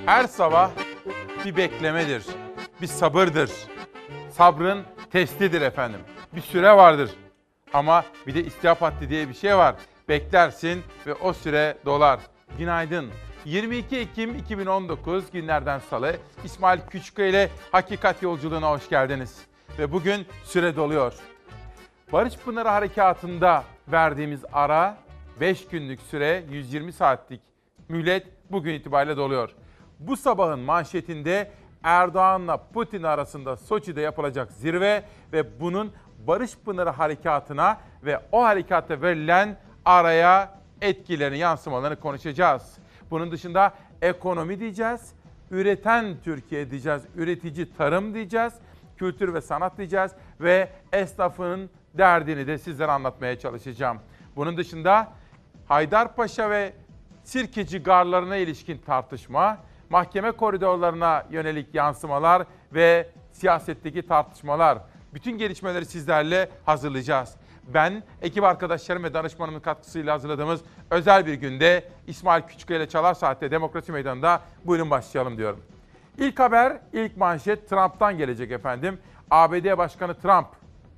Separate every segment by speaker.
Speaker 1: Her sabah bir beklemedir, bir sabırdır. Sabrın testidir efendim. Bir süre vardır. Ama bir de istihap haddi diye bir şey var. Beklersin ve o süre dolar. Günaydın. 22 Ekim 2019 günlerden salı. İsmail Küçükkaya ile Hakikat Yolculuğuna hoş geldiniz. Ve bugün süre doluyor. Barış Pınarı Harekatı'nda verdiğimiz ara 5 günlük süre 120 saatlik mühlet bugün itibariyle doluyor. Bu sabahın manşetinde Erdoğan'la Putin arasında Soçi'de yapılacak zirve ve bunun Barış Pınarı Harekatı'na ve o harekata verilen araya etkilerini, yansımalarını konuşacağız. Bunun dışında ekonomi diyeceğiz, üreten Türkiye diyeceğiz, üretici tarım diyeceğiz, kültür ve sanat diyeceğiz ve esnafın derdini de sizlere anlatmaya çalışacağım. Bunun dışında Haydarpaşa ve Sirkeci garlarına ilişkin tartışma, mahkeme koridorlarına yönelik yansımalar ve siyasetteki tartışmalar. Bütün gelişmeleri sizlerle hazırlayacağız. Ben, ekip arkadaşlarım ve danışmanımın katkısıyla hazırladığımız özel bir günde İsmail Küçükkaya ile Çalar Saat'te Demokrasi Meydanı'nda buyurun başlayalım diyorum. İlk haber, ilk manşet Trump'tan gelecek efendim. ABD Başkanı Trump.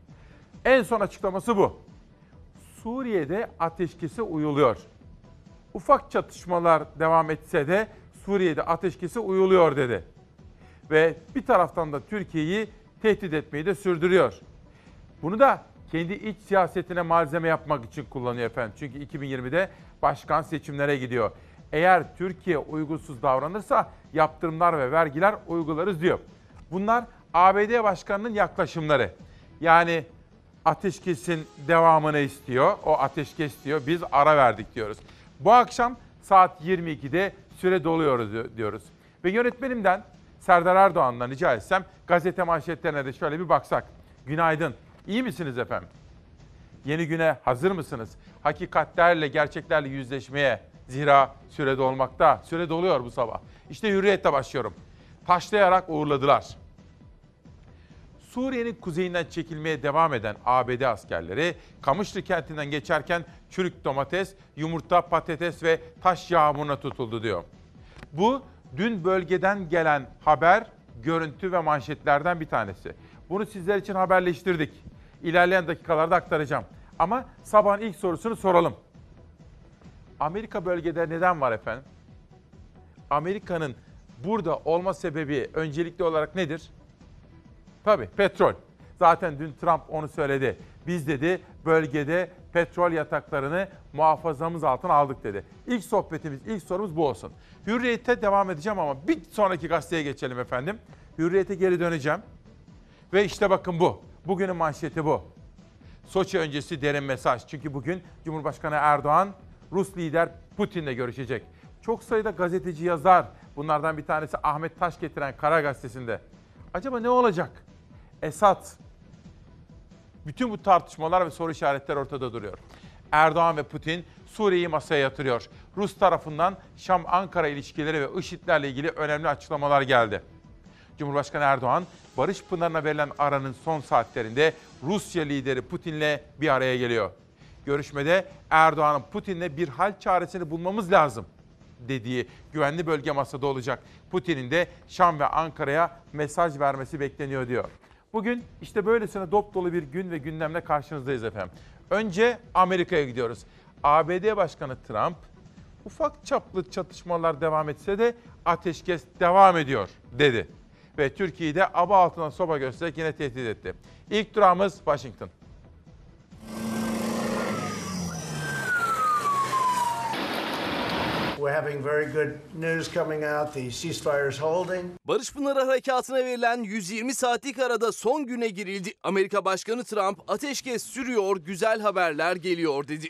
Speaker 1: En son açıklaması bu. Suriye'de ateşkese uyuluyor. Ufak çatışmalar devam etse de Suriye'de ateşkese uyuluyor dedi. Ve bir taraftan da Türkiye'yi tehdit etmeyi de sürdürüyor. Bunu da kendi iç siyasetine malzeme yapmak için kullanıyor efendim. Çünkü 2020'de başkan seçimlere gidiyor. Eğer Türkiye uygunsuz davranırsa yaptırımlar ve vergiler uygularız diyor. Bunlar ABD Başkanı'nın yaklaşımları. Yani ateşkesin devamını istiyor. O ateşkes diyor. Biz ara verdik diyoruz. Bu akşam saat 22'de süre doluyoruz diyoruz. Ve yönetmenimden Serdar Erdoğan'dan rica etsem gazete manşetlerine de şöyle bir baksak. Günaydın. İyi misiniz efendim? Yeni güne hazır mısınız? Hakikatlerle, gerçeklerle yüzleşmeye. Zira süre dolmakta. Süre doluyor bu sabah. İşte Hürriyet'le başlıyorum. Taşlayarak uğurladılar. Suriye'nin kuzeyinden çekilmeye devam eden ABD askerleri Kamışlı kentinden geçerken çürük domates, yumurta, patates ve taş yağmuruna tutuldu diyor. Bu dün bölgeden gelen haber, görüntü ve manşetlerden bir tanesi. Bunu sizler için haberleştirdik. İlerleyen dakikalarda aktaracağım. Ama sabahın ilk sorusunu soralım. Amerika bölgede neden var efendim? Amerika'nın burada olma sebebi öncelikli olarak nedir? Tabii petrol. Zaten dün Trump onu söyledi. Biz dedi bölgede petrol yataklarını muhafazamız altına aldık dedi. İlk sohbetimiz, ilk sorumuz bu olsun. Hürriyet'e devam edeceğim ama bir sonraki gazeteye geçelim efendim. Hürriyet'e geri döneceğim. Ve işte bakın bu. Bugünün manşeti bu. Soçi öncesi derin mesaj. Çünkü bugün Cumhurbaşkanı Erdoğan Rus lider Putin'le görüşecek. Çok sayıda gazeteci yazar. Bunlardan bir tanesi Ahmet Taş getiren Kara Gazetesi'nde. Acaba ne olacak? Esad. Bütün bu tartışmalar ve soru işaretleri ortada duruyor. Erdoğan ve Putin Suriye'yi masaya yatırıyor. Rus tarafından Şam-Ankara ilişkileri ve IŞİD'lerle ilgili önemli açıklamalar geldi. Cumhurbaşkanı Erdoğan, Barış Pınarı'na verilen aranın son saatlerinde Rusya lideri Putin'le bir araya geliyor. Görüşmede Erdoğan'ın Putin'le bir hal çaresini bulmamız lazım dediği güvenli bölge masada olacak. Putin'in de Şam ve Ankara'ya mesaj vermesi bekleniyor diyor. Bugün işte böylesine dop dolu bir gün ve gündemle karşınızdayız efendim. Önce Amerika'ya gidiyoruz. ABD Başkanı Trump, ufak çaplı çatışmalar devam etse de ateşkes devam ediyor dedi. Ve Türkiye'yi de aba altına soba göstererek yine tehdit etti. İlk durağımız Washington.
Speaker 2: We're having very good news coming out. The ceasefire is holding.
Speaker 3: Barış Pınarı Harekatı'na verilen 120 saatlik arada son güne girildi. Amerika Başkanı Trump ateşkes sürüyor, güzel haberler geliyor dedi.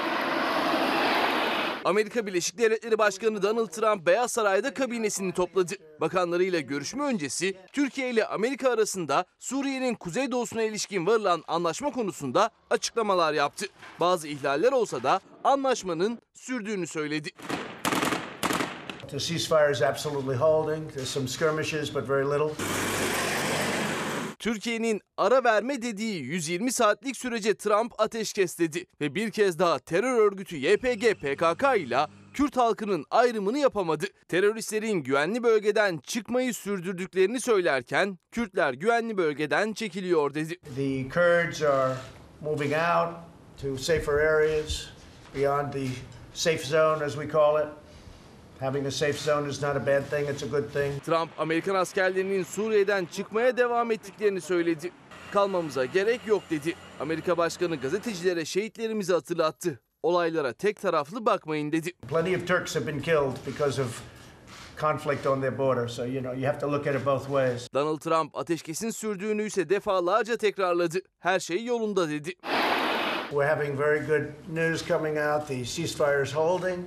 Speaker 3: Amerika Birleşik Devletleri Başkanı Donald Trump Beyaz Saray'da kabinesini topladı. Bakanlarıyla görüşme öncesi Türkiye ile Amerika arasında Suriye'nin kuzeydoğusuna ilişkin varılan anlaşma konusunda açıklamalar yaptı. Bazı ihlaller olsa da anlaşmanın sürdüğünü söyledi.
Speaker 2: The ceasefire is absolutely holding. There's some skirmishes but very little.
Speaker 3: Türkiye'nin ara verme dediği 120 saatlik sürece Trump ateşkes dedi ve bir kez daha terör örgütü YPG/PKK ile Kürt halkının ayrımını yapamadı. Teröristlerin güvenli bölgeden çıkmayı sürdürdüklerini söylerken Kürtler güvenli bölgeden çekiliyor dedi.
Speaker 2: The Kurds are moving out to safer areas beyond the safe zone, as we call it. Having a safe zone is not a bad thing, it's a good thing.
Speaker 3: Trump, Amerikan askerlerinin Suriye'den çıkmaya devam ettiklerini söyledi. Kalmamıza gerek yok dedi. Amerika Başkanı gazetecilere şehitlerimizi hatırlattı. Olaylara tek taraflı bakmayın dedi.
Speaker 2: Plenty of Turks have been killed because of conflict on their border, so you have to look at it both ways.
Speaker 3: Donald Trump ateşkesin sürdüğünü ise defalarca tekrarladı. Her şey yolunda dedi.
Speaker 2: We're having very good news coming out. The ceasefire is holding.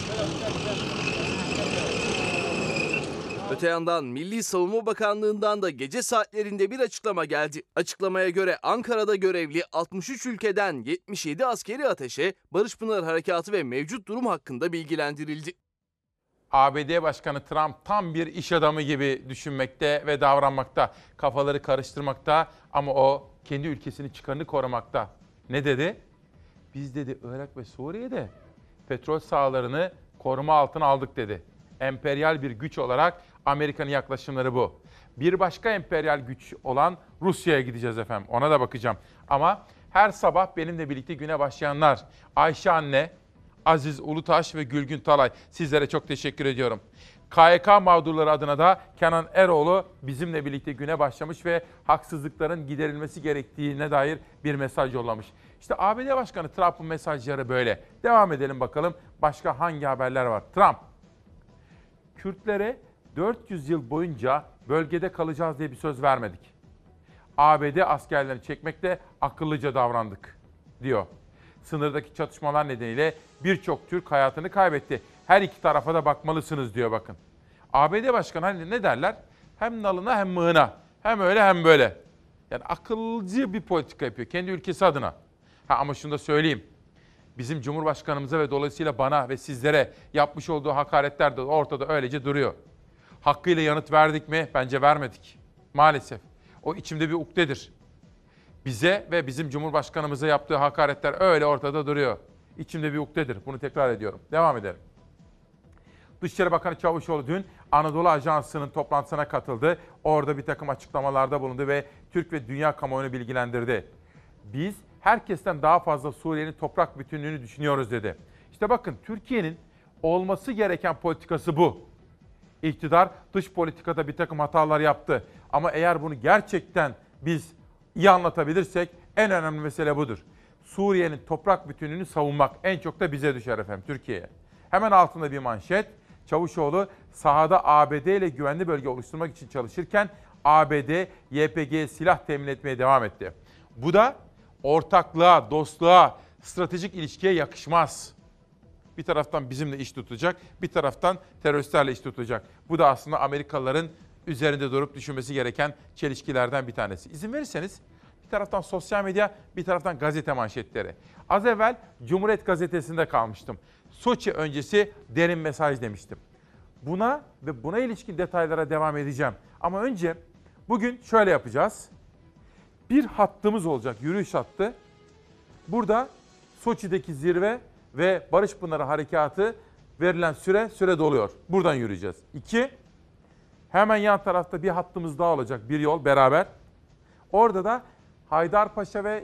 Speaker 3: Öte yandan Milli Savunma Bakanlığı'ndan da gece saatlerinde bir açıklama geldi. Açıklamaya göre Ankara'da görevli 63 ülkeden 77 askeri ateşe Barış Pınar Harekatı ve mevcut durum hakkında bilgilendirildi.
Speaker 1: ABD Başkanı Trump tam bir iş adamı gibi düşünmekte ve davranmakta. Kafaları karıştırmakta ama o kendi ülkesinin çıkarını korumakta. Ne dedi? Biz dedi Irak ve Suriye'de petrol sahalarını koruma altına aldık dedi. Emperyal bir güç olarak Amerika'nın yaklaşımları bu. Bir başka emperyal güç olan Rusya'ya gideceğiz efendim. Ona da bakacağım. Ama her sabah benimle birlikte güne başlayanlar, Ayşe anne, Aziz Ulutaş ve Gülgün Talay, sizlere çok teşekkür ediyorum. KYK mağdurları adına da Kenan Eroğlu bizimle birlikte güne başlamış ve haksızlıkların giderilmesi gerektiğine dair bir mesaj yollamış. İşte ABD Başkanı Trump'ın mesajları böyle. Devam edelim bakalım başka hangi haberler var. Trump, Kürtlere 400 yıl boyunca bölgede kalacağız diye bir söz vermedik. ABD askerlerini çekmekte akıllıca davrandık, diyor. Sınırdaki çatışmalar nedeniyle birçok Türk hayatını kaybetti. Her iki tarafa da bakmalısınız diyor bakın. ABD Başkanı hani ne derler? Hem nalına hem mığına. Hem öyle hem böyle. Yani akılcı bir politika yapıyor kendi ülkesi adına. Ama şunu da söyleyeyim. Bizim Cumhurbaşkanımıza ve dolayısıyla bana ve sizlere yapmış olduğu hakaretler de ortada öylece duruyor. Hakkıyla yanıt verdik mi? Bence vermedik. Maalesef. O içimde bir ukdedir. Bize ve bizim Cumhurbaşkanımıza yaptığı hakaretler öyle ortada duruyor. İçimde bir ukdedir. Bunu tekrar ediyorum. Devam edelim. Dışişleri Bakanı Çavuşoğlu dün Anadolu Ajansı'nın toplantısına katıldı. Orada bir takım açıklamalarda bulundu ve Türk ve dünya kamuoyunu bilgilendirdi. Biz herkesten daha fazla Suriye'nin toprak bütünlüğünü düşünüyoruz dedi. İşte bakın Türkiye'nin olması gereken politikası bu. İktidar dış politikada bir takım hatalar yaptı. Ama eğer bunu gerçekten biz iyi anlatabilirsek en önemli mesele budur. Suriye'nin toprak bütünlüğünü savunmak en çok da bize düşer efendim, Türkiye'ye. Hemen altında bir manşet. Çavuşoğlu sahada ABD ile güvenli bölge oluşturmak için çalışırken ABD, YPG'ye silah temin etmeye devam etti. Bu da ortaklığa, dostluğa, stratejik ilişkiye yakışmaz. Bir taraftan bizimle iş tutacak, bir taraftan teröristlerle iş tutacak. Bu da aslında Amerikalıların üzerinde durup düşünmesi gereken çelişkilerden bir tanesi. İzin verirseniz bir taraftan sosyal medya, bir taraftan gazete manşetleri. Az evvel Cumhuriyet Gazetesi'nde kalmıştım. Soçi öncesi derin mesaj demiştim. Buna ve buna ilişkin detaylara devam edeceğim. Ama önce bugün şöyle yapacağız. Bir hattımız olacak, yürüyüş hattı. Burada Soçi'deki zirve ve Barış Pınarı Harekatı verilen süre doluyor. Buradan yürüyeceğiz. 2, hemen yan tarafta bir hattımız daha olacak, bir yol beraber. Orada da Haydarpaşa ve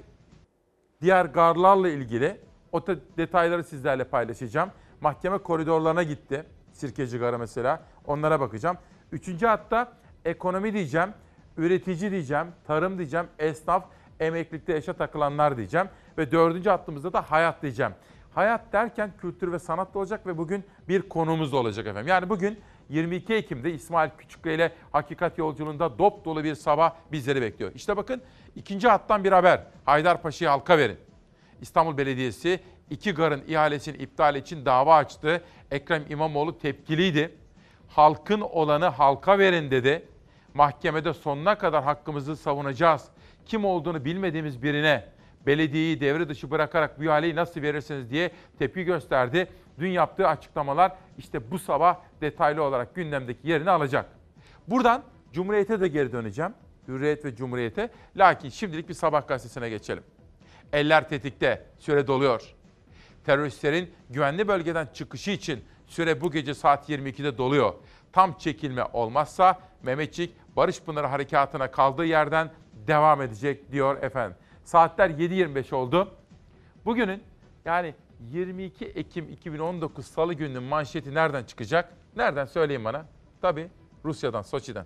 Speaker 1: diğer garlarla ilgili o detayları sizlerle paylaşacağım. Mahkeme koridorlarına gitti. Sirkeci Garı mesela. Onlara bakacağım. 3. hatta ekonomi diyeceğim, üretici diyeceğim, tarım diyeceğim, esnaf, emeklilikte yaşa takılanlar diyeceğim. Ve 4. hattımızda da hayat diyeceğim. Hayat derken kültür ve sanat da olacak ve bugün bir konuğumuz da olacak efendim. Yani bugün 22 Ekim'de İsmail Küçükkaya ile Hakikat Yolculuğunda dop dolu bir sabah bizleri bekliyor. İşte bakın 2. hattan bir haber. Haydarpaşa'yı halka verin. İstanbul Belediyesi 2 garın ihalesini iptal için dava açtı. Ekrem İmamoğlu tepkiliydi. Halkın olanı halka verin dedi. Mahkemede sonuna kadar hakkımızı savunacağız. Kim olduğunu bilmediğimiz birine belediyeyi devre dışı bırakarak bu ihaleyi nasıl verirsiniz diye tepki gösterdi. Dün yaptığı açıklamalar işte bu sabah detaylı olarak gündemdeki yerini alacak. Buradan Cumhuriyet'e de geri döneceğim. Hürriyet ve Cumhuriyet'e. Lakin şimdilik bir Sabah gazetesine geçelim. Eller tetikte, süre doluyor. Teröristlerin güvenli bölgeden çıkışı için Süre bu gece saat 22'de doluyor. Tam çekilme olmazsa Mehmetçik Barış Pınarı Harekatı'na kaldığı yerden devam edecek diyor efendim. Saatler 7.25 oldu. Bugünün yani 22 Ekim 2019 Salı gününün manşeti nereden çıkacak? Nereden söyleyin bana? Tabii Rusya'dan, Soçi'den.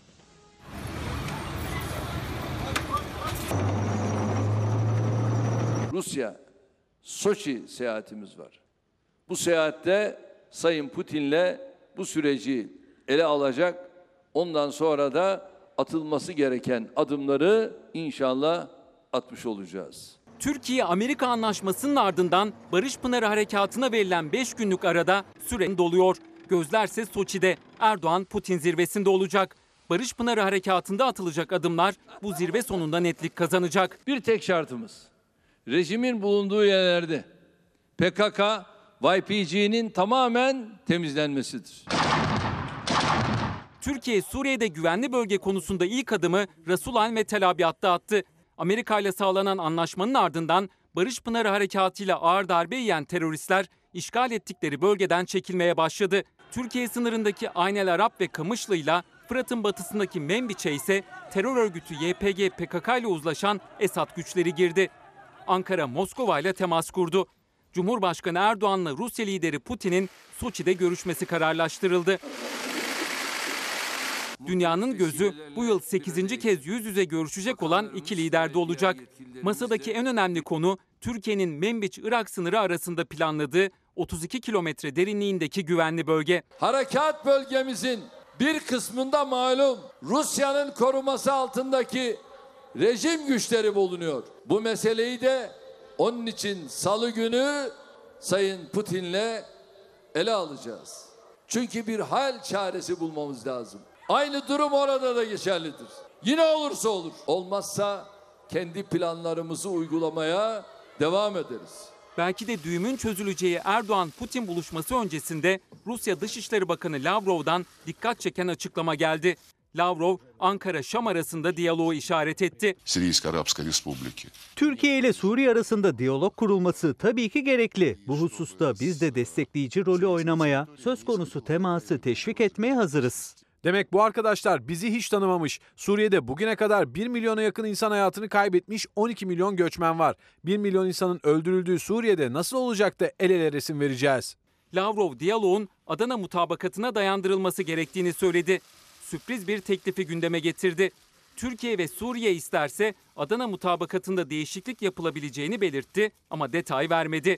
Speaker 4: Rusya, Soçi seyahatimiz var. Bu seyahatte Sayın Putin'le bu süreci ele alacak, ondan sonra da atılması gereken adımları inşallah atmış olacağız.
Speaker 5: Türkiye-Amerika anlaşmasının ardından Barış Pınarı Harekatı'na verilen 5 günlük arada süre doluyor. Gözlerse Soçi'de, Erdoğan-Putin zirvesinde olacak. Barış Pınarı Harekatı'nda atılacak adımlar bu zirve sonunda netlik kazanacak.
Speaker 4: Bir tek şartımız, rejimin bulunduğu yerlerde PKK, YPG'nin tamamen temizlenmesidir.
Speaker 5: Türkiye, Suriye'de güvenli bölge konusunda ilk adımı Resulan ve Tel Abyad'da attı. Amerika ile sağlanan anlaşmanın ardından Barış Pınarı Harekatı'yla ağır darbe yiyen teröristler işgal ettikleri bölgeden çekilmeye başladı. Türkiye sınırındaki Aynel Arap ve Kamışlı'yla Fırat'ın batısındaki Menbiç'e ise terör örgütü YPG PKK ile uzlaşan Esad güçleri girdi. Ankara Moskova ile temas kurdu. Cumhurbaşkanı Erdoğan'la Rusya lideri Putin'in Soçi'de görüşmesi kararlaştırıldı. Dünyanın gözü bu yıl 8. kez yüz yüze görüşecek olan iki liderde olacak. Masadaki en önemli konu Türkiye'nin Menbiç-Irak sınırı arasında planladığı 32 kilometre derinliğindeki güvenli bölge.
Speaker 4: Harekat bölgemizin bir kısmında malum Rusya'nın koruması altındaki rejim güçleri bulunuyor. Bu meseleyi de onun için Salı günü Sayın Putin'le ele alacağız. Çünkü bir hal çaresi bulmamız lazım. Aynı durum orada da geçerlidir. Yine olursa olur. Olmazsa kendi planlarımızı uygulamaya devam ederiz.
Speaker 5: Belki de düğümün çözüleceği Erdoğan-Putin buluşması öncesinde Rusya Dışişleri Bakanı Lavrov'dan dikkat çeken açıklama geldi. Lavrov, Ankara-Şam arasında diyaloğu işaret etti.
Speaker 6: Сирийско-Арабской Республики.
Speaker 7: Türkiye ile Suriye arasında diyalog kurulması tabii ki gerekli. Bu hususta biz de destekleyici rolü oynamaya, söz konusu teması teşvik etmeye hazırız.
Speaker 8: Demek bu arkadaşlar bizi hiç tanımamış. Suriye'de bugüne kadar 1 milyona yakın insan hayatını kaybetmiş, 12 milyon göçmen var. 1 milyon insanın öldürüldüğü Suriye'de nasıl olacak da el ele resim vereceğiz?
Speaker 5: Lavrov, diyaloğun Adana mutabakatına dayandırılması gerektiğini söyledi. Sürpriz bir teklifi gündeme getirdi. Türkiye ve Suriye isterse Adana mutabakatında değişiklik yapılabileceğini belirtti ama detay vermedi.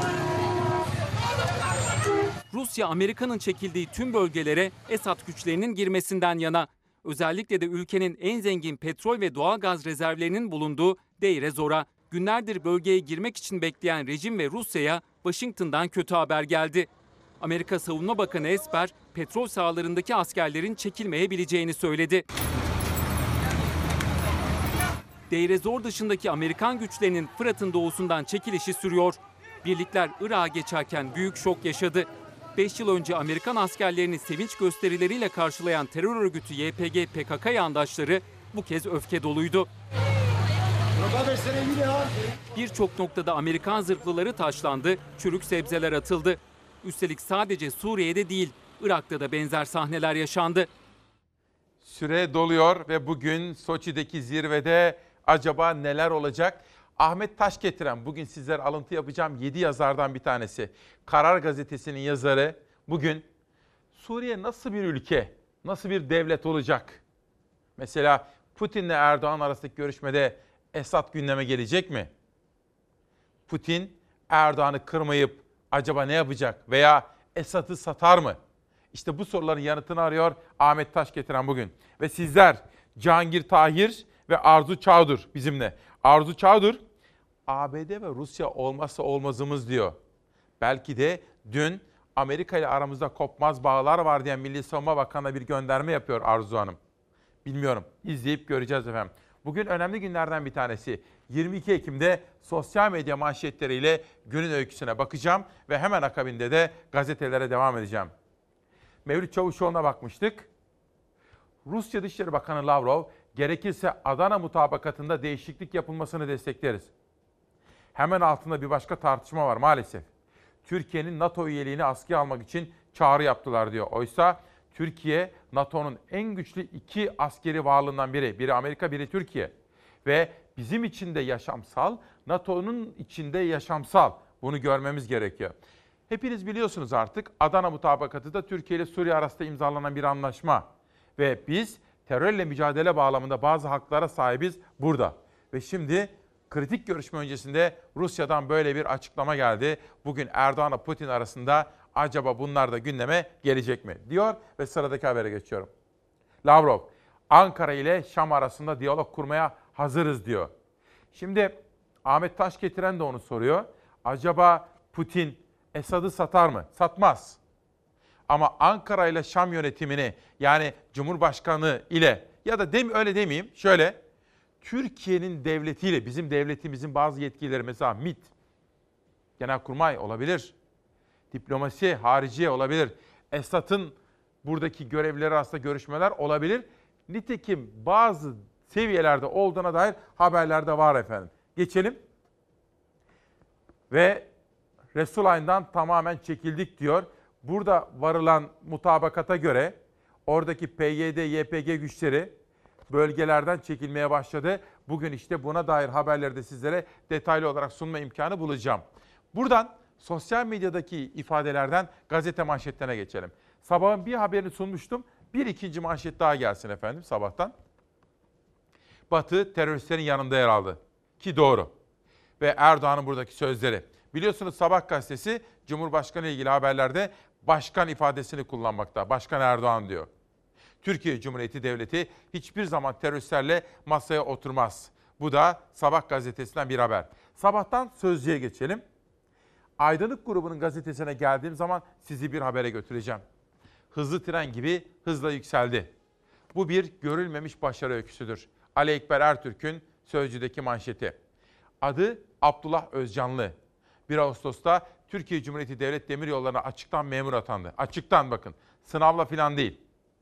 Speaker 5: Rusya, Amerika'nın çekildiği tüm bölgelere Esad güçlerinin girmesinden yana. Özellikle de ülkenin en zengin petrol ve doğalgaz rezervlerinin bulunduğu Deir ez-Zor'a. Günlerdir bölgeye girmek için bekleyen rejim ve Rusya'ya Washington'dan kötü haber geldi. Amerika Savunma Bakanı Esper, petrol sahalarındaki askerlerin çekilmeyebileceğini söyledi. Deir ez-Zor dışındaki Amerikan güçlerinin Fırat'ın doğusundan çekilişi sürüyor. Birlikler Irak'a geçerken büyük şok yaşadı. 5 yıl önce Amerikan askerlerini sevinç gösterileriyle karşılayan terör örgütü YPG PKK yandaşları bu kez öfke doluydu. Birçok noktada Amerikan zırhlıları taşlandı, çürük sebzeler atıldı. Üstelik sadece Suriye'de değil, Irak'ta da benzer sahneler yaşandı.
Speaker 1: Süre doluyor ve bugün Soçi'deki zirvede acaba neler olacak? Ahmet Taşgetiren, bugün sizlere alıntı yapacağım 7 yazardan bir tanesi. Karar Gazetesi'nin yazarı bugün Suriye nasıl bir ülke, nasıl bir devlet olacak? Mesela Putin'le Erdoğan arasındaki görüşmede Esad gündeme gelecek mi? Putin Erdoğan'ı kırmayıp acaba ne yapacak veya Esad'ı satar mı? İşte bu soruların yanıtını arıyor Ahmet Taşgetiren bugün. Ve sizler Cihangir Tahir ve Arzu Çağdur bizimle. Arzu Çağdur, ABD ve Rusya olmazsa olmazımız diyor. Belki de dün Amerika ile aramızda kopmaz bağlar var diyen Milli Savunma Bakanı'na bir gönderme yapıyor Arzu Hanım. Bilmiyorum, izleyip göreceğiz efendim. Bugün önemli günlerden bir tanesi. 22 Ekim'de sosyal medya manşetleriyle günün öyküsüne bakacağım ve hemen akabinde de gazetelere devam edeceğim. Mevlüt Çavuşoğlu'na bakmıştık. Rusya Dışişleri Bakanı Lavrov, gerekirse Adana mutabakatında değişiklik yapılmasını destekleriz. Hemen altında bir başka tartışma var maalesef. Türkiye'nin NATO üyeliğini askıya almak için çağrı yaptılar diyor. Oysa Türkiye NATO'nun en güçlü 2 askeri varlığından biri. Biri Amerika, biri Türkiye. Ve bizim için de yaşamsal, NATO'nun içinde yaşamsal. Bunu görmemiz gerekiyor. Hepiniz biliyorsunuz artık Adana Mutabakatı da Türkiye ile Suriye arasında imzalanan bir anlaşma. Ve biz terörle mücadele bağlamında bazı haklara sahibiz burada. Ve şimdi kritik görüşme öncesinde Rusya'dan böyle bir açıklama geldi. Bugün Erdoğan'la Putin arasında acaba bunlar da gündeme gelecek mi diyor ve sıradaki habere geçiyorum. Lavrov, Ankara ile Şam arasında diyalog kurmaya hazırız diyor. Şimdi Ahmet Taşgetiren de onu soruyor. Acaba Putin Esad'ı satar mı? Satmaz. Ama Ankara ile Şam yönetimini yani Cumhurbaşkanı ile ya da öyle demeyeyim şöyle Türkiye'nin devletiyle bizim devletimizin bazı yetkileri mesela MİT, Genelkurmay olabilir, diplomasi, hariciye olabilir, Esad'ın buradaki görevlileri arasında görüşmeler olabilir. Nitekim bazı seviyelerde olduğuna dair haberler de var efendim. Geçelim. Ve Resulayn'dan tamamen çekildik diyor. Burada varılan mutabakata göre oradaki PYD, YPG güçleri bölgelerden çekilmeye başladı. Bugün işte buna dair haberleri de sizlere detaylı olarak sunma imkanı bulacağım. Buradan sosyal medyadaki ifadelerden gazete manşetlerine geçelim. Sabahın bir haberini sunmuştum. Bir ikinci manşet daha gelsin efendim sabahtan. Batı teröristlerin yanında yer aldı. Ki doğru. Ve Erdoğan'ın buradaki sözleri. Biliyorsunuz Sabah gazetesi Cumhurbaşkanı ile ilgili haberlerde başkan ifadesini kullanmakta. Başkan Erdoğan diyor. Türkiye Cumhuriyeti Devleti hiçbir zaman teröristlerle masaya oturmaz. Bu da Sabah gazetesinden bir haber. Sabahtan Sözcü'ye geçelim. Aydınlık grubunun gazetesine geldiğim zaman sizi bir habere götüreceğim. Hızlı tren gibi hızla yükseldi. Bu bir görülmemiş başarı öyküsüdür. Ali Ekber Ertürk'ün Sözcü'deki manşeti. Adı Abdullah Özcanlı. 1 Ağustos'ta Türkiye Cumhuriyeti Devlet Demiryolları'na açıktan memur atandı. Açıktan bakın, sınavla falan değil.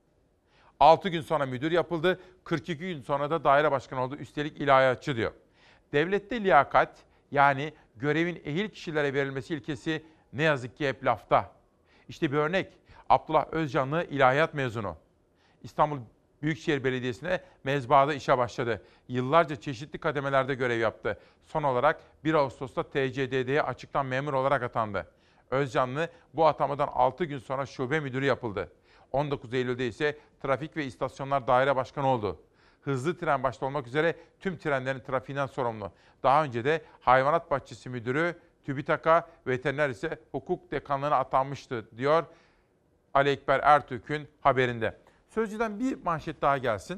Speaker 1: 6 gün sonra müdür yapıldı, 42 gün sonra da daire başkanı oldu. Üstelik ilahiyatçı diyor. Devlette liyakat yani görevin ehil kişilere verilmesi ilkesi ne yazık ki hep lafta. İşte bir örnek. Abdullah Özcanlı ilahiyat mezunu. İstanbul Büyükşehir Belediyesi'ne mezbaada işe başladı. Yıllarca çeşitli kademelerde görev yaptı. Son olarak 1 Ağustos'ta TCDD'ye açıktan memur olarak atandı. Özcanlı bu atamadan 6 gün sonra şube müdürü yapıldı. 19 Eylül'de ise Trafik ve İstasyonlar Daire Başkanı oldu. Hızlı tren başta olmak üzere tüm trenlerin trafiğinden sorumlu. Daha önce de Hayvanat Bahçesi Müdürü, TÜBİTAK'a, veteriner ise hukuk dekanlığına atanmıştı diyor Ali Ekber Ertürk'ün haberinde. Sözcü'den bir manşet daha gelsin.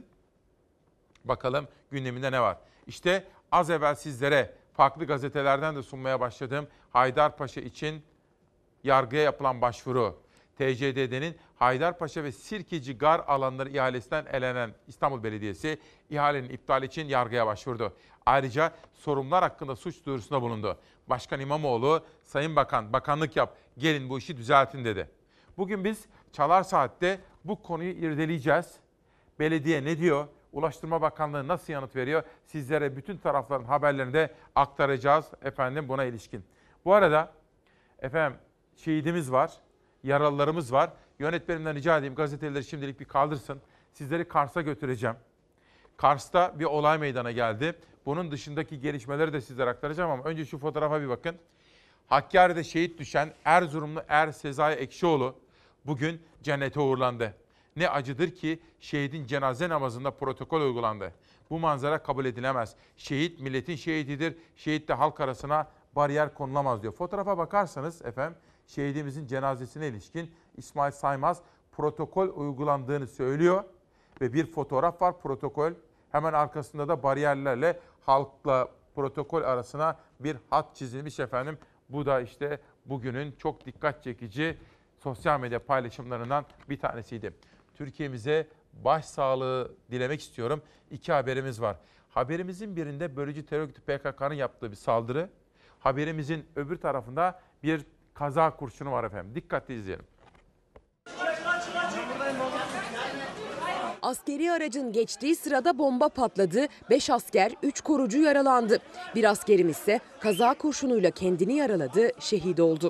Speaker 1: Bakalım gündeminde ne var? İşte az evvel sizlere farklı gazetelerden de sunmaya başladığım Haydarpaşa için yargıya yapılan başvuru. TCDD'nin Haydarpaşa ve Sirkeci Gar alanları ihalesinden elenen İstanbul Belediyesi ihalenin iptali için yargıya başvurdu. Ayrıca sorumlular hakkında suç duyurusunda bulundu. Başkan İmamoğlu, Sayın Bakan, bakanlık yap, gelin bu işi düzeltin dedi. Bugün biz Çalar Saat'te bu konuyu irdeleyeceğiz. Belediye ne diyor? Ulaştırma Bakanlığı nasıl yanıt veriyor? Sizlere bütün tarafların haberlerini de aktaracağız efendim buna ilişkin. Bu arada efendim şehidimiz var, yaralılarımız var. Yönetmenimden rica edeyim gazeteleri şimdilik bir kaldırsın. Sizleri Kars'a götüreceğim. Kars'ta bir olay meydana geldi. Bunun dışındaki gelişmeleri de sizlere aktaracağım ama önce şu fotoğrafa bir bakın. Hakkari'de şehit düşen Erzurumlu Sezai Ekşioğlu bugün cennete uğurlandı. Ne acıdır ki şehidin cenaze namazında protokol uygulandı. Bu manzara kabul edilemez. Şehit milletin şehididir. Şehit de halk arasına bariyer konulamaz diyor. Fotoğrafa bakarsanız efendim şehidimizin cenazesine ilişkin İsmail Saymaz protokol uygulandığını söylüyor. Ve bir fotoğraf var protokol. Hemen arkasında da bariyerlerle halkla protokol arasına bir hat çizilmiş efendim. Bu da işte bugünün çok dikkat çekici sosyal medya paylaşımlarından bir tanesiydi. Türkiye'mize başsağlığı dilemek istiyorum. 2 haberimiz var. Haberimizin birinde bölücü terör örgütü PKK'nın yaptığı bir saldırı. Haberimizin öbür tarafında bir kaza kurşunu var efendim. Dikkatli izleyelim.
Speaker 9: Askeri aracın geçtiği sırada bomba patladı. 5 asker, 3 korucu yaralandı. Bir askerimiz ise kaza kurşunuyla kendini yaraladı, şehit oldu.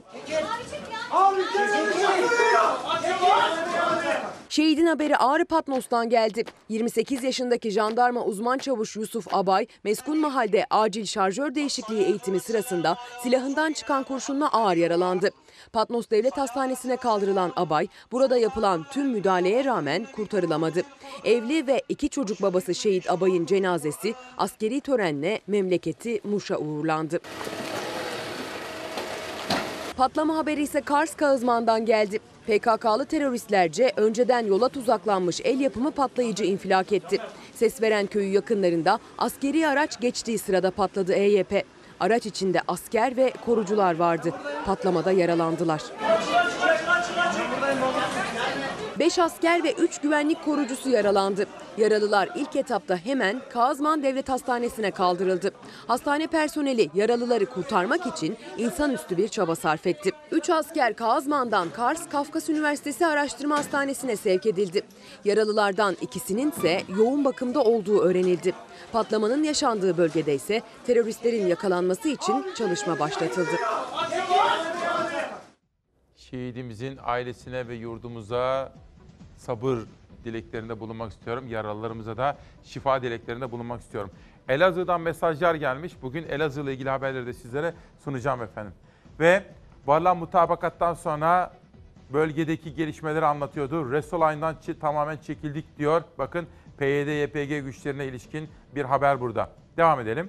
Speaker 9: Şehidin haberi Ağrı Patnos'tan geldi. 28 yaşındaki jandarma uzman çavuş Yusuf Abay, meskun mahalde acil şarjör değişikliği eğitimi sırasında silahından çıkan kurşunla ağır yaralandı. Patnos Devlet Hastanesi'ne kaldırılan Abay, burada yapılan tüm müdahaleye rağmen kurtarılamadı. Evli ve 2 çocuk babası şehit Abay'ın cenazesi askeri törenle memleketi Muş'a uğurlandı. Patlama haberi ise Kars Kağızman'dan geldi. PKK'lı teröristlerce önceden yola tuzaklanmış el yapımı patlayıcı infilak etti. Sesveren köyü yakınlarında askeri araç geçtiği sırada patladı EYP. Araç içinde asker ve korucular vardı. Patlamada yaralandılar. 5 asker ve 3 güvenlik korucusu yaralandı. Yaralılar ilk etapta hemen Kağızman Devlet Hastanesi'ne kaldırıldı. Hastane personeli yaralıları kurtarmak için insanüstü bir çaba sarf etti. 3 asker Kağızman'dan Kars Kafkas Üniversitesi Araştırma Hastanesi'ne sevk edildi. Yaralılardan ikisinin ise yoğun bakımda olduğu öğrenildi. Patlamanın yaşandığı bölgede ise teröristlerin yakalanması için çalışma başlatıldı.
Speaker 1: Şehidimizin ailesine ve yurdumuza sabır dileklerinde bulunmak istiyorum. Yaralılarımıza da şifa dileklerinde bulunmak istiyorum. Elazığ'dan mesajlar gelmiş. Bugün Elazığ'la ilgili haberleri de sizlere sunacağım efendim. Ve varılan mutabakattan sonra bölgedeki gelişmeleri anlatıyordu. Resolayn'dan tamamen çekildik diyor. Bakın PYD-YPG güçlerine ilişkin bir haber burada. Devam edelim.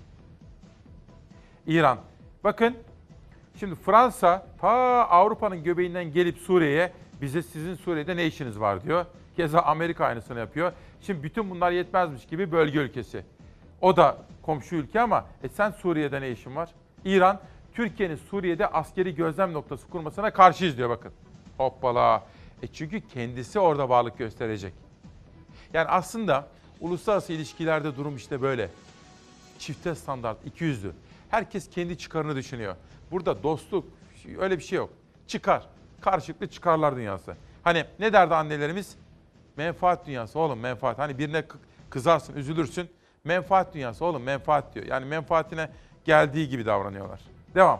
Speaker 1: İran. Bakın şimdi Fransa ta Avrupa'nın göbeğinden gelip Suriye'ye bize sizin Suriye'de ne işiniz var diyor. Keza Amerika aynısını yapıyor. Şimdi bütün bunlar yetmezmiş gibi bölge ülkesi. O da komşu ülke ama sen Suriye'de ne işin var? İran, Türkiye'nin Suriye'de askeri gözlem noktası kurmasına karşıyız diyor bakın. Hoppala. Çünkü kendisi orada varlık gösterecek. Yani aslında uluslararası ilişkilerde durum işte böyle. Çifte standart, ikiyüzlü. Herkes kendi çıkarını düşünüyor. Burada dostluk, öyle bir şey yok. Çıkar. Karşılıklı çıkarlar dünyası. Hani ne derdi annelerimiz? Menfaat dünyası oğlum, menfaat. Hani birine kızarsın, üzülürsün. Menfaat dünyası oğlum, menfaat diyor. Yani menfaatine geldiği gibi davranıyorlar. Devam.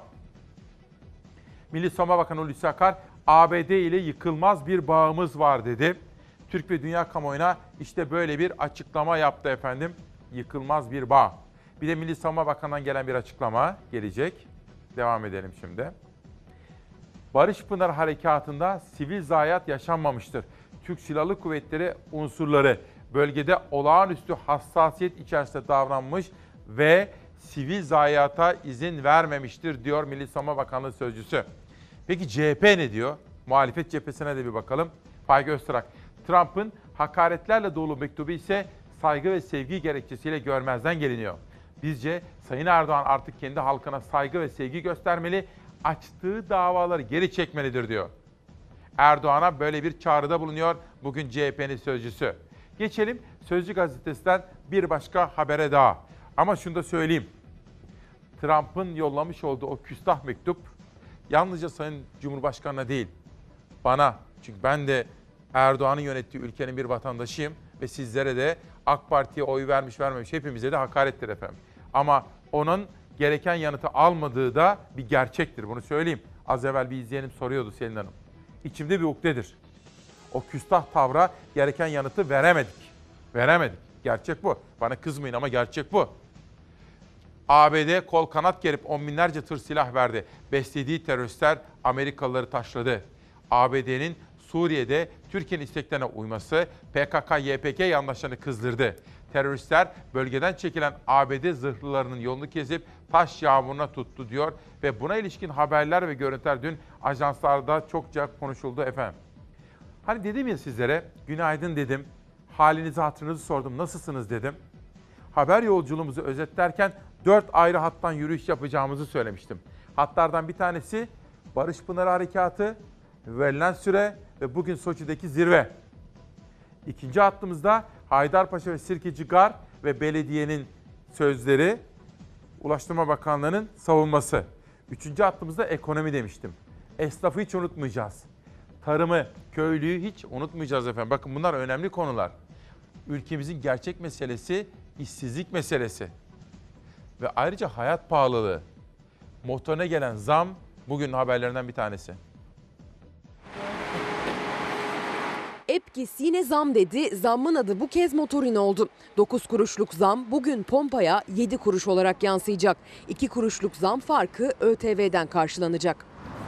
Speaker 1: Milli Savunma Bakanı Hulusi Akar, ABD ile yıkılmaz bir bağımız var dedi. Türk ve dünya kamuoyuna işte böyle bir açıklama yaptı efendim. Yıkılmaz bir bağ. Bir de Milli Savunma Bakanı'ndan gelen bir açıklama gelecek. Devam edelim şimdi. Barış Pınarı Harekatı'nda sivil zayiat yaşanmamıştır. Türk Silahlı Kuvvetleri unsurları bölgede olağanüstü hassasiyet içerisinde davranmış ve sivil zayiata izin vermemiştir diyor Milli Savunma Bakanlığı Sözcüsü. Peki CHP ne diyor? Muhalefet cephesine de bir bakalım. Faik Öztürk, Trump'ın hakaretlerle dolu mektubu ise saygı ve sevgi gerekçesiyle görmezden geliniyor. Bizce Sayın Erdoğan artık kendi halkına saygı ve sevgi göstermeli, açtığı davaları geri çekmelidir diyor. Erdoğan'a böyle bir çağrıda bulunuyor bugün CHP'nin sözcüsü. Geçelim Sözcü gazetesinden bir başka habere daha. Ama şunu da söyleyeyim. Trump'ın yollamış olduğu o küstah mektup yalnızca Sayın Cumhurbaşkanı'na değil, bana. Çünkü ben de Erdoğan'ın yönettiği ülkenin bir vatandaşıyım ve sizlere de AK Parti'ye oy vermiş vermemiş hepimize de hakarettir efendim. Ama onun gereken yanıtı almadığı da bir gerçektir, bunu söyleyeyim. Az evvel bir izleyenim soruyordu Selin Hanım. İçimde bir ukdedir. O küstah tavra gereken yanıtı veremedik. Gerçek bu. Bana kızmayın ama gerçek bu. ABD kol kanat gerip on binlerce tır silah verdi. Beslediği teröristler Amerikalıları taşladı. ABD'nin Suriye'de Türkiye'nin isteklerine uyması PKK-YPG yandaşlarını kızdırdı. Teröristler bölgeden çekilen ABD zırhlılarının yolunu kesip taş yağmuruna tuttu diyor. Ve buna ilişkin haberler ve görüntüler dün ajanslarda çokça konuşuldu efendim. Hani dedim ya sizlere, günaydın dedim, halinizi hatırınızı sordum, nasılsınız dedim. Haber yolculuğumuzu özetlerken 4 ayrı hattan yürüyüş yapacağımızı söylemiştim. Hatlardan bir tanesi Barış Pınarı Harekatı, verilen süre ve bugün Soçi'deki zirve. İkinci hattımızda Haydarpaşa ve Sirkeci Gar ve belediyenin sözleri, Ulaştırma Bakanlığı'nın savunması. Üçüncü hattımızda ekonomi demiştim. Esnafı hiç unutmayacağız. Tarımı, köylüyü hiç unutmayacağız efendim. Bakın bunlar önemli konular. ülkemizin gerçek meselesi işsizlik meselesi. Ve ayrıca hayat pahalılığı. Motorine gelen zam bugünün haberlerinden bir tanesi.
Speaker 9: Epkis yine zam dedi. Zammın adı bu kez motorin oldu. 9 kuruşluk zam bugün pompaya 7 kuruş olarak yansıyacak. 2 kuruşluk zam farkı ÖTV'den karşılanacak.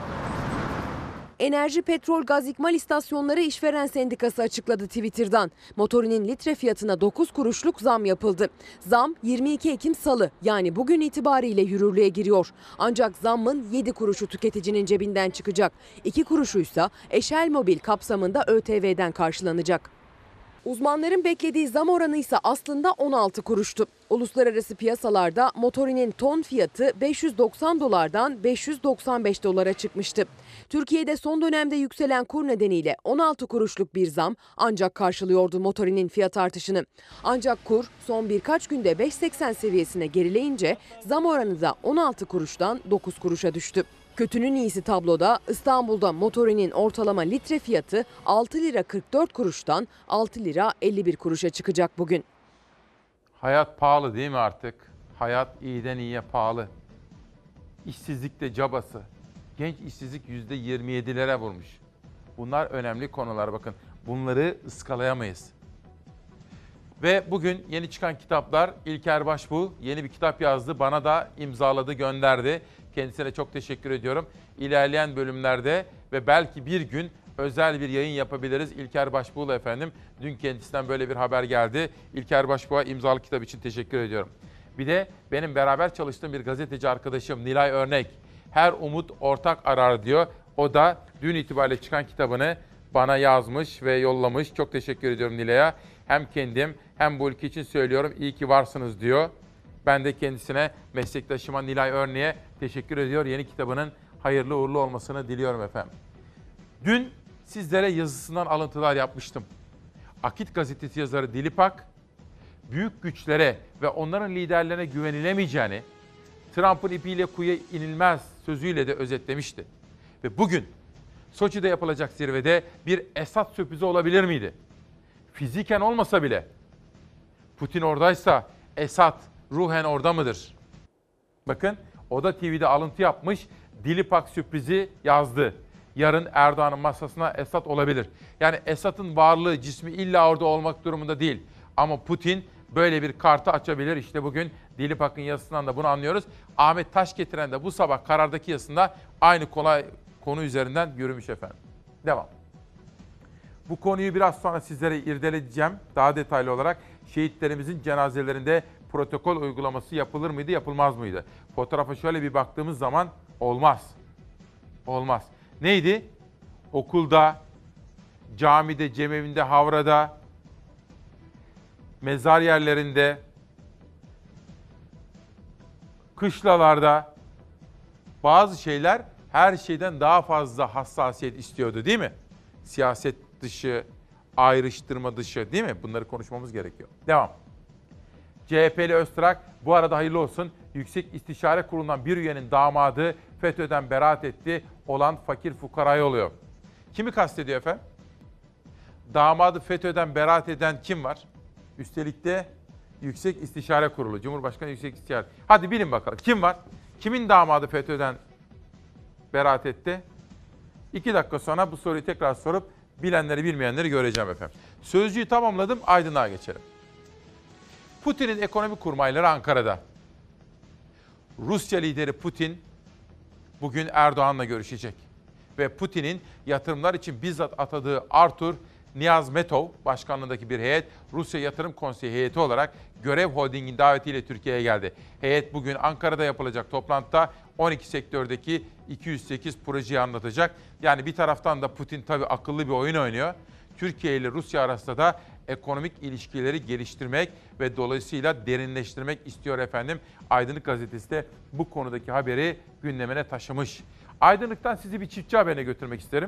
Speaker 9: Enerji, Petrol, Gaz İkmal İstasyonları İşveren Sendikası açıkladı Twitter'dan. Motorinin litre fiyatına 9 kuruşluk zam yapıldı. Zam 22 Ekim Salı yani bugün itibariyle yürürlüğe giriyor. Ancak zammın 7 kuruşu tüketicinin cebinden çıkacak. 2 kuruşuysa Eşel Mobil kapsamında ÖTV'den karşılanacak. Uzmanların beklediği zam oranı ise aslında 16 kuruştu. Uluslararası piyasalarda motorinin ton fiyatı 590 dolardan 595 dolara çıkmıştı. Türkiye'de son dönemde yükselen kur nedeniyle 16 kuruşluk bir zam ancak karşılıyordu motorinin fiyat artışını. Ancak kur son birkaç günde 5.80 seviyesine gerileyince zam oranı da 16 kuruştan 9 kuruşa düştü. Kötünün iyisi tabloda İstanbul'da motorinin ortalama litre fiyatı 6 lira 44 kuruştan 6 lira 51 kuruşa çıkacak bugün.
Speaker 1: Hayat pahalı değil mi artık? Hayat iyiden iyiye pahalı. İşsizlik de cabası. Genç işsizlik %27'lere vurmuş. Bunlar önemli konular bakın. Bunları ıskalayamayız. Ve bugün yeni çıkan kitaplar, İlker Başbuğ yeni bir kitap yazdı. Bana da imzaladı, gönderdi. Kendisine çok teşekkür ediyorum. İlerleyen bölümlerde ve belki bir gün özel bir yayın yapabiliriz İlker Başbuğ'la efendim. Dün kendisinden böyle bir haber geldi. İlker Başbuğ'a imzalı kitap için teşekkür ediyorum. Bir de benim beraber çalıştığım bir gazeteci arkadaşım Nilay Örnek. Her umut ortak arar diyor. O da dün itibariyle çıkan kitabını bana yazmış ve yollamış. Çok teşekkür ediyorum Nilay'a. Hem kendim hem bu ülke için söylüyorum. İyi ki varsınız diyor. Ben de kendisine, meslektaşıma Nilay Örneğe teşekkür ediyor. Yeni kitabının hayırlı uğurlu olmasını diliyorum efendim. Dün sizlere yazısından alıntılar yapmıştım. Akit gazetesi yazarı Dilipak, büyük güçlere ve onların liderlerine güvenilemeyeceğini, Trump'ın ipiyle kuyuya inilmez sözüyle de özetlemişti. Ve bugün Soçi'de yapılacak zirvede bir Esad sürprizi olabilir miydi? Fiziken olmasa bile Putin oradaysa Esad ruhen orada mıdır? Bakın Oda TV'de alıntı yapmış, Dilipak sürprizi yazdı. Yarın Erdoğan'ın masasına Esad olabilir. Yani Esad'ın varlığı, cismi illa orada olmak durumunda değil. Ama Putin böyle bir kartı açabilir. İşte bugün Dilipak'ın yazısından da bunu anlıyoruz. Ahmet Taşgetiren de bu sabah karardaki yazısında aynı konu üzerinden yürümüş efendim. Devam. Bu konuyu biraz sonra sizlere irdeleyeceğim. Daha detaylı olarak şehitlerimizin cenazelerinde protokol uygulaması yapılır mıydı, yapılmaz mıydı? Fotoğrafa şöyle bir baktığımız zaman olmaz. Olmaz. Neydi? Okulda, camide, cemevinde, havrada, mezar yerlerinde, kışlalarda bazı şeyler her şeyden daha fazla hassasiyet istiyordu değil mi? Siyaset dışı, ayrıştırma dışı değil mi? Bunları konuşmamız gerekiyor. Devam. CHP'li Öztürk, bu arada hayırlı olsun. Yüksek İstişare Kurulu'ndan bir üyenin damadı FETÖ'den beraat etti olan fakir fukarayı oluyor. Kimi kastediyor efendim? Damadı FETÖ'den beraat eden kim var? Üstelik de Yüksek İstişare Kurulu, Cumhurbaşkanı Yüksek İstişare. Hadi bilin bakalım kim var? Kimin damadı FETÖ'den beraat etti? 2 dakika sonra bu soruyu tekrar sorup bilenleri bilmeyenleri göreceğim efendim. Sözcüğü tamamladım, aydınlığa geçelim. Putin'in ekonomi kurmayları Ankara'da. Rusya lideri Putin bugün Erdoğan'la görüşecek. Ve Putin'in yatırımlar için bizzat atadığı Artur Niyazmetov başkanlığındaki bir heyet Rusya Yatırım Konseyi heyeti olarak Görev Holding'in davetiyle Türkiye'ye geldi. Heyet bugün Ankara'da yapılacak toplantıda 12 sektördeki 208 projeyi anlatacak. Yani bir taraftan da Putin tabii akıllı bir oyun oynuyor. Türkiye ile Rusya arasında da ekonomik ilişkileri geliştirmek ve dolayısıyla derinleştirmek istiyor efendim. Aydınlık Gazetesi de bu konudaki haberi gündemine taşımış. Aydınlık'tan sizi bir çiftçi haberine götürmek isterim.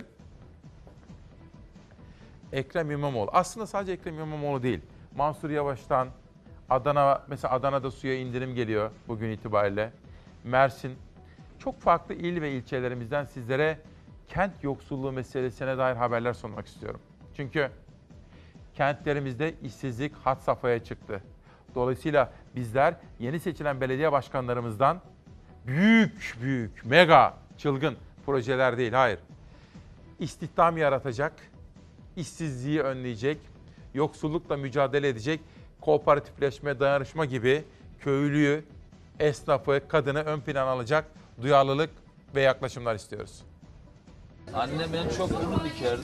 Speaker 1: Ekrem İmamoğlu. Aslında sadece Ekrem İmamoğlu değil. Mansur Yavaş'tan, Adana, mesela Adana'da suya indirim geliyor bugün itibariyle. Mersin. Çok farklı il ve ilçelerimizden sizlere kent yoksulluğu meselesine dair haberler sunmak istiyorum. Çünkü Kentlerimizde işsizlik had safhaya çıktı. Dolayısıyla bizler yeni seçilen belediye başkanlarımızdan büyük, mega, çılgın projeler değil, hayır. İstihdam yaratacak, işsizliği önleyecek, yoksullukla mücadele edecek, kooperatifleşme, dayanışma gibi köylüyü, esnafı, kadını ön plana alacak duyarlılık ve yaklaşımlar istiyoruz.
Speaker 10: Annem en çok bunu dikerdi.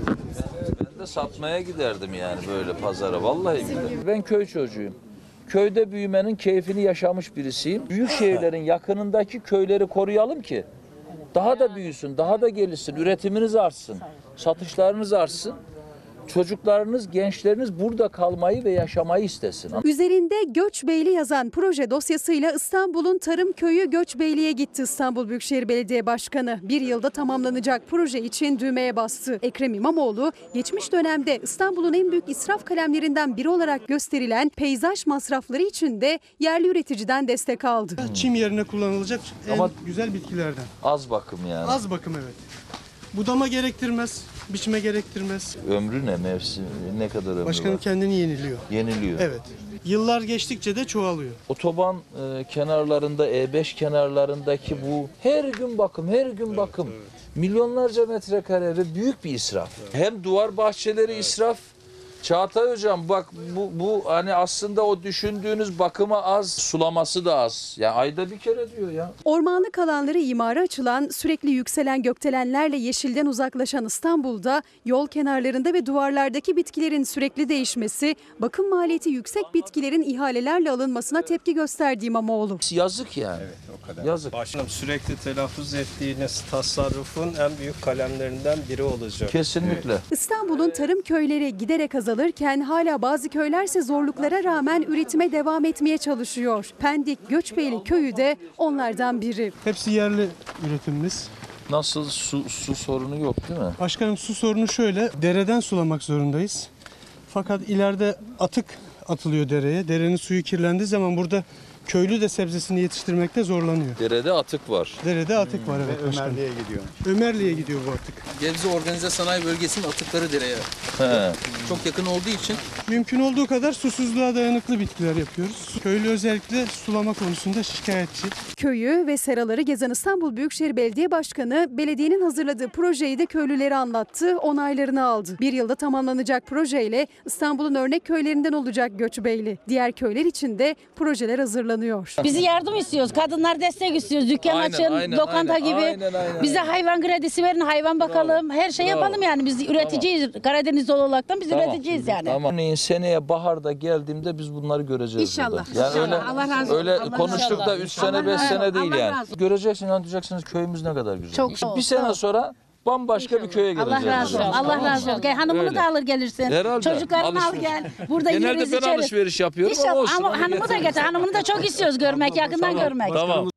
Speaker 10: Ben de satmaya giderdim yani böyle pazara. Vallahi billahi. Ben köy çocuğuyum. Köyde büyümenin keyfini yaşamış birisiyim. Büyük şehirlerin yakınındaki köyleri koruyalım ki daha da büyüsün, daha da gelişsin, üretiminiz artsın, satışlarınız artsın. Çocuklarınız, gençleriniz burada kalmayı ve yaşamayı istesin.
Speaker 11: Üzerinde Göçbeyli yazan proje dosyasıyla İstanbul'un Tarım Köyü Göçbeyli'ye gitti İstanbul Büyükşehir Belediye Başkanı. Bir yılda tamamlanacak proje için düğmeye bastı. Ekrem İmamoğlu, geçmiş dönemde İstanbul'un en büyük israf kalemlerinden biri olarak gösterilen peyzaj masrafları için de yerli üreticiden destek aldı.
Speaker 12: Çim yerine kullanılacak en güzel bitkilerden.
Speaker 10: Az bakım yani.
Speaker 12: Az bakım, evet. Budama gerektirmez, biçime gerektirmez.
Speaker 10: Ömrü ne, mevsim ne kadar ömrü
Speaker 12: Başkanın
Speaker 10: var?
Speaker 12: kendini yeniliyor.
Speaker 10: Yeniliyor.
Speaker 12: Evet. Yıllar geçtikçe de çoğalıyor.
Speaker 10: Otoban kenarlarında, E5 kenarlarındaki bu her gün bakım, her gün bakım. Evet. Milyonlarca metrekare ve büyük bir israf. Hem duvar bahçeleri israf. Çağatay Hocam bak bu hani aslında o düşündüğünüz bakıma az, sulaması da az. Ya ayda bir kere diyor ya.
Speaker 11: Ormanlık alanları imara açılan, sürekli yükselen gökdelenlerle yeşilden uzaklaşan İstanbul'da yol kenarlarında ve duvarlardaki bitkilerin sürekli değişmesi, bakım maliyeti yüksek bitkilerin ihalelerle alınmasına tepki gösterdi İmamoğlu.
Speaker 10: Yazık yani.
Speaker 13: Evet, o kadar.
Speaker 10: Yazık.
Speaker 13: Başkanım sürekli telaffuz ettiğiniz tasarrufun en büyük kalemlerinden biri olacak.
Speaker 10: Kesinlikle.
Speaker 13: Evet.
Speaker 11: İstanbul'un tarım köyleri giderek azalırken hala bazı köylerse zorluklara rağmen üretime devam etmeye çalışıyor. Pendik Göçbeyli köyü de onlardan biri.
Speaker 12: Hepsi yerli üretimimiz.
Speaker 10: Nasıl su sorunu yok değil mi?
Speaker 12: Başkanım su sorunu şöyle, dereden sulamak zorundayız. Fakat ileride atık atılıyor dereye. Derenin suyu kirlendiği zaman burada köylü de sebzesini yetiştirmekte zorlanıyor.
Speaker 10: Derede atık var.
Speaker 12: Derede atık var, evet başkanım.
Speaker 13: Ömerli'ye gidiyor.
Speaker 12: Ömerli'ye gidiyor bu atık.
Speaker 14: Gebze Organize Sanayi Bölgesi'nin atıkları dereye.
Speaker 10: He.
Speaker 14: Çok yakın olduğu için.
Speaker 12: Mümkün olduğu kadar susuzluğa dayanıklı bitkiler yapıyoruz. Köylü özellikle sulama konusunda şikayetçi.
Speaker 11: Köyü ve seraları gezen İstanbul Büyükşehir Belediye Başkanı belediyenin hazırladığı projeyi de köylülere anlattı, onaylarını aldı. Bir yılda tamamlanacak projeyle İstanbul'un örnek köylerinden olacak Göçbeyli. Diğer köyler için de projeler hazırlanıyor.
Speaker 15: Bizi yardım istiyoruz. Kadınlar destek istiyoruz. Dükkan açın, lokanta gibi.
Speaker 10: Aynen.
Speaker 15: Bize hayvan kredisi verin, hayvan bakalım. Her şey yapalım yani. Biz üreticiyiz. Karadeniz olaraktan biz üreticiyiz yani.
Speaker 10: Tamam. Örneğin seneye baharda geldiğimde biz bunları göreceğiz.
Speaker 15: İnşallah.
Speaker 10: Burada. Yani
Speaker 15: İnşallah. Allah razı olsun.
Speaker 10: öyle
Speaker 15: Allah
Speaker 10: konuştuk
Speaker 15: razı
Speaker 10: da 3 sene 5 sene değil
Speaker 15: Allah
Speaker 10: yani.
Speaker 15: razı olsun.
Speaker 10: Göreceksiniz, diyeceksiniz köyümüz ne kadar güzel.
Speaker 15: Çok
Speaker 10: bir sene sonra bambaşka bir köye geleceğiz.
Speaker 15: Allah razı olsun. Allah razı olsun. Hanımını
Speaker 10: Öyle.
Speaker 15: da alır gelirsin.
Speaker 10: Herhalde.
Speaker 15: Çocuklarını al gel. Burada
Speaker 10: Genelde
Speaker 15: yeriz
Speaker 10: ben
Speaker 15: içeriz.
Speaker 10: alışveriş yapıyorum
Speaker 15: İnşallah.
Speaker 10: ama olsun.
Speaker 15: Ama hanımı da getir. Hanımını da çok istiyoruz görmek, yakından görmek.
Speaker 10: Tamam.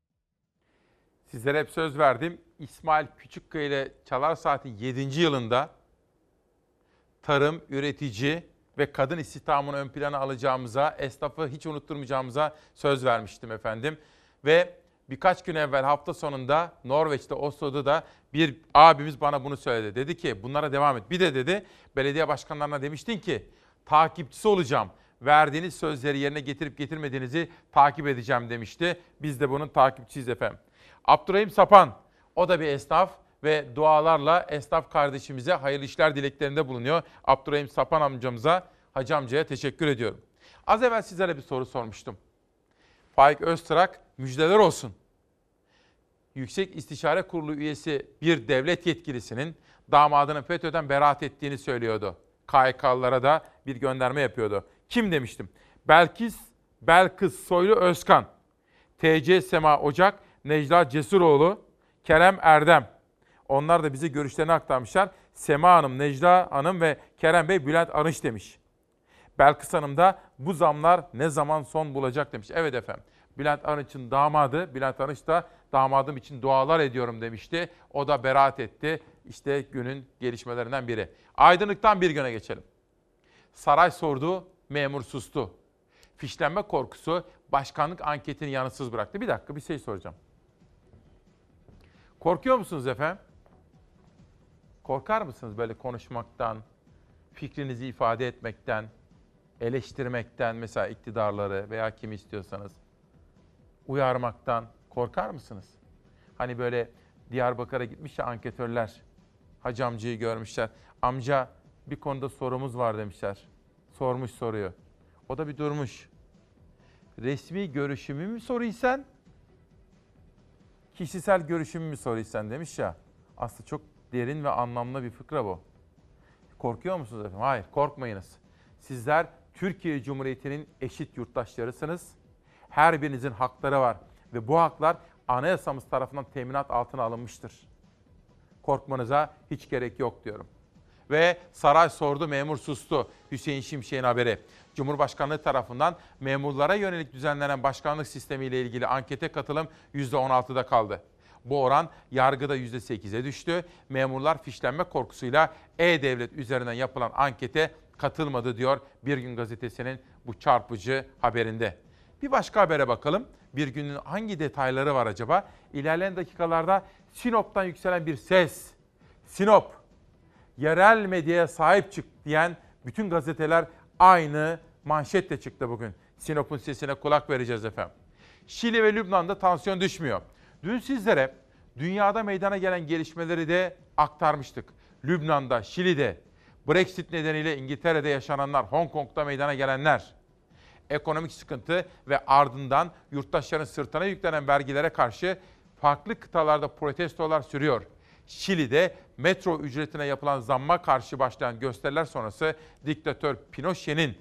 Speaker 1: Sizlere hep söz verdim. İsmail Küçükkaya ile Çalar Saat'in 7. yılında tarım, üretici ve kadın istihdamını ön plana alacağımıza, esnafı hiç unutturmayacağımıza söz vermiştim efendim. Ve birkaç gün evvel hafta sonunda Norveç'te, Oslo'da da bir abimiz bana bunu söyledi. Dedi ki bunlara devam et. Bir de dedi belediye başkanlarına demiştin ki takipçisi olacağım. Verdiğiniz sözleri yerine getirip getirmediğinizi takip edeceğim demişti. Biz de bunun takipçisiyiz efendim. Abdurrahim Sapan, o da bir esnaf ve dualarla esnaf kardeşimize hayırlı işler dileklerinde bulunuyor. Abdurrahim Sapan amcamıza, Hacı amcaya teşekkür ediyorum. Az evvel sizlere bir soru sormuştum. Faik Öztrak müjdeler olsun. Yüksek İstişare Kurulu üyesi bir devlet yetkilisinin damadının FETÖ'den beraat ettiğini söylüyordu. KHK'lılara da bir gönderme yapıyordu. Kim demiştim? Belkıs Soylu Özkan, TC Sema Ocak, Necla Cesuroğlu, Kerem Erdem. Onlar da bize görüşlerini aktarmışlar. Sema Hanım, Necla Hanım ve Kerem Bey Bülent Arınç demiş. Belkıs Hanım da bu zamlar ne zaman son bulacak demiş. Evet efendim. Bülent Arınç'ın damadı, Bülent Arınç da damadım için dualar ediyorum demişti. O da beraat etti. İşte günün gelişmelerinden biri. Aydınlıktan bir güne geçelim. Saray sordu, memur sustu. Fişlenme korkusu başkanlık anketini yanıtsız bıraktı. Bir dakika bir şey soracağım. Korkuyor musunuz efendim? Korkar mısınız böyle konuşmaktan, fikrinizi ifade etmekten, eleştirmekten, mesela iktidarları veya kimi istiyorsanız uyarmaktan korkar mısınız? Hani böyle Diyarbakır'a gitmiş ya anketörler, Hacı amcayı görmüşler. Amca bir konuda sorumuz var demişler. Sormuş soruyu. O da bir durmuş. Resmi görüşümü mü soruysan, kişisel görüşümü mü soruysan demiş ya. Aslında çok derin ve anlamlı bir fıkra bu. Korkuyor musunuz efendim? Hayır, korkmayınız. Sizler Türkiye Cumhuriyeti'nin eşit yurttaşlarısınız. Her birinizin hakları var ve bu haklar anayasamız tarafından teminat altına alınmıştır. Korkmanıza hiç gerek yok diyorum. Ve saray sordu, memur sustu. Hüseyin Şimşek'in haberi. Cumhurbaşkanlığı tarafından memurlara yönelik düzenlenen başkanlık sistemiyle ilgili ankete katılım %16'da kaldı. Bu oran yargıda %8'e düştü. Memurlar fişlenme korkusuyla E-Devlet üzerinden yapılan ankete katılmadı diyor Bir Gün Gazetesi'nin bu çarpıcı haberinde. Bir başka habere bakalım. Bir günün hangi detayları var acaba? İlerleyen dakikalarda Sinop'tan yükselen bir ses. Sinop, yerel medyaya sahip çık diyen bütün gazeteler aynı manşetle çıktı bugün. Sinop'un sesine kulak vereceğiz efendim. Şili ve Lübnan'da tansiyon düşmüyor. Dün sizlere dünyada meydana gelen gelişmeleri de aktarmıştık. Lübnan'da, Şili'de, Brexit nedeniyle İngiltere'de yaşananlar, Hong Kong'da meydana gelenler, ekonomik sıkıntı ve ardından yurttaşların sırtına yüklenen vergilere karşı farklı kıtalarda protestolar sürüyor. Şili'de metro ücretine yapılan zamma karşı başlayan gösteriler sonrası diktatör Pinochet'in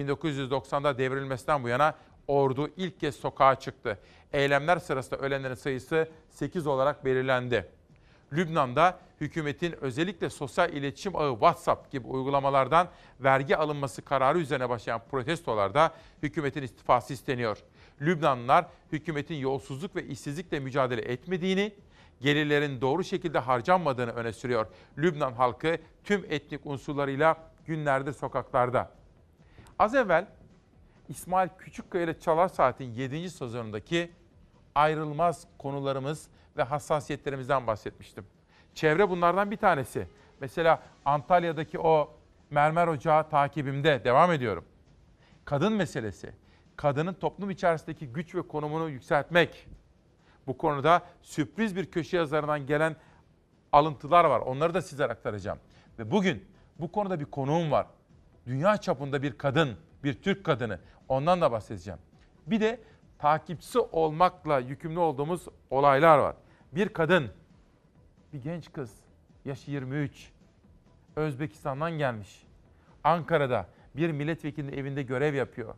Speaker 1: 1990'da devrilmesinden bu yana ordu ilk kez sokağa çıktı. Eylemler sırasında ölenlerin sayısı 8 olarak belirlendi. Lübnan'da hükümetin özellikle sosyal iletişim ağı WhatsApp gibi uygulamalardan vergi alınması kararı üzerine başlayan protestolarda hükümetin istifası isteniyor. Lübnanlılar hükümetin yolsuzluk ve işsizlikle mücadele etmediğini, gelirlerin doğru şekilde harcanmadığını öne sürüyor. Lübnan halkı tüm etnik unsurlarıyla günlerdir sokaklarda. Az evvel İsmail Küçükkaya ile Çalar Saat'in 7. sezonundaki ayrılmaz konularımız ve hassasiyetlerimizden bahsetmiştim. Çevre bunlardan bir tanesi. Mesela Antalya'daki o mermer ocağı takibimde devam ediyorum. Kadın meselesi. Kadının toplum içerisindeki güç ve konumunu yükseltmek. Bu konuda sürpriz bir köşe yazarından gelen alıntılar var. Onları da size aktaracağım. Ve bugün bu konuda bir konuğum var. Dünya çapında bir kadın, bir Türk kadını. Ondan da bahsedeceğim. Bir de takipçisi olmakla yükümlü olduğumuz olaylar var. Bir kadın, bir genç kız, yaşı 23, Özbekistan'dan gelmiş. Ankara'da bir milletvekilinin evinde görev yapıyor.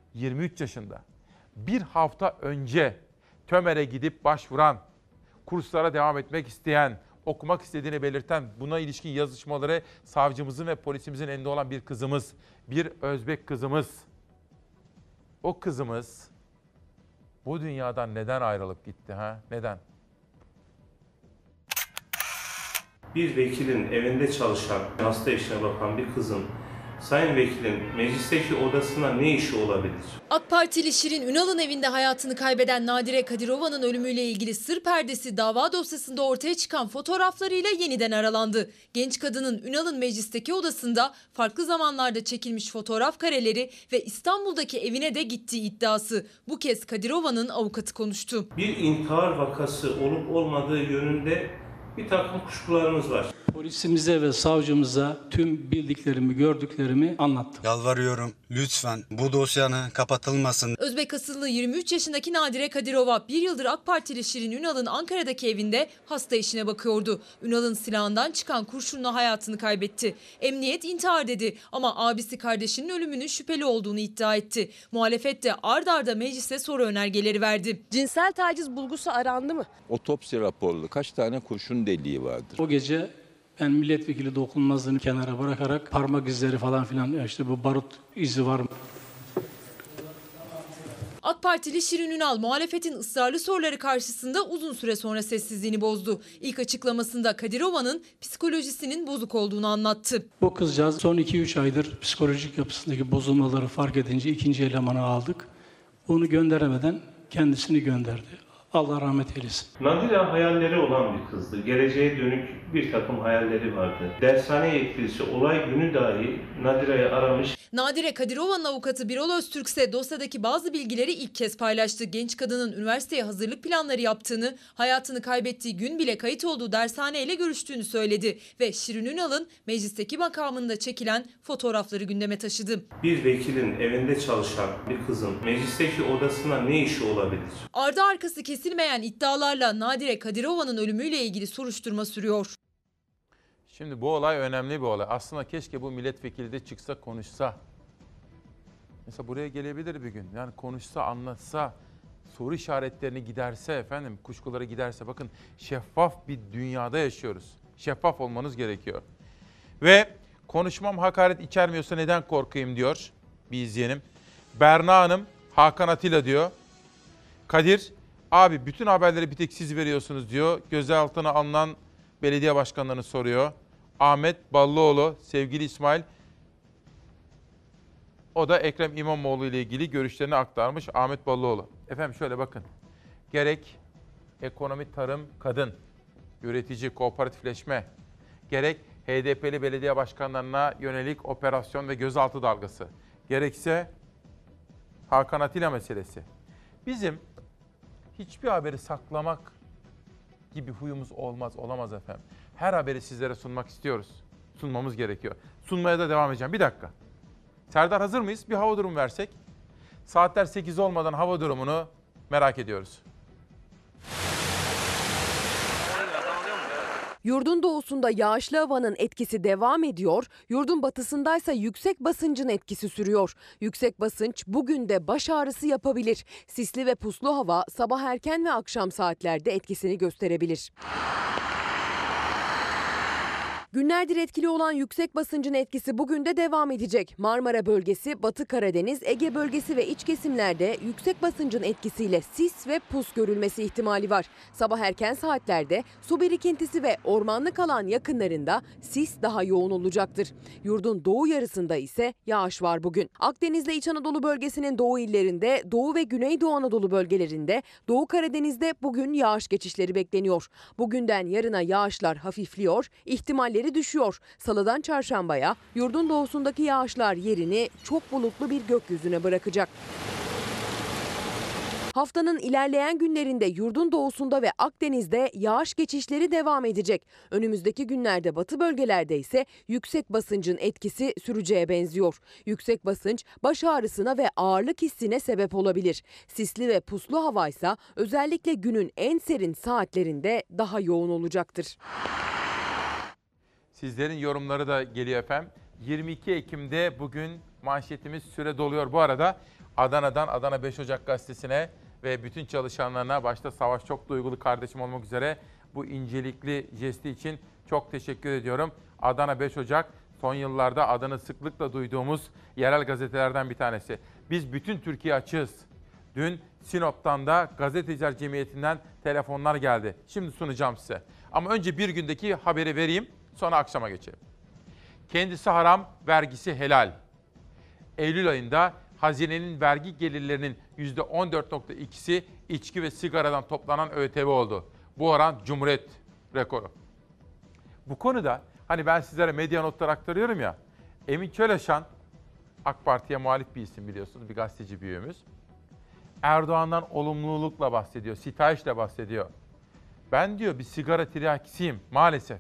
Speaker 1: 23 yaşında. Bir hafta önce TÖMER'e gidip başvuran, kurslara devam etmek isteyen, okumak istediğini belirten, buna ilişkin yazışmaları savcımızın ve polisimizin elinde olan bir kızımız, bir Özbek kızımız. O kızımız bu dünyadan neden ayrılıp gitti ha? Neden?
Speaker 16: Bir vekilin evinde çalışan, hasta işine bakan bir kızın Sayın Vekilin meclisteki odasına ne işi olabilir?
Speaker 17: AK Partili Şirin Ünal'ın evinde hayatını kaybeden Nadire Kadirova'nın ölümüyle ilgili sır perdesi dava dosyasında ortaya çıkan fotoğraflarıyla yeniden aralandı. Genç kadının Ünal'ın meclisteki odasında farklı zamanlarda çekilmiş fotoğraf kareleri ve İstanbul'daki evine de gittiği iddiası. Bu kez Kadirova'nın avukatı konuştu.
Speaker 16: Bir intihar vakası olup olmadığı yönünde bir takım kuşkularımız var.
Speaker 18: Polisimize ve savcımıza tüm bildiklerimi, gördüklerimi anlattım.
Speaker 19: Yalvarıyorum lütfen bu dosyanın kapatılmasın.
Speaker 17: Özbek asıllı 23 yaşındaki Nadire Kadirova bir yıldır AK Partili Şirin Ünal'ın Ankara'daki evinde hasta eşine bakıyordu. Ünal'ın silahından çıkan kurşunla hayatını kaybetti. Emniyet intihar dedi ama abisi kardeşinin ölümünün şüpheli olduğunu iddia etti. Muhalefet de ard arda meclise soru önergeleri verdi.
Speaker 9: Cinsel taciz bulgusu arandı mı?
Speaker 20: Otopsi raporlu kaç tane kurşun deliği vardır?
Speaker 18: O gece ben milletvekili dokunulmazlığını kenara bırakarak parmak izleri falan filan işte bu barut izi var mı?
Speaker 17: AK Partili Şirin Ünal muhalefetin ısrarlı soruları karşısında uzun süre sonra sessizliğini bozdu. İlk açıklamasında Kadirova'nın psikolojisinin bozuk olduğunu anlattı.
Speaker 18: Bu kızcağız son 2-3 aydır psikolojik yapısındaki bozulmaları fark edince ikinci elemanı aldık. Onu gönderemeden kendisini gönderdi. Allah rahmet eylesin.
Speaker 16: Nadire hayalleri olan bir kızdı. Geleceğe dönük bir takım hayalleri vardı. Dershane yetkilisi olay günü dahi Nadire'yi aramış.
Speaker 17: Nadire Kadirova'nın avukatı Birol Öztürk ise dosyadaki bazı bilgileri ilk kez paylaştı. Genç kadının üniversiteye hazırlık planları yaptığını, hayatını kaybettiği gün bile kayıt olduğu dershaneyle görüştüğünü söyledi. Ve Şirin Ünal'ın meclisteki makamında çekilen fotoğrafları gündeme taşıdı.
Speaker 16: Bir vekilin evinde çalışan bir kızın meclisteki odasına ne işi olabilir?
Speaker 17: Ardı arkası kesilmeyen iddialarla Nadire Kadirova'nın ölümüyle ilgili soruşturma sürüyor.
Speaker 1: Şimdi bu olay önemli bir olay. Aslında keşke bu milletvekili de çıksa konuşsa. Mesela buraya gelebilir bir gün. Yani konuşsa, anlatsa, soru işaretlerini giderse efendim, kuşkuları giderse. Bakın şeffaf bir dünyada yaşıyoruz. Şeffaf olmanız gerekiyor. Ve konuşmam hakaret içermiyorsa neden korkayım diyor bir izleyenim. Berna Hanım, Hakan Atilla diyor. Kadir, abi bütün haberleri bir tek siz veriyorsunuz diyor. Gözaltına alınan belediye başkanlarını soruyor. Ahmet Ballıoğlu, sevgili İsmail, o da Ekrem İmamoğlu ile ilgili görüşlerini aktarmış. Ahmet Ballıoğlu. Efendim şöyle bakın. Gerek ekonomi, tarım, kadın, üretici, kooperatifleşme, gerek HDP'li belediye başkanlarına yönelik operasyon ve gözaltı dalgası, gerekse Hakan Atilla meselesi. Bizim hiçbir haberi saklamak gibi huyumuz olamaz efendim. Her haberi sizlere sunmak istiyoruz. Sunmamız gerekiyor. Sunmaya da devam edeceğim. Bir dakika. Serdar hazır mıyız? Bir hava durumu versek. Saatler 8 olmadan hava durumunu merak ediyoruz.
Speaker 9: Yurdun doğusunda yağışlı havanın etkisi devam ediyor, yurdun batısındaysa yüksek basıncın etkisi sürüyor. Yüksek basınç bugün de baş ağrısı yapabilir. Sisli ve puslu hava sabah erken ve akşam saatlerde etkisini gösterebilir. Günlerdir etkili olan yüksek basıncın etkisi bugün de devam edecek. Marmara bölgesi, Batı Karadeniz, Ege bölgesi ve iç kesimlerde yüksek basıncın etkisiyle sis ve pus görülmesi ihtimali var. Sabah erken saatlerde su birikintisi ve ormanlık alan yakınlarında sis daha yoğun olacaktır. Yurdun doğu yarısında ise yağış var bugün. Akdeniz'le İç Anadolu bölgesinin doğu illerinde, Doğu ve Güneydoğu Anadolu bölgelerinde, Doğu Karadeniz'de bugün yağış geçişleri bekleniyor. Bugünden yarına yağışlar hafifliyor, ihtimalleri düşüyor. Salıdan çarşambaya yurdun doğusundaki yağışlar yerini çok bulutlu bir gökyüzüne bırakacak. Haftanın ilerleyen günlerinde yurdun doğusunda ve Akdeniz'de yağış geçişleri devam edecek. Önümüzdeki günlerde batı bölgelerde ise yüksek basıncın etkisi süreceğe benziyor. Yüksek basınç baş ağrısına ve ağırlık hissine sebep olabilir. Sisli ve puslu hava ise özellikle günün en serin saatlerinde daha yoğun olacaktır.
Speaker 1: Sizlerin yorumları da geliyor efendim. 22 Ekim'de bugün manşetimiz süre doluyor. Bu arada Adana'dan Adana 5 Ocak gazetesine ve bütün çalışanlarına, başta Savaş çok duygulu kardeşim olmak üzere, bu incelikli jesti için çok teşekkür ediyorum. Adana 5 Ocak son yıllarda adını sıklıkla duyduğumuz yerel gazetelerden bir tanesi. Biz bütün Türkiye açığız. Dün Sinop'tan da Gazeteciler Cemiyeti'nden telefonlar geldi. Şimdi sunacağım size. Ama önce bir gündeki haberi vereyim, sonra akşama geçelim. Kendisi haram, vergisi helal. Eylül ayında hazinenin vergi gelirlerinin %14.2'si içki ve sigaradan toplanan ÖTV oldu. Bu oran Cumhuriyet rekoru. Bu konuda hani ben sizlere medya notları aktarıyorum ya, Emin Çöleşan, AK Parti'ye muhalif bir isim biliyorsunuz, bir gazeteci büyüğümüz. Erdoğan'dan olumlulukla bahsediyor, sitayişle bahsediyor. Ben diyor bir sigara tiryakisiyim maalesef.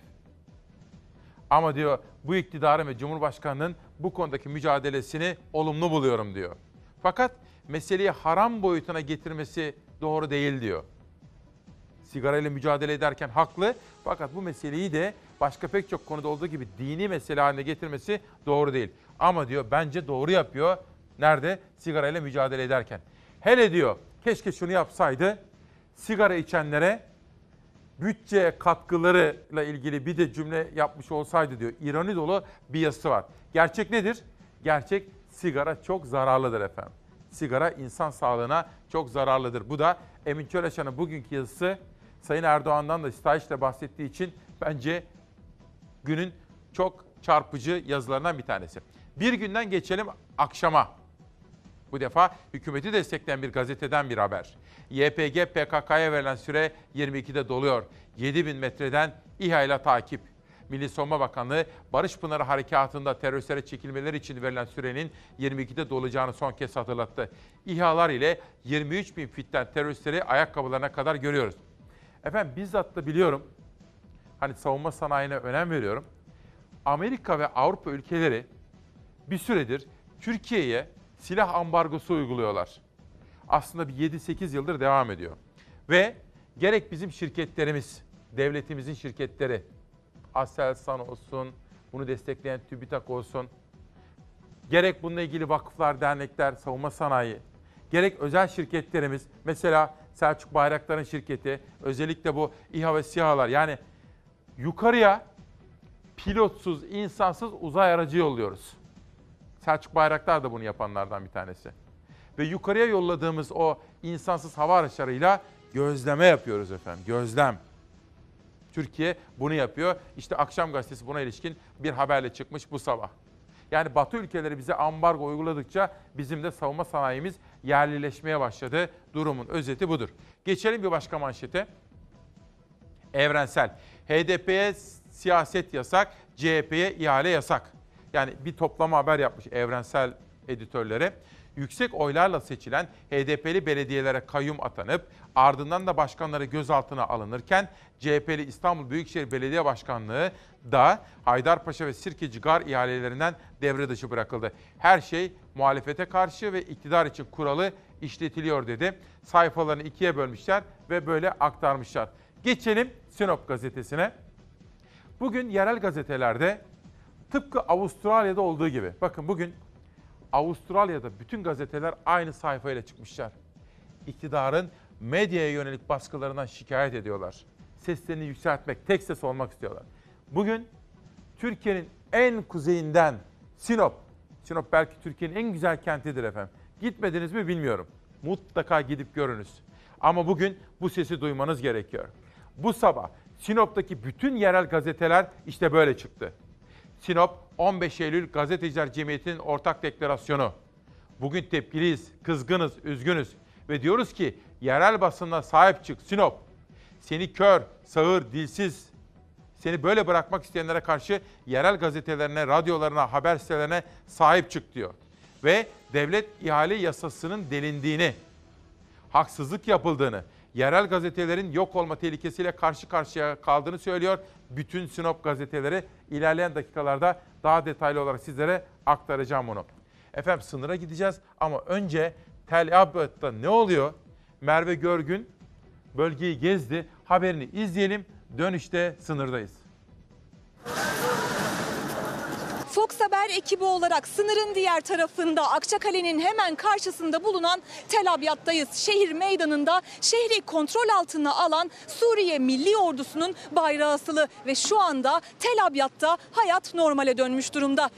Speaker 1: Ama diyor bu iktidarın ve Cumhurbaşkanı'nın bu konudaki mücadelesini olumlu buluyorum diyor. Fakat meseleyi haram boyutuna getirmesi doğru değil diyor. Sigarayla mücadele ederken haklı, fakat bu meseleyi de başka pek çok konuda olduğu gibi dini mesele haline getirmesi doğru değil. Ama diyor bence doğru yapıyor. Nerede? Sigarayla mücadele ederken. Hele diyor keşke şunu yapsaydı, sigara içenlere bütçe katkılarıyla ilgili bir de cümle yapmış olsaydı diyor. İroni dolu bir yazısı var. Gerçek nedir? Gerçek sigara çok zararlıdır efendim. Sigara insan sağlığına çok zararlıdır. Bu da Emin Çöleşan'ın bugünkü yazısı. Sayın Erdoğan'dan da stajla bahsettiği için bence günün çok çarpıcı yazılarından bir tanesi. Bir günden geçelim akşama. Bu defa hükümeti destekleyen bir gazeteden bir haber. YPG PKK'ya verilen süre 22'de doluyor. 7.000 metreden İHA ile takip. Milli Savunma Bakanlığı, Barış Pınarı Harekatı'nda teröristlere çekilmeleri için verilen sürenin 22'de dolacağını son kez hatırlattı. İHA'lar ile 23.000 fitten teröristleri ayakkabılarına kadar görüyoruz. Efendim bizzat da biliyorum, hani savunma sanayine önem veriyorum. Amerika ve Avrupa ülkeleri bir süredir Türkiye'ye silah ambargosu uyguluyorlar. Aslında bir 7-8 yıldır devam ediyor. Ve gerek bizim şirketlerimiz, devletimizin şirketleri, Aselsan olsun, bunu destekleyen TÜBİTAK olsun, gerek bununla ilgili vakıflar, dernekler, savunma sanayi, gerek özel şirketlerimiz, mesela Selçuk Bayraktar'ın şirketi, özellikle bu İHA ve SİHA'lar, yani yukarıya pilotsuz, insansız uzay aracı yolluyoruz. Selçuk Bayraktar da bunu yapanlardan bir tanesi. Ve yukarıya yolladığımız o insansız hava araçlarıyla gözleme yapıyoruz efendim, gözlem. Türkiye bunu yapıyor. İşte Akşam Gazetesi buna ilişkin bir haberle çıkmış bu sabah. Yani Batı ülkeleri bize ambargo uyguladıkça bizim de savunma sanayimiz yerlileşmeye başladı. Durumun özeti budur. Geçelim bir başka manşete. Evrensel. HDP'ye siyaset yasak, CHP'ye ihale yasak. Yani bir toplama haber yapmış Evrensel editörleri. Yüksek oylarla seçilen HDP'li belediyelere kayyum atanıp ardından da başkanları gözaltına alınırken CHP'li İstanbul Büyükşehir Belediye Başkanlığı da Haydarpaşa ve Sirkeci Gar ihalelerinden devre dışı bırakıldı. Her şey muhalefete karşı ve iktidar için kuralı işletiliyor dedi. Sayfalarını ikiye bölmüşler ve böyle aktarmışlar. Geçelim Sinop gazetesine. Bugün yerel gazetelerde tıpkı Avustralya'da olduğu gibi, bakın bugün Avustralya'da bütün gazeteler aynı sayfayla çıkmışlar. İktidarın medyaya yönelik baskılarından şikayet ediyorlar. Seslerini yükseltmek, tek ses olmak istiyorlar. Bugün Türkiye'nin en kuzeyinden Sinop. Sinop belki Türkiye'nin en güzel kentidir efendim. Gitmediniz mi bilmiyorum. Mutlaka gidip görünüz. Ama bugün bu sesi duymanız gerekiyor. Bu sabah Sinop'taki bütün yerel gazeteler işte böyle çıktı. Sinop 15 Eylül Gazeteciler Cemiyeti'nin ortak deklarasyonu. Bugün tepkiliyiz, kızgınız, üzgünüz ve diyoruz ki yerel basına sahip çık Sinop. Seni kör, sağır, dilsiz, seni böyle bırakmak isteyenlere karşı yerel gazetelerine, radyolarına, haber sitelerine sahip çık diyor. Ve devlet ihale yasasının delindiğini, haksızlık yapıldığını, yerel gazetelerin yok olma tehlikesiyle karşı karşıya kaldığını söylüyor. Bütün Sinop gazeteleri ilerleyen dakikalarda daha detaylı olarak sizlere aktaracağım onu. Efendim sınıra gideceğiz ama önce Tel Abyad'da ne oluyor? Merve Görgün bölgeyi gezdi. Haberini izleyelim. Dönüşte sınırdayız.
Speaker 21: Fox Haber ekibi olarak sınırın diğer tarafında Akçakale'nin hemen karşısında bulunan Tel Abyad'dayız. Şehir meydanında şehri kontrol altına alan Suriye Milli Ordusu'nun bayrağı asılı ve şu anda Tel Abyad'da hayat normale dönmüş durumda.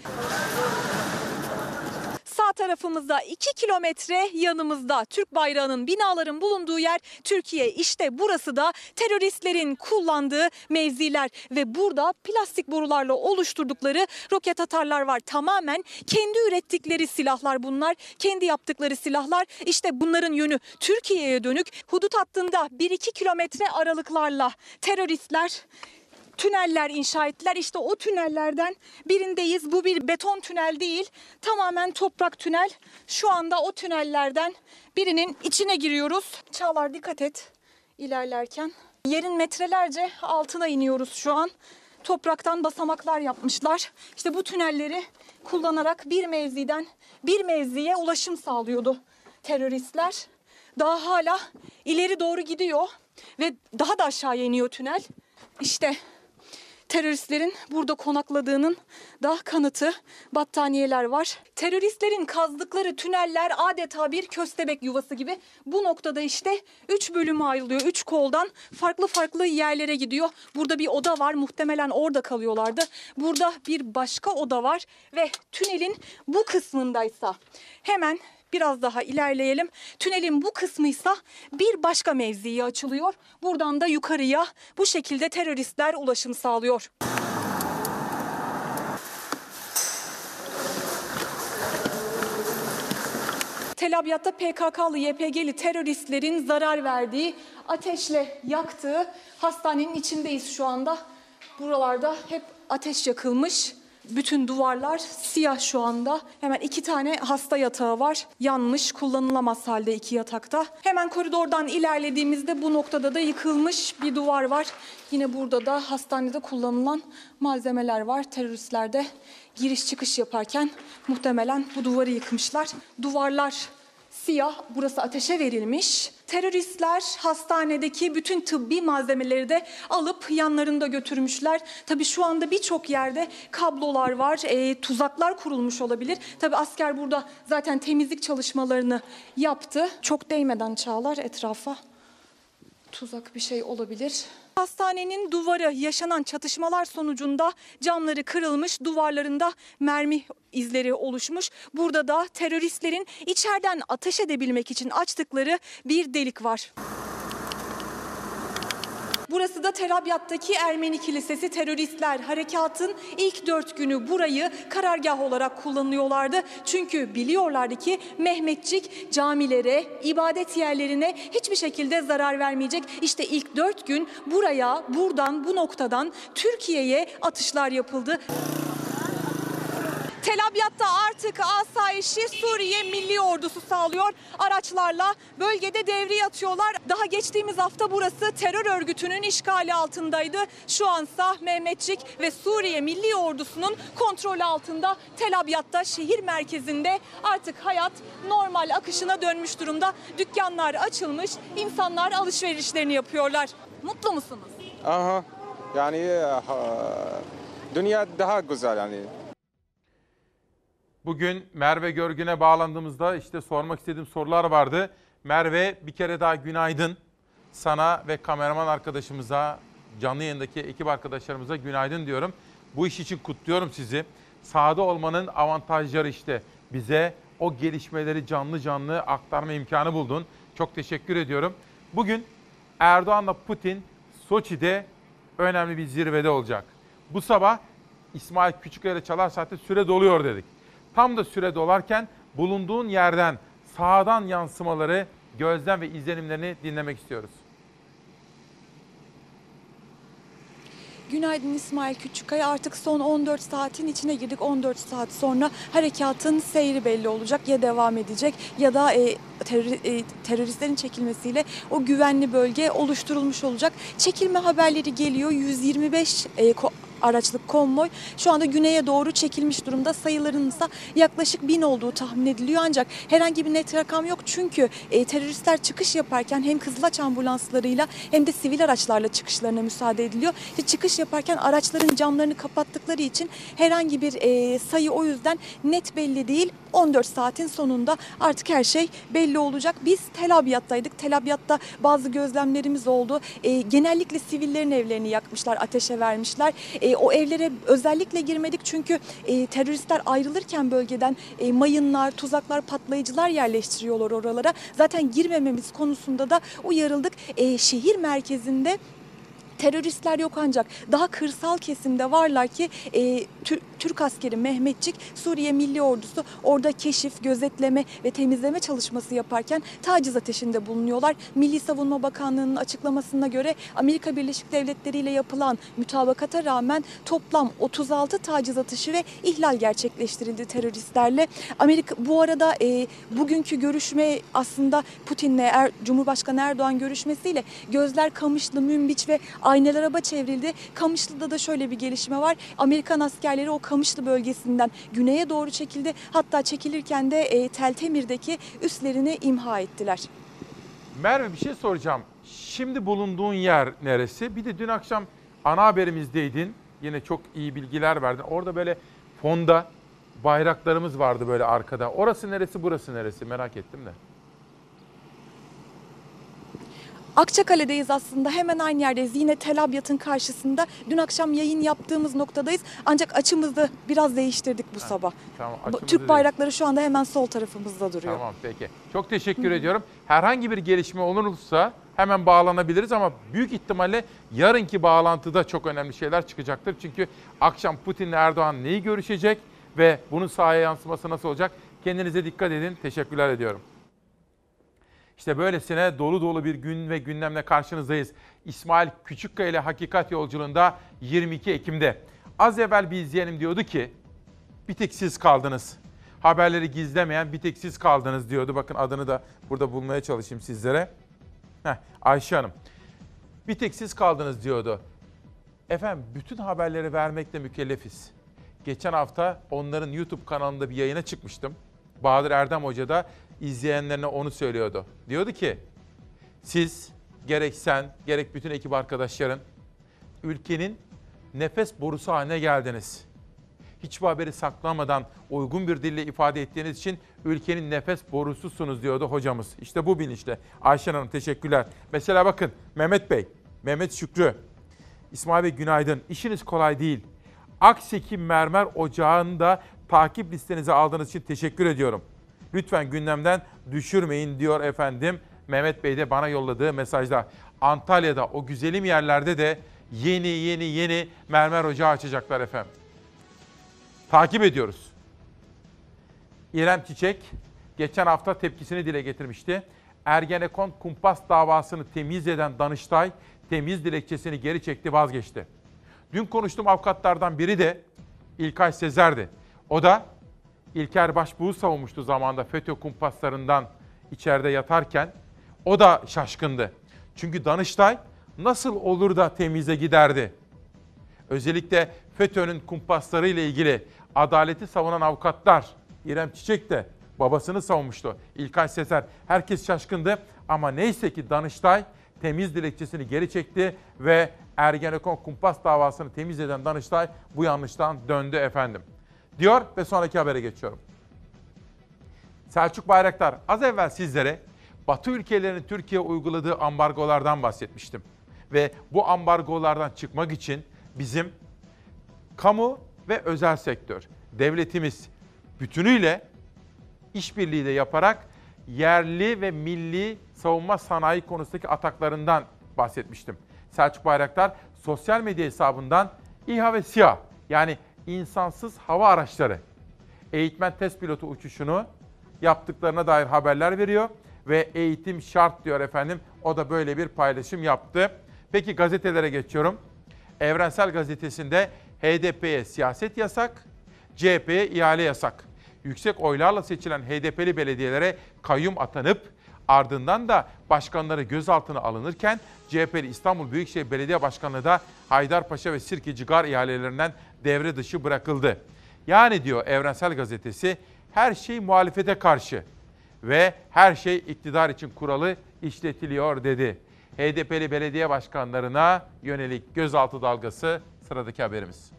Speaker 21: Sağ tarafımızda 2 kilometre yanımızda Türk bayrağının, binaların bulunduğu yer Türkiye. İşte burası da teröristlerin kullandığı mevziler ve burada plastik borularla oluşturdukları roket atarlar var. Tamamen kendi ürettikleri silahlar bunlar, kendi yaptıkları silahlar. İşte bunların yönü Türkiye'ye dönük. Hudut hattında 1-2 kilometre aralıklarla teröristler tüneller inşa ettiler. İşte o tünellerden birindeyiz. Bu bir beton tünel değil. Tamamen toprak tünel. Şu anda o tünellerden birinin içine giriyoruz. Çağlar dikkat et ilerlerken. Yerin metrelerce altına iniyoruz şu an. Topraktan basamaklar yapmışlar. İşte bu tünelleri kullanarak bir mevziden bir mevziye ulaşım sağlıyordu teröristler. Daha hala ileri doğru gidiyor ve daha da aşağıya iniyor tünel. İşte teröristlerin burada konakladığının da kanıtı, battaniyeler var. Teröristlerin kazdıkları tüneller adeta bir köstebek yuvası gibi. Bu noktada işte 3 bölüme ayrılıyor. 3 koldan farklı farklı yerlere gidiyor. Burada bir oda var, muhtemelen orada kalıyorlardı. Burada bir başka oda var ve tünelin bu kısmındaysa hemen biraz daha ilerleyelim. Tünelin bu kısmıysa bir başka mevziye açılıyor. Buradan da yukarıya bu şekilde teröristler ulaşım sağlıyor. Tel Tel Abyad'da PKK'lı, YPG'li teröristlerin zarar verdiği, ateşle yaktığı hastanenin içindeyiz şu anda. Buralarda hep ateş yakılmış. Bütün duvarlar siyah şu anda. Hemen 2 tane hasta yatağı var. Yanmış, kullanılamaz halde 2 yatakta. Hemen koridordan ilerlediğimizde bu noktada da yıkılmış bir duvar var. Yine burada da hastanede kullanılan malzemeler var. Teröristler de giriş çıkış yaparken muhtemelen bu duvarı yıkmışlar. Duvarlar siyah, burası ateşe verilmiş. Teröristler hastanedeki bütün tıbbi malzemeleri de alıp yanlarında götürmüşler. Tabii şu anda birçok yerde kablolar var, tuzaklar kurulmuş olabilir. Tabii asker burada zaten temizlik çalışmalarını yaptı. Çok değmeden Çağlar etrafa. Tuzak bir şey olabilir. Hastanenin duvarı yaşanan çatışmalar sonucunda camları kırılmış, duvarlarında mermi izleri oluşmuş. Burada da teröristlerin içeriden ateş edebilmek için açtıkları bir delik var. Burası da Tel Abyad'daki Ermeni Kilisesi. Teröristler harekatın ilk 4 günü burayı karargah olarak kullanıyorlardı. Çünkü biliyorlardı ki Mehmetçik camilere, ibadet yerlerine hiçbir şekilde zarar vermeyecek. İşte ilk 4 gün buraya, buradan, bu noktadan Türkiye'ye atışlar yapıldı. Tel Abyad'da artık asayişi Suriye Milli Ordusu sağlıyor. Araçlarla bölgede devriye atıyorlar. Daha geçtiğimiz hafta burası terör örgütünün işgali altındaydı. Şu ansa Mehmetçik ve Suriye Milli Ordusu'nun kontrolü altında. Tel Abyad'da şehir merkezinde artık hayat normal akışına dönmüş durumda. Dükkanlar açılmış, insanlar alışverişlerini yapıyorlar. Mutlu musunuz?
Speaker 2: Aha, yani dünya daha güzel yani.
Speaker 1: Bugün Merve Görgün'e bağlandığımızda işte sormak istediğim sorular vardı. Merve, bir kere daha günaydın. Sana ve kameraman arkadaşımıza, canlı yayındaki ekip arkadaşlarımıza günaydın diyorum. Bu iş için kutluyorum sizi. Sahada olmanın avantajları işte. Bize o gelişmeleri canlı canlı aktarma imkanı buldun. Çok teşekkür ediyorum. Bugün Erdoğan'la Putin Soçi'de önemli bir zirvede olacak. Bu sabah İsmail Küçükkaya Çalar Saat'te süre doluyor dedik. Tam da süre dolarken bulunduğun yerden sahadan yansımaları, gözlem ve izlenimlerini dinlemek istiyoruz.
Speaker 21: Günaydın İsmail Küçükkaya. Artık son 14 saatin içine girdik. 14 saat sonra harekatın seyri belli olacak. Ya devam edecek ya da teröristlerin çekilmesiyle o güvenli bölge oluşturulmuş olacak. Çekilme haberleri geliyor. 125 araçlık konvoy şu anda güneye doğru çekilmiş durumda. Sayılarının ise yaklaşık 1000 olduğu tahmin ediliyor. Ancak herhangi bir net rakam yok. Çünkü teröristler çıkış yaparken hem Kızılaç ambulanslarıyla hem de sivil araçlarla çıkışlarına müsaade ediliyor. İşte çıkış yaparken araçların camlarını kapattıkları için herhangi bir sayı o yüzden net belli değil. 14 saatin sonunda artık her şey belli olacak. Biz Tel Abyad'daydık. Tel Abyad'da bazı gözlemlerimiz oldu. Genellikle sivillerin evlerini yakmışlar, ateşe vermişler. O evlere özellikle girmedik çünkü teröristler ayrılırken bölgeden mayınlar, tuzaklar, patlayıcılar yerleştiriyorlar oralara. Zaten girmememiz konusunda da uyarıldık. Şehir merkezinde teröristler yok ancak daha kırsal kesimde varlar ki Türk askeri Mehmetçik, Suriye Milli Ordusu orada keşif, gözetleme ve temizleme çalışması yaparken taciz ateşinde bulunuyorlar. Milli Savunma Bakanlığı'nın açıklamasına göre Amerika Birleşik Devletleri ile yapılan mütabakata rağmen toplam 36 taciz atışı ve ihlal gerçekleştirildi teröristlerle. Amerika bu arada bugünkü görüşme aslında Putin'le Cumhurbaşkanı Erdoğan görüşmesiyle gözler Kamışlı, Münbiç ve Aynalar'a çevrildi. Kamışlı'da da şöyle bir gelişme var. Amerikan askerleri o Kamışlı bölgesinden güneye doğru çekildi. Hatta çekilirken de Teltemir'deki üslerini imha ettiler.
Speaker 1: Merve, bir şey soracağım. Şimdi bulunduğun yer neresi? Bir de dün akşam ana haberimizdeydin. Yine çok iyi bilgiler verdin. Orada böyle fonda bayraklarımız vardı böyle arkada. Orası neresi, burası neresi? Merak ettim de.
Speaker 21: Akçakale'deyiz aslında. Hemen aynı yerdeyiz. Yine Tel Abyad'ın karşısında. Dün akşam yayın yaptığımız noktadayız. Ancak açımızı biraz değiştirdik bu sabah.
Speaker 1: Tamam,
Speaker 21: Türk bayrakları şu anda hemen sol tarafımızda duruyor.
Speaker 1: Tamam, peki. Çok teşekkür ediyorum. Herhangi bir gelişme olursa hemen bağlanabiliriz ama büyük ihtimalle yarınki bağlantıda çok önemli şeyler çıkacaktır. Çünkü akşam Putin'le Erdoğan neyi görüşecek ve bunun sahaya yansıması nasıl olacak? Kendinize dikkat edin. Teşekkürler ediyorum. İşte böylesine dolu dolu bir gün ve gündemle karşınızdayız. İsmail Küçükkaya ile Hakikat Yolculuğunda 22 Ekim'de. Az evvel bir izleyenim diyordu ki, bir tek siz kaldınız. Haberleri gizlemeyen bir tek siz kaldınız diyordu. Bakın adını da burada bulmaya çalışayım sizlere. Ayşe Hanım. Bir tek siz kaldınız diyordu. Efendim bütün haberleri vermekle mükellefiz. Geçen hafta onların YouTube kanalında bir yayına çıkmıştım. Bahadır Erdem Hoca da izleyenlerine onu söylüyordu. Diyordu ki, siz gerek sen gerek bütün ekip arkadaşların ülkenin nefes borusu haline geldiniz. Hiçbir haberi saklamadan uygun bir dille ifade ettiğiniz için ülkenin nefes borususunuz diyordu hocamız. İşte bu bilinçle. Ayşen Hanım teşekkürler. Mesela bakın Mehmet Bey, Mehmet Şükrü, İsmail Bey günaydın. İşiniz kolay değil. Akseki Mermer Ocağı'nı da takip listenize aldığınız için teşekkür ediyorum. Lütfen gündemden düşürmeyin diyor efendim. Mehmet Bey de bana yolladığı mesajda. Antalya'da o güzelim yerlerde de yeni mermer ocağı açacaklar efendim. Takip ediyoruz. İrem Çiçek geçen hafta tepkisini dile getirmişti. Ergenekon kumpas davasını temiz eden Danıştay temiz dilekçesini geri çekti, vazgeçti. Dün konuştuğum avukatlardan biri de İlkay Sezer'di. O da İlker Başbuğ'u savunmuştu zamanında FETÖ kumpaslarından içeride yatarken. O da şaşkındı. Çünkü Danıştay nasıl olur da temize giderdi? Özellikle FETÖ'nün kumpasları ile ilgili adaleti savunan avukatlar, İrem Çiçek de babasını savunmuştu. İlkay Sezer, herkes şaşkındı ama neyse ki Danıştay temiz dilekçesini geri çekti ve Ergenekon kumpas davasını temiz eden Danıştay bu yanlıştan döndü efendim. Diyor ve sonraki habere geçiyorum. Selçuk Bayraktar, az evvel sizlere Batı ülkelerinin Türkiye'ye uyguladığı ambargolardan bahsetmiştim. Ve bu ambargolardan çıkmak için bizim kamu ve özel sektör, devletimiz bütünüyle işbirliği de yaparak yerli ve milli savunma sanayi konusundaki ataklarından bahsetmiştim. Selçuk Bayraktar sosyal medya hesabından İHA ve SİHA yani insansız hava araçları eğitmen test pilotu uçuşunu yaptıklarına dair haberler veriyor ve eğitim şart diyor efendim. O da böyle bir paylaşım yaptı. Peki gazetelere geçiyorum. Evrensel Gazetesi'nde HDP'ye siyaset yasak, CHP'ye ihale yasak. Yüksek oylarla seçilen HDP'li belediyelere kayyum atanıp ardından da başkanları gözaltına alınırken CHP'li İstanbul Büyükşehir Belediye Başkanlığı da Haydarpaşa ve Sirkecigar ihalelerinden devre dışı bırakıldı. Yani diyor Evrensel Gazetesi, her şey muhalefete karşı ve her şey iktidar için kuralı işletiliyor dedi. HDP'li belediye başkanlarına yönelik gözaltı dalgası sıradaki haberimiz.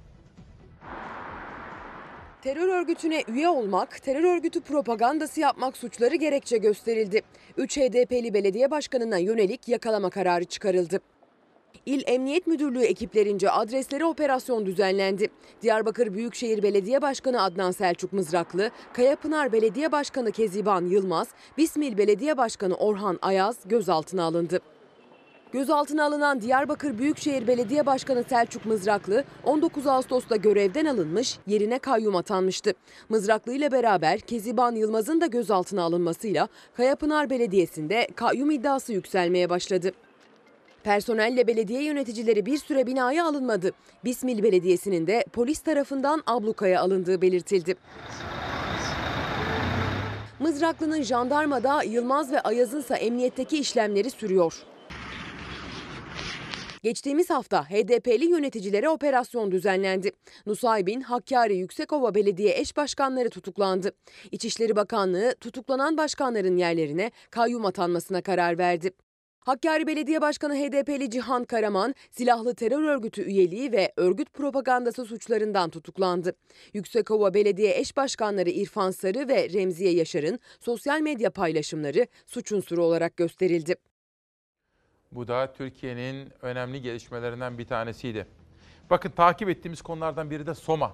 Speaker 9: Terör örgütüne üye olmak, terör örgütü propagandası yapmak suçları gerekçe gösterildi. 3 HDP'li belediye başkanına yönelik yakalama kararı çıkarıldı. İl Emniyet Müdürlüğü ekiplerince adresleri operasyon düzenlendi. Diyarbakır Büyükşehir Belediye Başkanı Adnan Selçuk Mızraklı, Kayapınar Belediye Başkanı Keziban Yılmaz, Bismil Belediye Başkanı Orhan Ayaz gözaltına alındı. Gözaltına alınan Diyarbakır Büyükşehir Belediye Başkanı Selçuk Mızraklı 19 Ağustos'ta görevden alınmış, yerine kayyum atanmıştı. Mızraklı ile beraber Keziban Yılmaz'ın da gözaltına alınmasıyla Kayapınar Belediyesi'nde kayyum iddiası yükselmeye başladı. Personelle belediye yöneticileri bir süre binaya alınmadı. Bismil Belediyesi'nin de polis tarafından ablukaya alındığı belirtildi. Mızraklı'nın jandarmada, Yılmaz ve Ayaz'ınsa emniyetteki işlemleri sürüyor. Geçtiğimiz hafta HDP'li yöneticilere operasyon düzenlendi. Nusaybin, Hakkari, Yüksekova Belediye eş başkanları tutuklandı. İçişleri Bakanlığı tutuklanan başkanların yerlerine kayyum atanmasına karar verdi. Hakkari Belediye Başkanı HDP'li Cihan Karaman, silahlı terör örgütü üyeliği ve örgüt propagandası suçlarından tutuklandı. Yüksekova Belediye eş başkanları İrfan Sarı ve Remziye Yaşar'ın sosyal medya paylaşımları suç unsuru olarak gösterildi.
Speaker 1: Bu da Türkiye'nin önemli gelişmelerinden bir tanesiydi. Bakın takip ettiğimiz konulardan biri de Soma.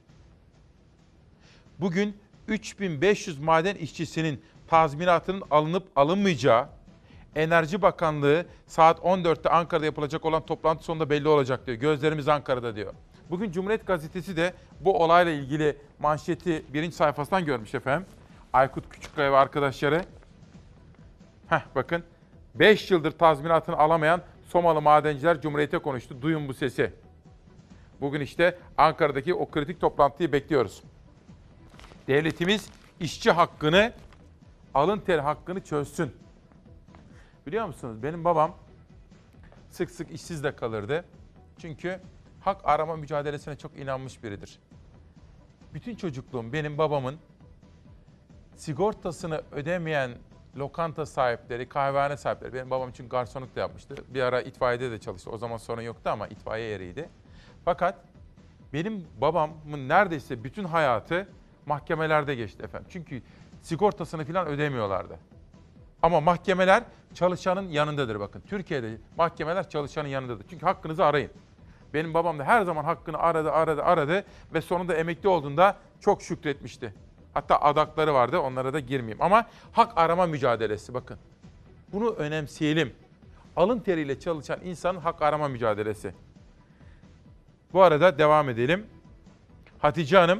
Speaker 1: Bugün 3500 maden işçisinin tazminatının alınıp alınmayacağı Enerji Bakanlığı saat 14'te Ankara'da yapılacak olan toplantı sonunda belli olacak diyor. Gözlerimiz Ankara'da diyor. Bugün Cumhuriyet Gazetesi de bu olayla ilgili manşeti birinci sayfasından görmüş efendim. Aykut Küçükkaya ve arkadaşları. Bakın 5 yıldır tazminatını alamayan Somalı madenciler Cumhuriyet'e konuştu. Duyun bu sesi. Bugün işte Ankara'daki o kritik toplantıyı bekliyoruz. Devletimiz işçi hakkını, alın teri hakkını çözsün. Biliyor musunuz benim babam sık sık işsiz de kalırdı. Çünkü hak arama mücadelesine çok inanmış biridir. Bütün çocukluğum benim babamın sigortasını ödemeyen lokanta sahipleri, kahvehane sahipleri, benim babam için garsonluk da yapmıştı. Bir ara itfaiyede de çalıştı. O zaman sorun yoktu ama itfaiye yeriydi. Fakat benim babamın neredeyse bütün hayatı mahkemelerde geçti efendim. Çünkü sigortasını falan ödemiyorlardı. Ama mahkemeler çalışanın yanındadır bakın. Türkiye'de mahkemeler çalışanın yanındadır. Çünkü hakkınızı arayın. Benim babam da her zaman hakkını aradı ve sonunda emekli olduğunda çok şükretmişti. Hatta adakları vardı, onlara da girmeyeyim. Ama hak arama mücadelesi bakın. Bunu önemseyelim. Alın teriyle çalışan insanın hak arama mücadelesi. Bu arada devam edelim. Hatice Hanım,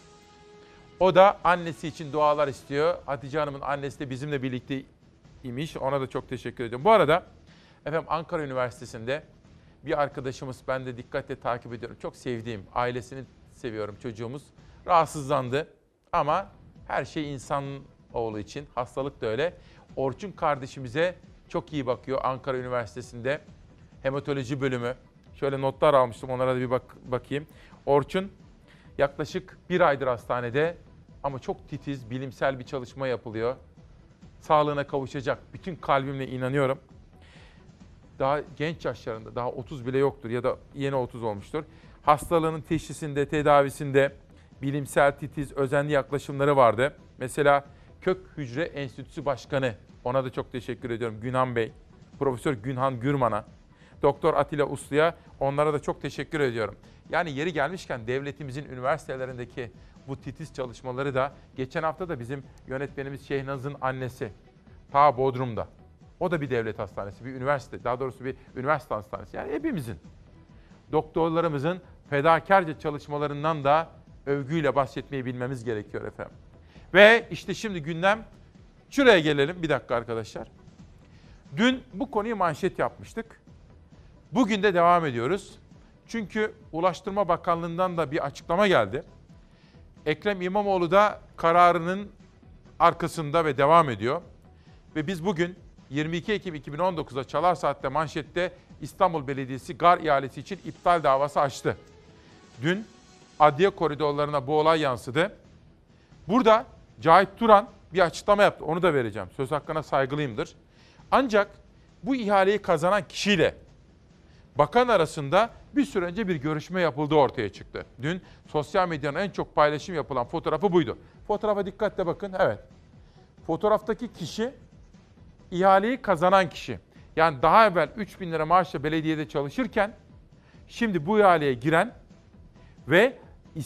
Speaker 1: o da annesi için dualar istiyor. Hatice Hanım'ın annesi de bizimle birlikte imiş. Ona da çok teşekkür ediyorum. Bu arada efendim Ankara Üniversitesi'nde bir arkadaşımız, ben de dikkatle takip ediyorum. Çok sevdiğim, ailesini seviyorum çocuğumuz. Rahatsızlandı ama her şey insan oğlu için. Hastalık da öyle. Orçun kardeşimize çok iyi bakıyor Ankara Üniversitesi'nde. Hematoloji bölümü. Şöyle notlar almıştım, onlara da bir bakayım. Orçun yaklaşık 1 aydır hastanede ama çok titiz, bilimsel bir çalışma yapılıyor. Sağlığına kavuşacak. Bütün kalbimle inanıyorum. Daha genç yaşlarında, daha 30 bile yoktur ya da yeni 30 olmuştur. Hastalığının teşhisinde, tedavisinde bilimsel, titiz, özenli yaklaşımları vardı. Mesela Kök Hücre Enstitüsü Başkanı, ona da çok teşekkür ediyorum. Günhan Bey, Profesör Günhan Gürman'a, Doktor Atilla Uslu'ya, onlara da çok teşekkür ediyorum. Yani yeri gelmişken devletimizin üniversitelerindeki bu titiz çalışmaları da, geçen hafta da bizim yönetmenimiz Şehnaz'ın annesi, ta Bodrum'da. O da bir devlet hastanesi, bir üniversite, daha doğrusu bir üniversite hastanesi. Yani hepimizin, doktorlarımızın fedakarca çalışmalarından da övgüyle bahsetmeyi bilmemiz gerekiyor efendim. Ve işte şimdi gündem, şuraya gelelim bir dakika arkadaşlar. Dün bu konuyu manşet yapmıştık. Bugün de devam ediyoruz. Çünkü Ulaştırma Bakanlığı'ndan da bir açıklama geldi. Ekrem İmamoğlu da kararının arkasında ve devam ediyor. Ve biz bugün 22 Ekim 2019'da Çalar Saat'te manşette İstanbul Belediyesi gar ihalesi için iptal davası açtı. Dün adliye koridorlarına bu olay yansıdı. Burada Cahit Turan bir açıklama yaptı. Onu da vereceğim. Söz hakkına saygılıyımdır. Ancak bu ihaleyi kazanan kişiyle bakan arasında bir süre önce bir görüşme yapıldığı ortaya çıktı. Dün sosyal medyanın en çok paylaşım yapılan fotoğrafı buydu. Fotoğrafa dikkatle bakın. Evet. Fotoğraftaki kişi ihaleyi kazanan kişi. Yani daha evvel 3.000 lira maaşla belediyede çalışırken şimdi bu ihaleye giren ve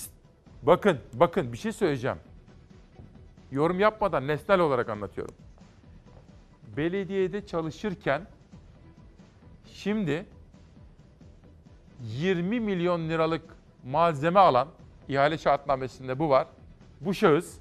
Speaker 1: bakın bir şey söyleyeceğim. Yorum yapmadan nesnel olarak anlatıyorum. Belediyede çalışırken şimdi 20 milyon liralık malzeme alan, ihale şartnamesinde bu var. Bu şahıs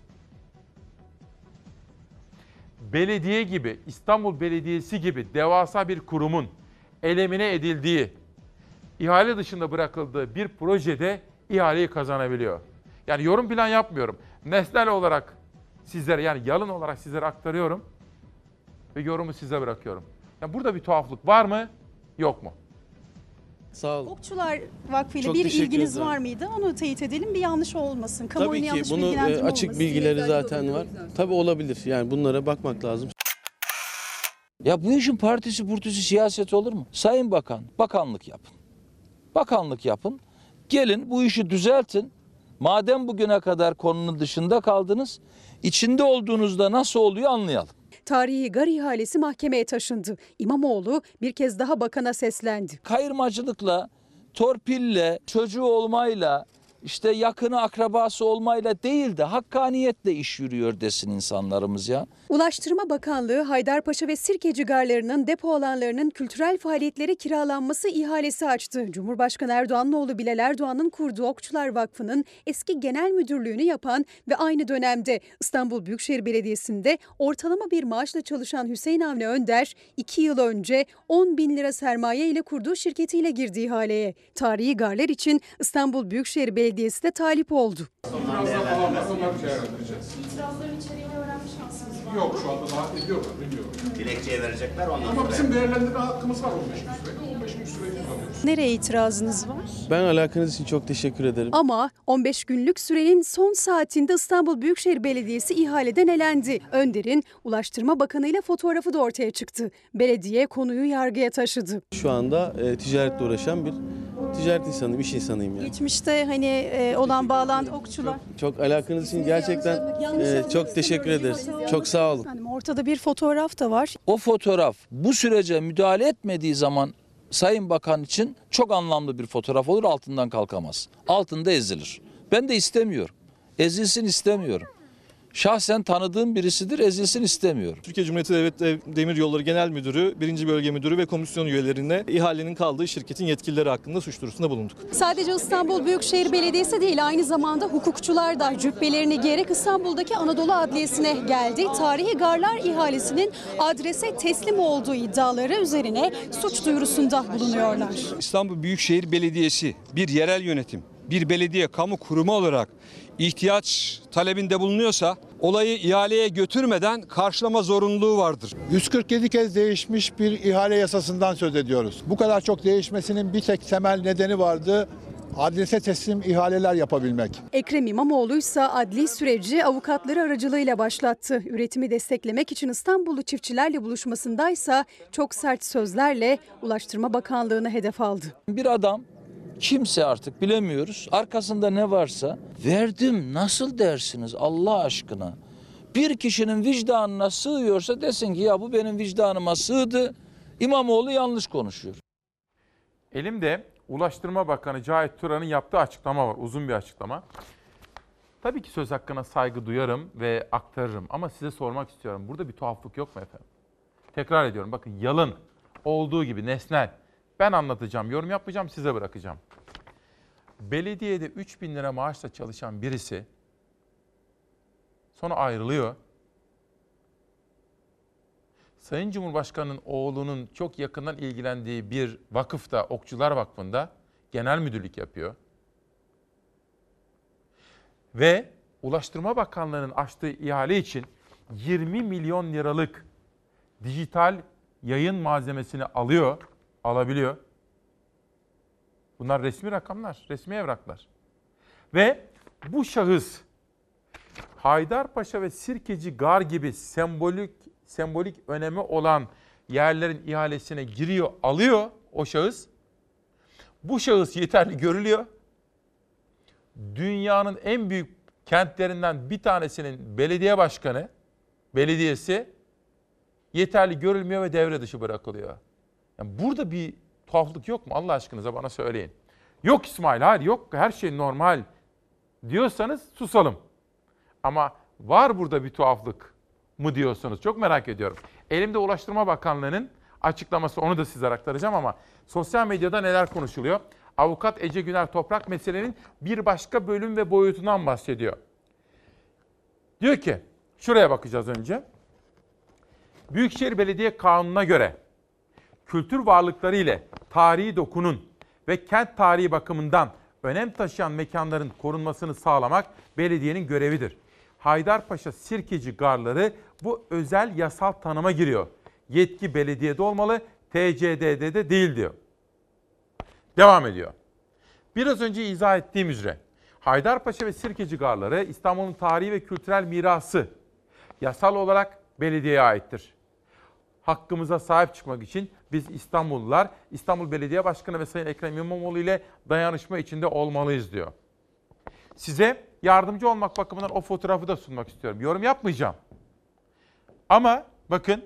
Speaker 1: belediye gibi, İstanbul Belediyesi gibi devasa bir kurumun elemine edildiği, ihale dışında bırakıldığı bir projede ihaleyi kazanabiliyor. Yani yorum plan yapmıyorum. Nesnel olarak sizlere, yani yalın olarak sizlere aktarıyorum ve yorumu size bırakıyorum. Yani burada bir tuhaflık var mı, yok mu?
Speaker 3: Sağ olun.
Speaker 11: Okçular Vakfı ile
Speaker 3: Çok
Speaker 11: bir
Speaker 3: teşekkür
Speaker 11: ilginiz
Speaker 3: ederim.
Speaker 11: var mıydı? Onu teyit edelim, bir yanlış olmasın. Kamuoyunu
Speaker 3: Tabii ki
Speaker 11: yanlış
Speaker 3: bunu
Speaker 11: bilgilendirme
Speaker 3: açık
Speaker 11: olmasın.
Speaker 3: bilgileri zaten var. Tabii olabilir. Yani bunlara bakmak lazım.
Speaker 10: Ya bu işin partisi purtusu siyaset olur mu? Sayın Bakan, bakanlık yapın. Bakanlık yapın. Gelin bu işi düzeltin. Madem bugüne kadar konunun dışında kaldınız, içinde olduğunuzda nasıl oluyor anlayalım.
Speaker 11: Tarihi gar ihalesi mahkemeye taşındı. İmamoğlu bir kez daha bakana seslendi.
Speaker 10: Kayırmacılıkla, torpille, çocuğu olmayla işte yakını akrabası olmayla değil de hakkaniyetle iş yürüyor desin insanlarımız ya.
Speaker 11: Ulaştırma Bakanlığı, Haydarpaşa ve Sirkeci garlarının depo alanlarının kültürel faaliyetlere kiralanması ihalesi açtı. Cumhurbaşkanı Erdoğan'ın oğlu Bilal Erdoğan'ın kurduğu Okçular Vakfı'nın eski genel müdürlüğünü yapan ve aynı dönemde İstanbul Büyükşehir Belediyesi'nde ortalama bir maaşla çalışan Hüseyin Avni Önder, 2 yıl önce 10.000 lira sermaye ile kurduğu şirketiyle girdi ihaleye. Tarihi garlar için İstanbul Büyükşehir Belediyesi de talip oldu.
Speaker 4: İtirazların içeriğini öğrenmiş misiniz?
Speaker 22: Yok, şu anda daha ediyorlar, bilmiyorum.
Speaker 4: Dilekçeye verecekler ondan
Speaker 22: Ama bizim değerlendirme hakkımız var 15 gün süre. 15 gün süreyi kullanıyoruz.
Speaker 11: Nereye itirazınız var?
Speaker 3: Ben alakanız için çok teşekkür ederim.
Speaker 11: Ama 15 günlük sürenin son saatinde İstanbul Büyükşehir Belediyesi ihaleden elendi. Önder'in Ulaştırma Bakanı ile fotoğrafı da ortaya çıktı. Belediye konuyu yargıya taşıdı.
Speaker 3: Şu anda ticaretle uğraşan bir ticaret insanıyım, iş insanıyım yani.
Speaker 11: Geçmişte olan bağlantı okçular.
Speaker 3: Çok alakanız için gerçekten çok teşekkür ederiz. Çok sağ olun.
Speaker 11: Ortada bir fotoğraf da var.
Speaker 10: O fotoğraf bu sürece müdahale etmediği zaman Sayın Bakan için çok anlamlı bir fotoğraf olur, altından kalkamaz. Altında ezilir. Ben de istemiyorum. Ezilsin istemiyorum. Şahsen tanıdığım birisidir, ezilsin istemiyorum.
Speaker 23: Türkiye Cumhuriyeti Devlet Demiryolları Genel Müdürü, 1. Bölge Müdürü ve komisyon üyelerine ihalenin kaldığı şirketin yetkilileri hakkında suç duyurusunda bulunduk.
Speaker 11: Sadece İstanbul Büyükşehir Belediyesi değil, aynı zamanda hukukçular da cübbelerini giyerek İstanbul'daki Anadolu Adliyesi'ne geldi. Tarihi garlar ihalesinin adrese teslim olduğu iddiaları üzerine suç duyurusunda bulunuyorlar.
Speaker 24: İstanbul Büyükşehir Belediyesi bir yerel yönetim, bir belediye kamu kurumu olarak ihtiyaç talebinde bulunuyorsa olayı ihaleye götürmeden karşılama zorunluluğu vardır.
Speaker 25: 147 kez değişmiş bir ihale yasasından söz ediyoruz. Bu kadar çok değişmesinin bir tek temel nedeni vardı. Adrese teslim ihaleler yapabilmek.
Speaker 11: Ekrem İmamoğlu ise adli süreci avukatları aracılığıyla başlattı. Üretimi desteklemek için İstanbullu çiftçilerle buluşmasındaysa çok sert sözlerle Ulaştırma Bakanlığı'nı hedef aldı.
Speaker 10: Bir adam, kimse artık bilemiyoruz, arkasında ne varsa verdim nasıl dersiniz Allah aşkına? Bir kişinin vicdanına sığıyorsa desin ki ya bu benim vicdanıma sığdı, İmamoğlu yanlış konuşuyor.
Speaker 1: Elimde Ulaştırma Bakanı Cahit Turan'ın yaptığı açıklama var, uzun bir açıklama. Tabii ki söz hakkına saygı duyarım ve aktarırım ama size sormak istiyorum. Burada bir tuhaflık yok mu efendim? Tekrar ediyorum, bakın yalın, olduğu gibi nesnel. Ben anlatacağım, yorum yapmayacağım, size bırakacağım. Belediyede 3.000 lira maaşla çalışan birisi sonra ayrılıyor. Sayın Cumhurbaşkanı'nın oğlunun çok yakından ilgilendiği bir vakıfta, Okçular Vakfı'nda genel müdürlük yapıyor. Ve Ulaştırma Bakanlığı'nın açtığı ihale için 20 milyon liralık dijital yayın malzemesini alabiliyor. Bunlar resmi rakamlar, resmi evraklar. Ve bu şahıs Haydarpaşa ve Sirkeci Gar gibi sembolik önemi olan yerlerin ihalesine giriyor, alıyor o şahıs. Bu şahıs yeterli görülüyor. Dünyanın en büyük kentlerinden bir tanesinin belediye başkanı, belediyesi yeterli görülmüyor ve devre dışı bırakılıyor. Yani burada bir tuhaflık yok mu? Allah aşkınıza bana söyleyin. Yok İsmail, hayır yok, her şey normal diyorsanız susalım. Ama var burada bir tuhaflık mı diyorsunuz? Çok merak ediyorum. Elimde Ulaştırma Bakanlığı'nın açıklaması, onu da size aktaracağım ama sosyal medyada neler konuşuluyor? Avukat Ece Güner Toprak meselenin bir başka bölüm ve boyutundan bahsediyor. Diyor ki, şuraya bakacağız önce. Büyükşehir Belediye Kanunu'na göre kültür varlıkları ile tarihi dokunun ve kent tarihi bakımından önem taşıyan mekanların korunmasını sağlamak belediyenin görevidir. Haydarpaşa Sirkeci Garları bu özel yasal tanıma giriyor. Yetki belediyede olmalı, TCDD'de değil diyor. Devam ediyor. Biraz önce izah ettiğim üzere Haydarpaşa ve Sirkeci Garları İstanbul'un tarihi ve kültürel mirası yasal olarak belediyeye aittir. Hakkımıza sahip çıkmak için biz İstanbullular, İstanbul Belediye Başkanı ve Sayın Ekrem İmamoğlu ile dayanışma içinde olmalıyız diyor. Size yardımcı olmak bakımından o fotoğrafı da sunmak istiyorum. Yorum yapmayacağım. Ama bakın,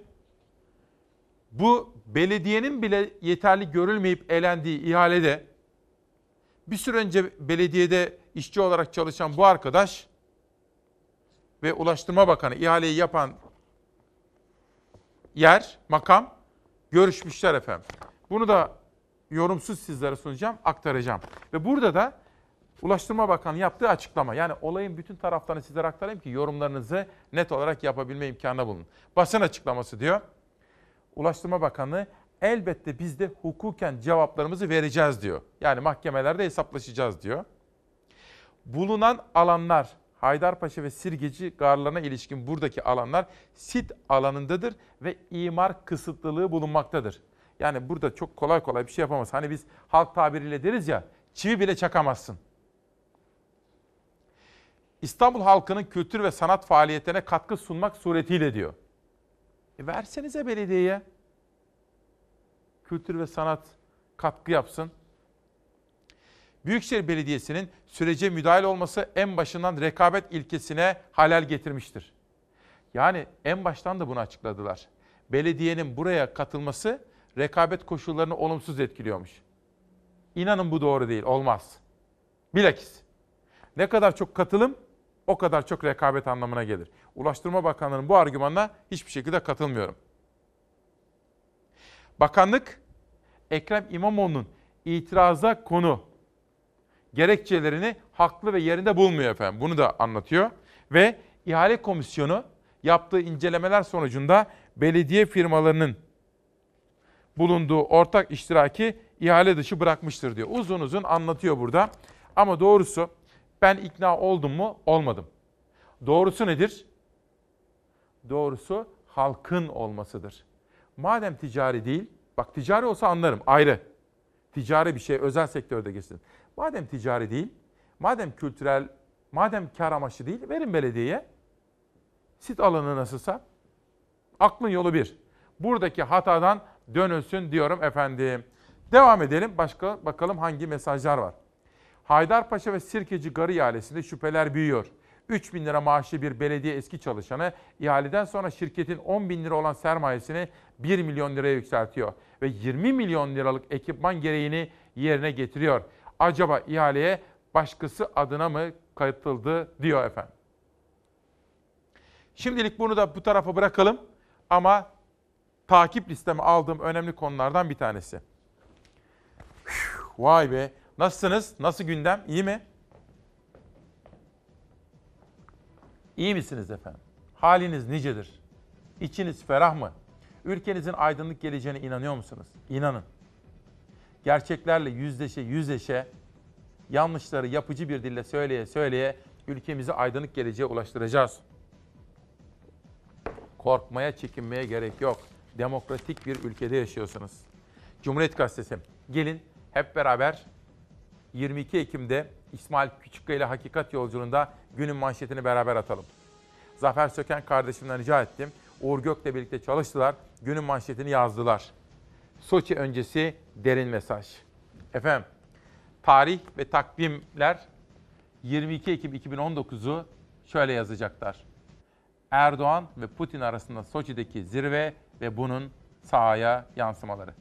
Speaker 1: bu belediyenin bile yeterli görülmeyip elendiği ihalede bir süre önce belediyede işçi olarak çalışan bu arkadaş ve Ulaştırma Bakanı ihaleyi yapan yer, makam görüşmüşler efendim. Bunu da yorumsuz sizlere sunacağım, aktaracağım. Ve burada da Ulaştırma Bakanı yaptığı açıklama. Yani olayın bütün taraflarını sizlere aktarayım ki yorumlarınızı net olarak yapabilme imkanına bulun. Basın açıklaması diyor. Ulaştırma Bakanı elbette biz de hukuken cevaplarımızı vereceğiz diyor. Yani mahkemelerde hesaplaşacağız diyor. Bulunan alanlar Haydarpaşa ve Sirgeci garlarına ilişkin buradaki alanlar sit alanındadır ve imar kısıtlılığı bulunmaktadır. Yani burada çok kolay kolay bir şey yapamaz. Hani biz halk tabiriyle deriz ya, çivi bile çakamazsın. İstanbul halkının kültür ve sanat faaliyetlerine katkı sunmak suretiyle diyor. Versenize belediyeye. Kültür ve sanat katkı yapsın. Büyükşehir Belediyesi'nin sürece müdahil olması en başından rekabet ilkesine halel getirmiştir. Yani en baştan da bunu açıkladılar. Belediyenin buraya katılması rekabet koşullarını olumsuz etkiliyormuş. İnanın bu doğru değil, olmaz. Bilakis ne kadar çok katılım o kadar çok rekabet anlamına gelir. Ulaştırma Bakanlığı'nın bu argümanına hiçbir şekilde katılmıyorum. Bakanlık, Ekrem İmamoğlu'nun itiraza konu gerekçelerini haklı ve yerinde bulmuyor efendim. Bunu da anlatıyor. Ve ihale komisyonu yaptığı incelemeler sonucunda belediye firmalarının bulunduğu ortak iştiraki ihale dışı bırakmıştır diyor. Uzun uzun anlatıyor burada. Ama doğrusu ben ikna oldum mu? Olmadım. Doğrusu nedir? Doğrusu halkın olmasıdır. Madem ticari değil, bak ticari olsa anlarım, ayrı. Ticari bir şey özel sektörde geçsin. Madem ticari değil, madem kültürel, madem kar amaçlı değil, verin belediyeye. Sit alanı nasılsa. Aklın yolu bir. Buradaki hatadan dönülsün diyorum efendim. Devam edelim. Başka bakalım hangi mesajlar var. Haydarpaşa ve Sirkeci Garı ihalesinde şüpheler büyüyor. 3 bin lira maaşlı bir belediye eski çalışanı ihaleden sonra şirketin 10 bin lira olan sermayesini 1 milyon liraya yükseltiyor. Ve 20 milyon liralık ekipman gereğini yerine getiriyor. Acaba ihaleye başkası adına mı katıldı diyor efendim. Şimdilik bunu da bu tarafa bırakalım ama takip listeme aldığım önemli konulardan bir tanesi. Vay be, nasılsınız? Nasıl gündem? İyi mi? İyi misiniz efendim? Haliniz nicedir? İçiniz ferah mı? Ülkenizin aydınlık geleceğine inanıyor musunuz? İnanın. Gerçeklerle yüzleşe, yanlışları yapıcı bir dille söyleye ülkemizi aydınlık geleceğe ulaştıracağız. Korkmaya, çekinmeye gerek yok. Demokratik bir ülkede yaşıyorsunuz. Cumhuriyet Gazetesi. Gelin hep beraber 22 Ekim'de İsmail Küçükkaya ile Hakikat Yolculuğunda günün manşetini beraber atalım. Zafer Söken kardeşimden rica ettim. Uğur Gök'le birlikte çalıştılar. Günün manşetini yazdılar. Soçi öncesi derin mesaj. Efendim, tarih ve takvimler 22 Ekim 2019'u şöyle yazacaklar. Erdoğan ve Putin arasında Soçi'deki zirve ve bunun sahaya yansımaları.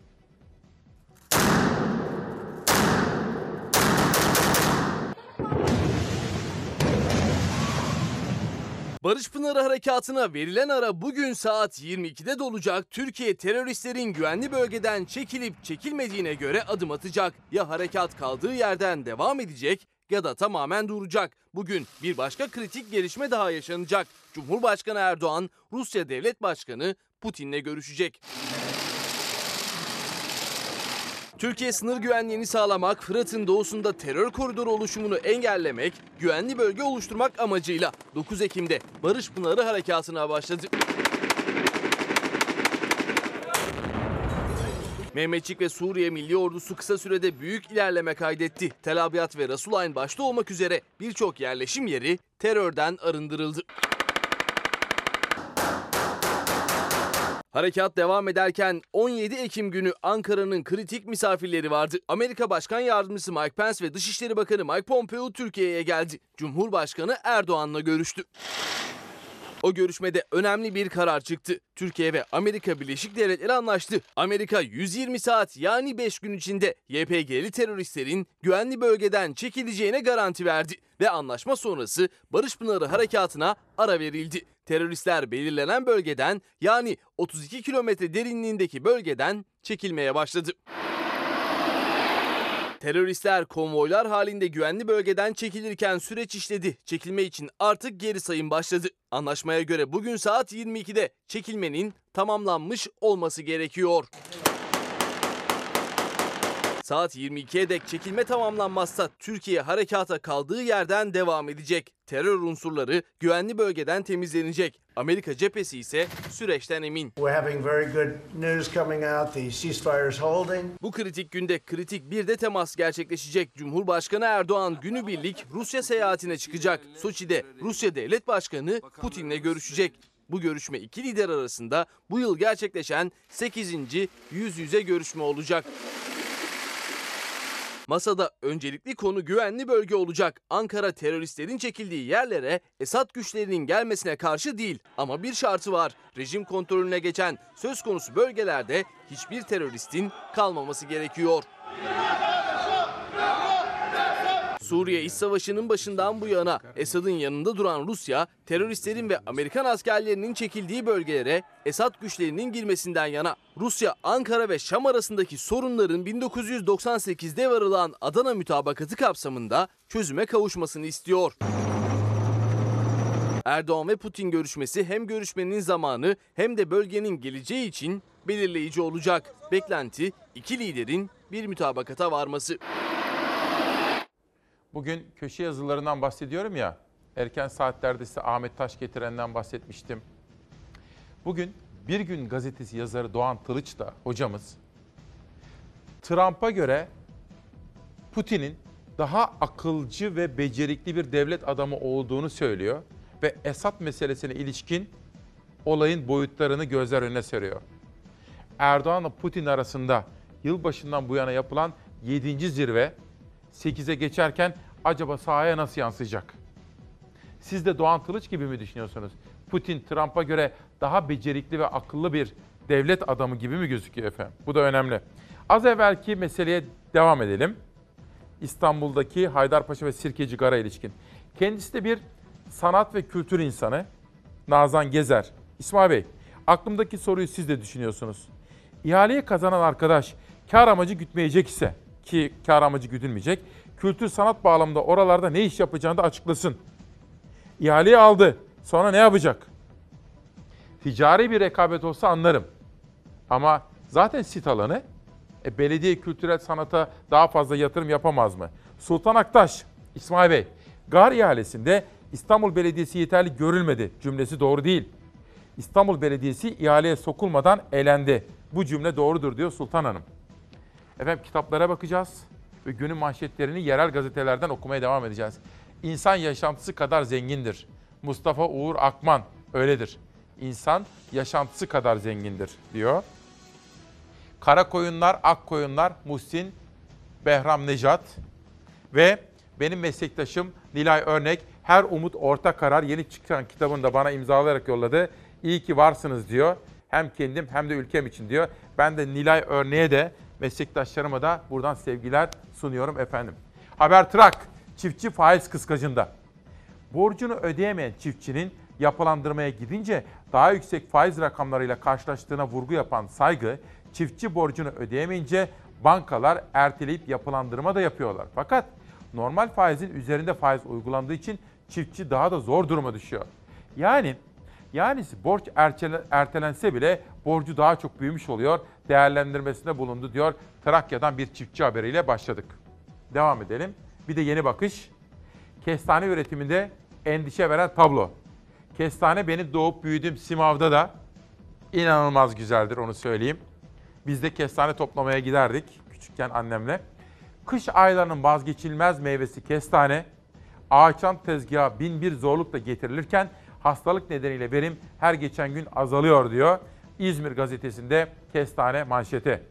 Speaker 5: Barış Pınarı Harekatı'na verilen ara bugün saat 22'de dolacak. Türkiye teröristlerin güvenli bölgeden çekilip çekilmediğine göre adım atacak. Ya harekat kaldığı yerden devam edecek ya da tamamen duracak. Bugün bir başka kritik gelişme daha yaşanacak. Cumhurbaşkanı Erdoğan, Rusya Devlet Başkanı Putin'le görüşecek. Türkiye sınır güvenliğini sağlamak, Fırat'ın doğusunda terör koridoru oluşumunu engellemek, güvenli bölge oluşturmak amacıyla 9 Ekim'de Barış Pınarı Harekatı'na başladı. Mehmetçik ve Suriye Milli Ordusu kısa sürede büyük ilerleme kaydetti. Tel Abyad ve Rasulayn başta olmak üzere birçok yerleşim yeri terörden arındırıldı. Harekat devam ederken 17 Ekim günü Ankara'nın kritik misafirleri vardı. Amerika Başkan Yardımcısı Mike Pence ve Dışişleri Bakanı Mike Pompeo Türkiye'ye geldi. Cumhurbaşkanı Erdoğan'la görüştü. O görüşmede önemli bir karar çıktı. Türkiye ve Amerika Birleşik Devletleri anlaştı. Amerika 120 saat yani 5 gün içinde YPG'li teröristlerin güvenli bölgeden çekileceğine garanti verdi. Ve anlaşma sonrası Barış Pınarı Harekatı'na ara verildi. Teröristler belirlenen bölgeden yani 32 kilometre derinliğindeki bölgeden çekilmeye başladı. Teröristler konvoylar halinde güvenli bölgeden çekilirken süreç işledi. Çekilme için artık geri sayım başladı. Anlaşmaya göre bugün saat 22'de çekilmenin tamamlanmış olması gerekiyor. Saat 22'ye dek çekilme tamamlanmazsa Türkiye harekata kaldığı yerden devam edecek. Terör unsurları güvenli bölgeden temizlenecek. Amerika cephesi ise süreçten emin. Bu kritik günde kritik bir de temas gerçekleşecek. Cumhurbaşkanı Erdoğan günübirlik Rusya seyahatine çıkacak. Soçi'de Rusya Devlet Başkanı Putin'le görüşecek. Bu görüşme iki lider arasında bu yıl gerçekleşen 8. yüz yüze görüşme olacak. Masada öncelikli konu güvenli bölge olacak. Ankara teröristlerin çekildiği yerlere Esad güçlerinin gelmesine karşı değil. Ama bir şartı var. Rejim kontrolüne geçen söz konusu bölgelerde hiçbir teröristin kalmaması gerekiyor. Suriye İç Savaşı'nın başından bu yana Esad'ın yanında duran Rusya, teröristlerin ve Amerikan askerlerinin çekildiği bölgelere Esad güçlerinin girmesinden yana. Rusya, Ankara ve Şam arasındaki sorunların 1998'de varılan Adana Mütabakatı kapsamında çözüme kavuşmasını istiyor. Erdoğan ve Putin görüşmesi hem görüşmenin zamanı hem de bölgenin geleceği için belirleyici olacak. Beklenti iki liderin bir mütabakata varması.
Speaker 1: Bugün köşe yazılarından bahsediyorum ya, erken saatlerde size Ahmet Taş getirenden bahsetmiştim. Bugün Bir Gün Gazetesi yazarı Doğan Tılıç da hocamız, Trump'a göre Putin'in daha akılcı ve becerikli bir devlet adamı olduğunu söylüyor ve Esad meselesine ilişkin olayın boyutlarını gözler önüne seriyor. Erdoğan'la Putin arasında yılbaşından bu yana yapılan 7. zirve 8'e geçerken acaba sahaya nasıl yansıyacak? Siz de Doğan Tılıç gibi mi düşünüyorsunuz? Putin Trump'a göre daha becerikli ve akıllı bir devlet adamı gibi mi gözüküyor efendim? Bu da önemli. Az evvelki meseleye devam edelim. İstanbul'daki Haydarpaşa ve Sirkeci Gar'a ilişkin. Kendisi de bir sanat ve kültür insanı. Nazan Gezer. İsmail Bey, aklımdaki soruyu siz de düşünüyorsunuz. İhaleyi kazanan arkadaş kar amacı gütmeyecek ise, ki kar amacı güdülmeyecek, kültür sanat bağlamında oralarda ne iş yapacağını da açıklasın. İhaleyi aldı. Sonra ne yapacak? Ticari bir rekabet olsa anlarım. Ama zaten sit alanı, belediye kültürel sanata daha fazla yatırım yapamaz mı? Sultan Aktaş, İsmail Bey, Gar ihalesinde İstanbul Belediyesi yeterli görülmedi cümlesi doğru değil. İstanbul Belediyesi ihaleye sokulmadan elendi. Bu cümle doğrudur diyor Sultan Hanım. Efendim kitaplara bakacağız ve günün manşetlerini yerel gazetelerden okumaya devam edeceğiz. İnsan yaşantısı kadar zengindir. Mustafa Uğur Akman öyledir. İnsan yaşantısı kadar zengindir diyor. Kara koyunlar, ak koyunlar, Muhsin Behram Nejat ve benim meslektaşım Nilay Örnek, Her Umut Orta Karar yeni çıkan kitabını da bana imzalayarak yolladı. İyi ki varsınız diyor. Hem kendim hem de ülkem için diyor. Ben de Nilay Örnek'e de meslektaşlarıma da buradan sevgiler sunuyorum efendim. Habertrak, çiftçi faiz kıskacında. Borcunu ödeyemeyen çiftçinin yapılandırmaya gidince daha yüksek faiz rakamlarıyla karşılaştığına vurgu yapan Saygı, çiftçi borcunu ödeyemeyince bankalar erteleyip yapılandırma da yapıyorlar. Fakat normal faizin üzerinde faiz uygulandığı için çiftçi daha da zor duruma düşüyor. Yani borç ertelense bile borcu daha çok büyümüş oluyor. Değerlendirmesinde bulundu diyor. Trakya'dan bir çiftçi haberiyle başladık. Devam edelim. Bir de Yeni Bakış. Kestane üretiminde endişe veren tablo. Kestane benim doğup büyüdüğüm Simav'da da inanılmaz güzeldir, onu söyleyeyim. Biz de kestane toplamaya giderdik küçükken annemle. Kış aylarının vazgeçilmez meyvesi kestane, ağaçtan tezgaha bin bir zorlukla getirilirken hastalık nedeniyle verim her geçen gün azalıyor diyor. İzmir gazetesinde kestane manşeti.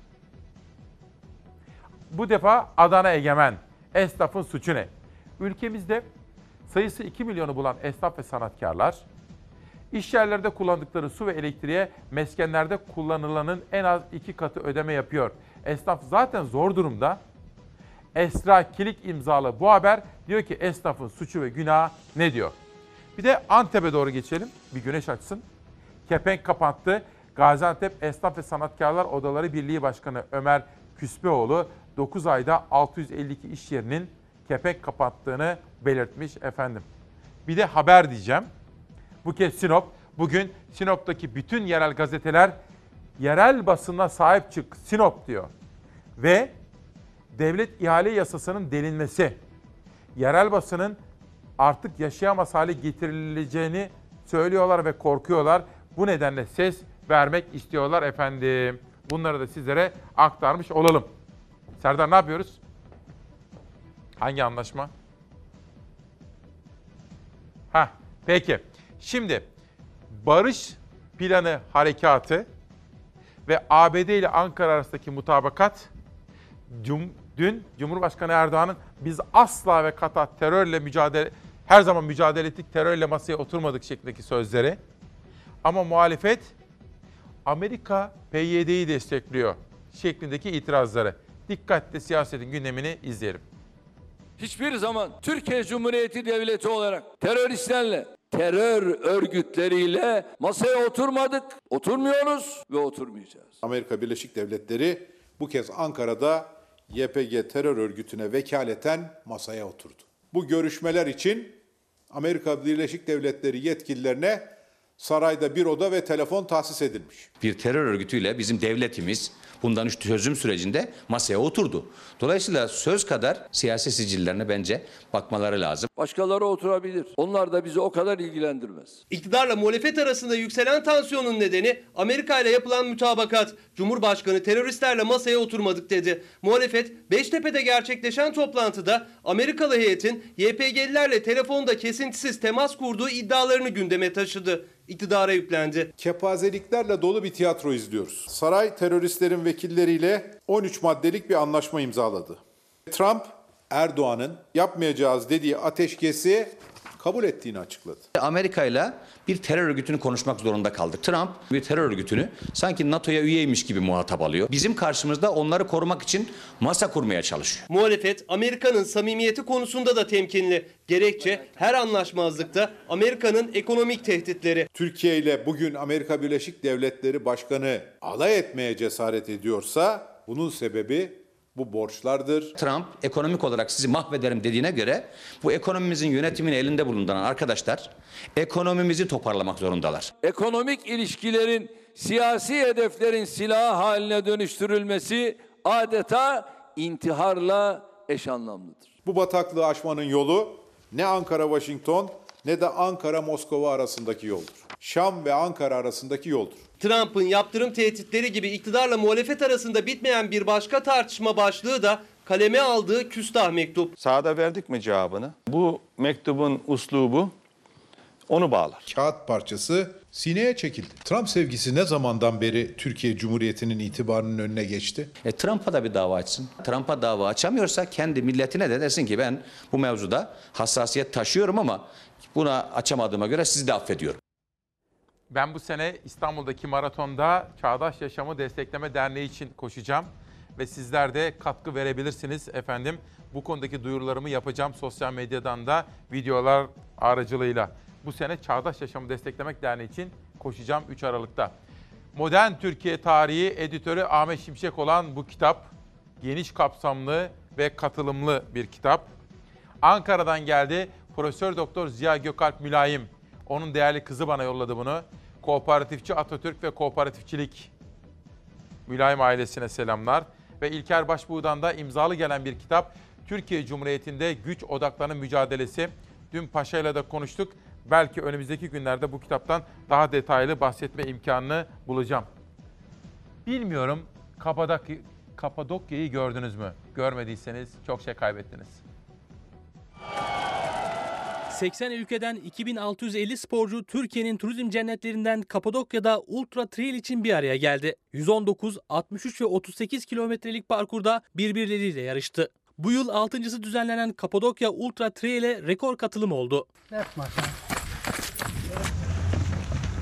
Speaker 1: Bu defa Adana Egemen. Esnafın suçu ne? Ülkemizde sayısı 2 milyonu bulan esnaf ve sanatkarlar İş yerlerde kullandıkları su ve elektriğe meskenlerde kullanılanın en az 2 katı ödeme yapıyor. Esnaf zaten zor durumda. Esra Kilik imzalı bu haber diyor ki esnafın suçu ve günahı ne diyor? Bir de Antep'e doğru geçelim. Bir güneş açsın. Kepenk kapattı. Gaziantep Esnaf ve Sanatkarlar Odaları Birliği Başkanı Ömer Küspeoğlu 9 ayda 652 iş yerinin kepenk kapattığını belirtmiş efendim. Bir de haber diyeceğim. Bu kez Sinop. Bugün Sinop'taki bütün yerel gazeteler yerel basına sahip çık Sinop diyor. Ve devlet ihale yasasının delinmesi, yerel basının artık yaşayamaz hale getirileceğini söylüyorlar ve korkuyorlar. Bu nedenle ses vermek istiyorlar efendim. Bunları da sizlere aktarmış olalım. Serdar ne yapıyoruz? Hangi anlaşma? Peki. Şimdi barış planı harekatı ve ABD ile Ankara arasındaki mutabakat dün Cumhurbaşkanı Erdoğan'ın biz asla ve kata terörle mücadele, her zaman mücadele ettik, terörle masaya oturmadık şeklindeki sözleri. Ama muhalefet Amerika PYD'yi destekliyor şeklindeki itirazları. Dikkatle siyasetin gündemini izleyelim.
Speaker 10: Hiçbir zaman Türkiye Cumhuriyeti Devleti olarak teröristlerle, terör örgütleriyle masaya oturmadık, oturmuyoruz ve oturmayacağız.
Speaker 6: Amerika Birleşik Devletleri bu kez Ankara'da YPG terör örgütüne vekaleten masaya oturdu. Bu görüşmeler için Amerika Birleşik Devletleri yetkililerine sarayda bir oda ve telefon tahsis edilmiş.
Speaker 7: Bir terör örgütüyle bizim devletimiz bundan çözüm sürecinde masaya oturdu. Dolayısıyla söz kadar siyasi sicillerine bence bakmaları lazım.
Speaker 10: Başkaları oturabilir. Onlar da bizi o kadar ilgilendirmez.
Speaker 8: İktidarla muhalefet arasında yükselen tansiyonun nedeni Amerika ile yapılan mutabakat. Cumhurbaşkanı teröristlerle masaya oturmadık dedi. Muhalefet Beştepe'de gerçekleşen toplantıda Amerikalı heyetin YPG'lilerle telefonda kesintisiz temas kurduğu iddialarını gündeme taşıdı. İktidara yüklendi.
Speaker 6: Kepazeliklerle dolu bir tiyatro izliyoruz. Saray teröristlerin vekilleriyle 13 maddelik bir anlaşma imzaladı. Trump, Erdoğan'ın yapmayacağız dediği ateşkesi kabul ettiğini açıkladı.
Speaker 7: Amerika ile bir terör örgütünü konuşmak zorunda kaldık. Trump bir terör örgütünü sanki NATO'ya üyeymiş gibi muhatap alıyor. Bizim karşımızda onları korumak için masa kurmaya çalışıyor.
Speaker 8: Muhalefet Amerika'nın samimiyeti konusunda da temkinli. Gerekçe her anlaşmazlıkta Amerika'nın ekonomik tehditleri.
Speaker 6: Türkiye ile bugün Amerika Birleşik Devletleri Başkanı alay etmeye cesaret ediyorsa bunun sebebi bu borçlardır.
Speaker 7: Trump ekonomik olarak sizi mahvederim dediğine göre bu ekonomimizin yönetimini elinde bulunduran arkadaşlar ekonomimizi toparlamak zorundalar.
Speaker 10: Ekonomik ilişkilerin siyasi hedeflerin silahı haline dönüştürülmesi adeta intiharla eş anlamlıdır.
Speaker 6: Bu bataklığı aşmanın yolu ne Ankara-Washington ne de Ankara-Moskova arasındaki yoldur. Şam ve Ankara arasındaki yoldur.
Speaker 8: Trump'ın yaptırım tehditleri gibi iktidarla muhalefet arasında bitmeyen bir başka tartışma başlığı da kaleme aldığı küstah mektup.
Speaker 13: Sahada verdik mi cevabını? Bu mektubun uslubu onu bağlar.
Speaker 14: Kağıt parçası sineye çekildi. Trump sevgisi ne zamandan beri Türkiye Cumhuriyeti'nin itibarının önüne geçti?
Speaker 7: Trump'a da bir dava açsın. Trump'a dava açamıyorsa kendi milletine de desin ki ben bu mevzuda hassasiyet taşıyorum ama buna açamadığıma göre sizi de affediyorum.
Speaker 1: Ben bu sene İstanbul'daki maratonda Çağdaş Yaşamı Destekleme Derneği için koşacağım. Ve sizler de katkı verebilirsiniz efendim. Bu konudaki duyurularımı yapacağım sosyal medyadan da videolar aracılığıyla. Bu sene Çağdaş Yaşamı Desteklemek Derneği için koşacağım 3 Aralık'ta. Modern Türkiye Tarihi editörü Ahmet Şimşek olan bu kitap geniş kapsamlı ve katılımlı bir kitap. Ankara'dan geldi Profesör Doktor Ziya Gökalp Mülayim. Onun değerli kızı bana yolladı bunu. Kooperatifçi Atatürk ve Kooperatifçilik. Mülayim ailesine selamlar. Ve İlker Başbuğ'dan da imzalı gelen bir kitap. Türkiye Cumhuriyeti'nde güç odaklarının mücadelesi. Dün Paşa'yla da konuştuk. Belki önümüzdeki günlerde bu kitaptan daha detaylı bahsetme imkanını bulacağım. Bilmiyorum Kapadokya'yı gördünüz mü? Görmediyseniz çok şey kaybettiniz.
Speaker 26: 80 ülkeden 2650 sporcu Türkiye'nin turizm cennetlerinden Kapadokya'da Ultra Trail için bir araya geldi. 119, 63 ve 38 kilometrelik parkurda birbirleriyle yarıştı. Bu yıl 6.'sı düzenlenen Kapadokya Ultra Trail'e rekor katılım oldu.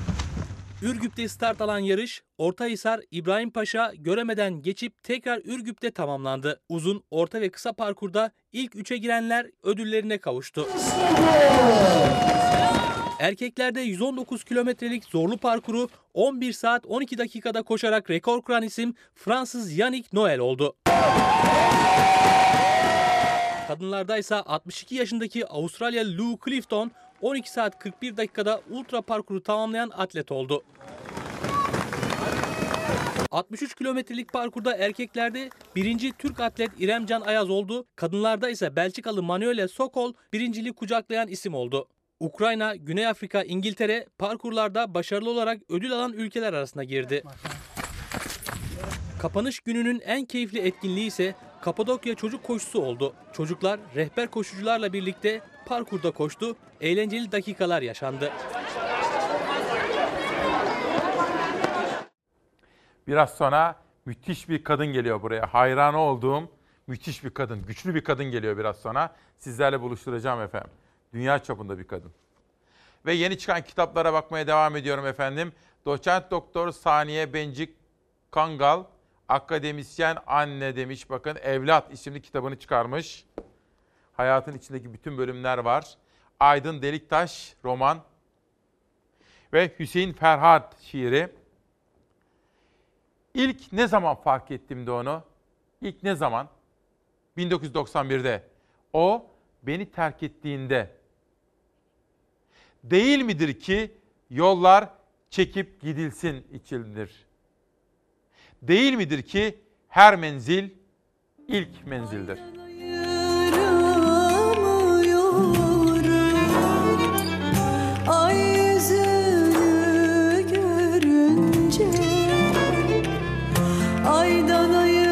Speaker 26: Ürgüp'te start alan yarış, Ortahisar, İbrahimpaşa, Göreme'den geçip tekrar Ürgüp'te tamamlandı. Uzun, orta ve kısa parkurda ilk 3'e girenler ödüllerine kavuştu. Erkeklerde 119 kilometrelik zorlu parkuru 11 saat 12 dakikada koşarak rekor kıran isim Fransız Yannick Noel oldu. Kadınlarda ise 62 yaşındaki Avustralya Lou Clifton 12 saat 41 dakikada ultra parkuru tamamlayan atlet oldu. 63 kilometrelik parkurda erkeklerde birinci Türk atlet İremcan Ayaz oldu. Kadınlarda ise Belçikalı Manuela Sokol birinciliği kucaklayan isim oldu. Ukrayna, Güney Afrika, İngiltere parkurlarda başarılı olarak ödül alan ülkeler arasına girdi. Kapanış gününün en keyifli etkinliği ise Kapadokya çocuk koşusu oldu. Çocuklar rehber koşucularla birlikte parkurda koştu, eğlenceli dakikalar yaşandı.
Speaker 1: Biraz sonra müthiş bir kadın geliyor buraya. Hayran olduğum müthiş bir kadın, güçlü bir kadın geliyor biraz sonra. Sizlerle buluşturacağım efendim. Dünya çapında bir kadın. Ve yeni çıkan kitaplara bakmaya devam ediyorum efendim. Doçent Doktor Saniye Bencik Kangal, akademisyen anne demiş. Bakın Evlat isimli kitabını çıkarmış. Hayatın içindeki bütün bölümler var. Aydın Deliktaş roman ve Hüseyin Ferhat şiiri. İlk ne zaman fark ettim de onu? İlk ne zaman? 1991'de. O beni terk ettiğinde. Değil midir ki yollar çekip gidilsin içindir? Değil midir ki her menzil ilk menzildir?
Speaker 12: Ay yüzünü görünce aydan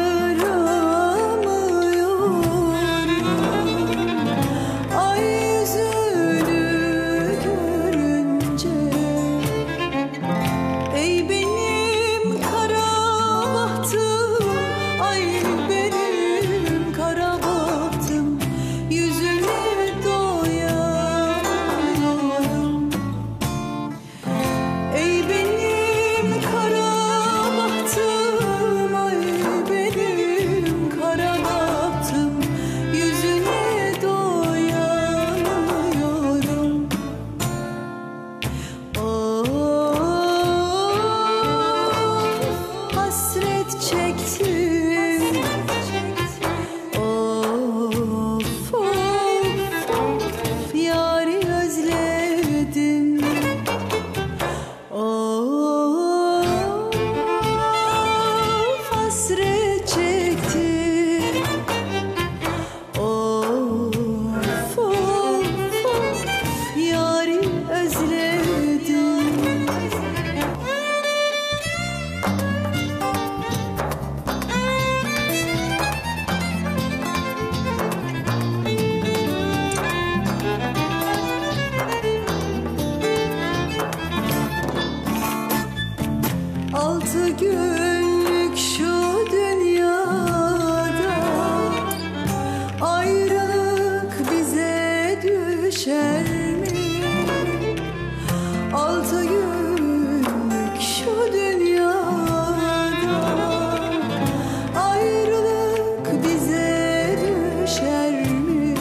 Speaker 12: ayıramıyorum. Ay yüzünü görünce ey benim kara bahtım, ay benim kara bahtım, yüzüne doyamıyorum. Ey benim kara bahtım, ay benim kara bahtım, yüzüne doyamıyorum. Hasret çektim. Of of yâri özledim. Of hasret çektim. Of of yâri özledim. Altı günlük şu dünyada ayrılık bize düşer mi? Altı günlük şu dünyada ayrılık bize düşer mi?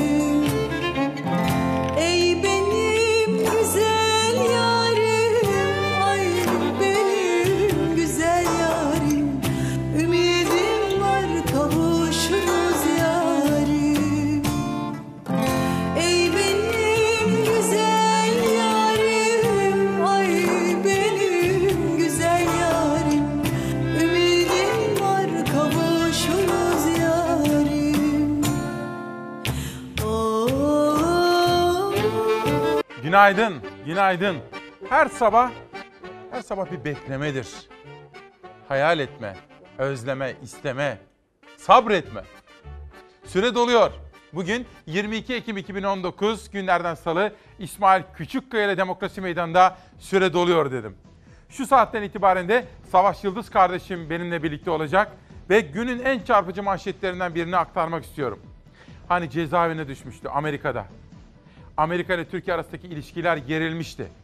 Speaker 12: Ey benim güzel yarim, ay benim güzel yarim, ümidim var kavuşuruz yarim. Ey benim güzel yarim, ay benim güzel yarim, ümidim var kavuşuruz yarim.
Speaker 1: Günaydın, günaydın. Her sabah bir beklemedir. Hayal etme, özleme, isteme, sabretme. Süre doluyor. Bugün 22 Ekim 2019 günlerden salı İsmail Küçükkaya ile Demokrasi Meydanı'nda süre doluyor dedim. Şu saatten itibaren de Savaş Yıldız kardeşim benimle birlikte olacak ve günün en çarpıcı manşetlerinden birini aktarmak istiyorum. Hani cezaevine düşmüştü Amerika'da. Amerika ile Türkiye arasındaki ilişkiler gerilmişti.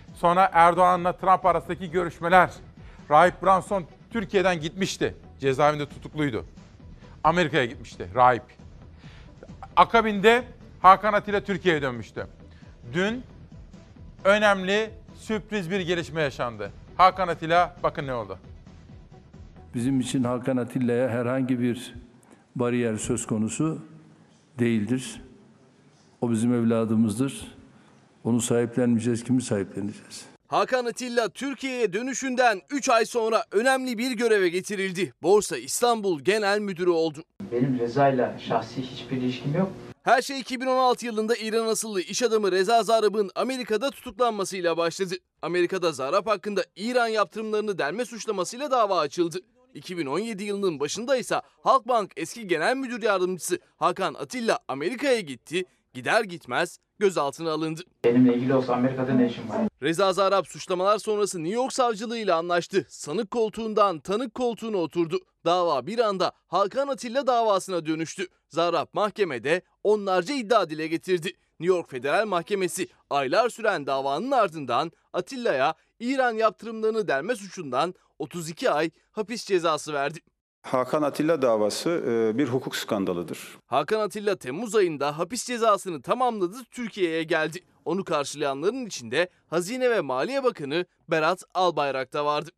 Speaker 1: Sonra Erdoğan'la Trump arasındaki görüşmeler. Rahip Branson Türkiye'den gitmişti. Cezaevinde tutukluydu. Amerika'ya gitmişti rahip. Akabinde Hakan Atilla Türkiye'ye dönmüştü. Dün önemli sürpriz bir gelişme yaşandı. Hakan Atilla bakın ne oldu.
Speaker 15: Bizim için Hakan Atilla'ya herhangi bir bariyer söz konusu değildir. O bizim evladımızdır. Onu sahiplenmeyeceğiz, kimi sahipleneceğiz?
Speaker 5: Hakan Atilla Türkiye'ye dönüşünden 3 ay sonra önemli bir göreve getirildi. Borsa İstanbul Genel Müdürü oldu.
Speaker 16: Benim Reza'yla şahsi hiçbir ilişkim yok.
Speaker 5: Her şey 2016 yılında İran asıllı iş adamı Reza Zarrab'ın Amerika'da tutuklanmasıyla başladı. Amerika'da Zarrab hakkında İran yaptırımlarını delme suçlamasıyla dava açıldı. 2017 yılının başında ise Halkbank eski genel müdür yardımcısı Hakan Atilla Amerika'ya gitti. Gider gitmez gözaltına alındı.
Speaker 16: Benimle ilgili olsa Amerika'da ne işim var?
Speaker 5: Reza Zarrab suçlamalar sonrası New York savcılığıyla anlaştı. Sanık koltuğundan tanık koltuğuna oturdu. Dava bir anda Hakan Atilla davasına dönüştü. Zarrab mahkemede onlarca iddia dile getirdi. New York Federal Mahkemesi aylar süren davanın ardından Atilla'ya İran yaptırımlarını delme suçundan 32 ay hapis cezası verdi.
Speaker 17: Hakan Atilla davası bir hukuk skandalıdır.
Speaker 5: Hakan Atilla Temmuz ayında hapis cezasını tamamladı, Türkiye'ye geldi. Onu karşılayanların içinde Hazine ve Maliye Bakanı Berat Albayrak da vardı.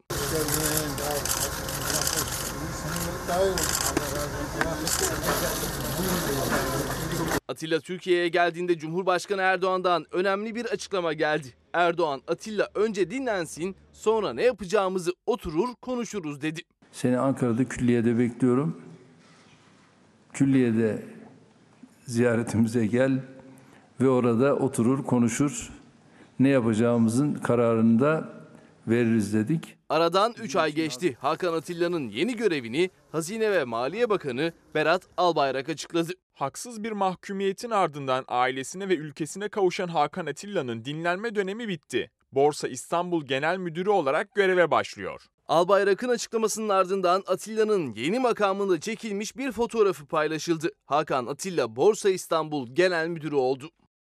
Speaker 5: Atilla Türkiye'ye geldiğinde Cumhurbaşkanı Erdoğan'dan önemli bir açıklama geldi. Erdoğan, Atilla önce dinlensin, sonra ne yapacağımızı oturur konuşuruz dedi.
Speaker 15: Seni Ankara'da külliyede bekliyorum. Külliyede ziyaretimize gel ve orada oturur konuşur. Ne yapacağımızın kararını da veririz dedik.
Speaker 5: Aradan 3 ay geçti. Hakan Atilla'nın yeni görevini Hazine ve Maliye Bakanı Berat Albayrak açıkladı.
Speaker 18: Haksız bir mahkumiyetin ardından ailesine ve ülkesine kavuşan Hakan Atilla'nın dinlenme dönemi bitti. Borsa İstanbul Genel Müdürü olarak göreve başlıyor.
Speaker 5: Albayrak'ın açıklamasının ardından Atilla'nın yeni makamında çekilmiş bir fotoğrafı paylaşıldı. Hakan Atilla Borsa İstanbul Genel Müdürü oldu.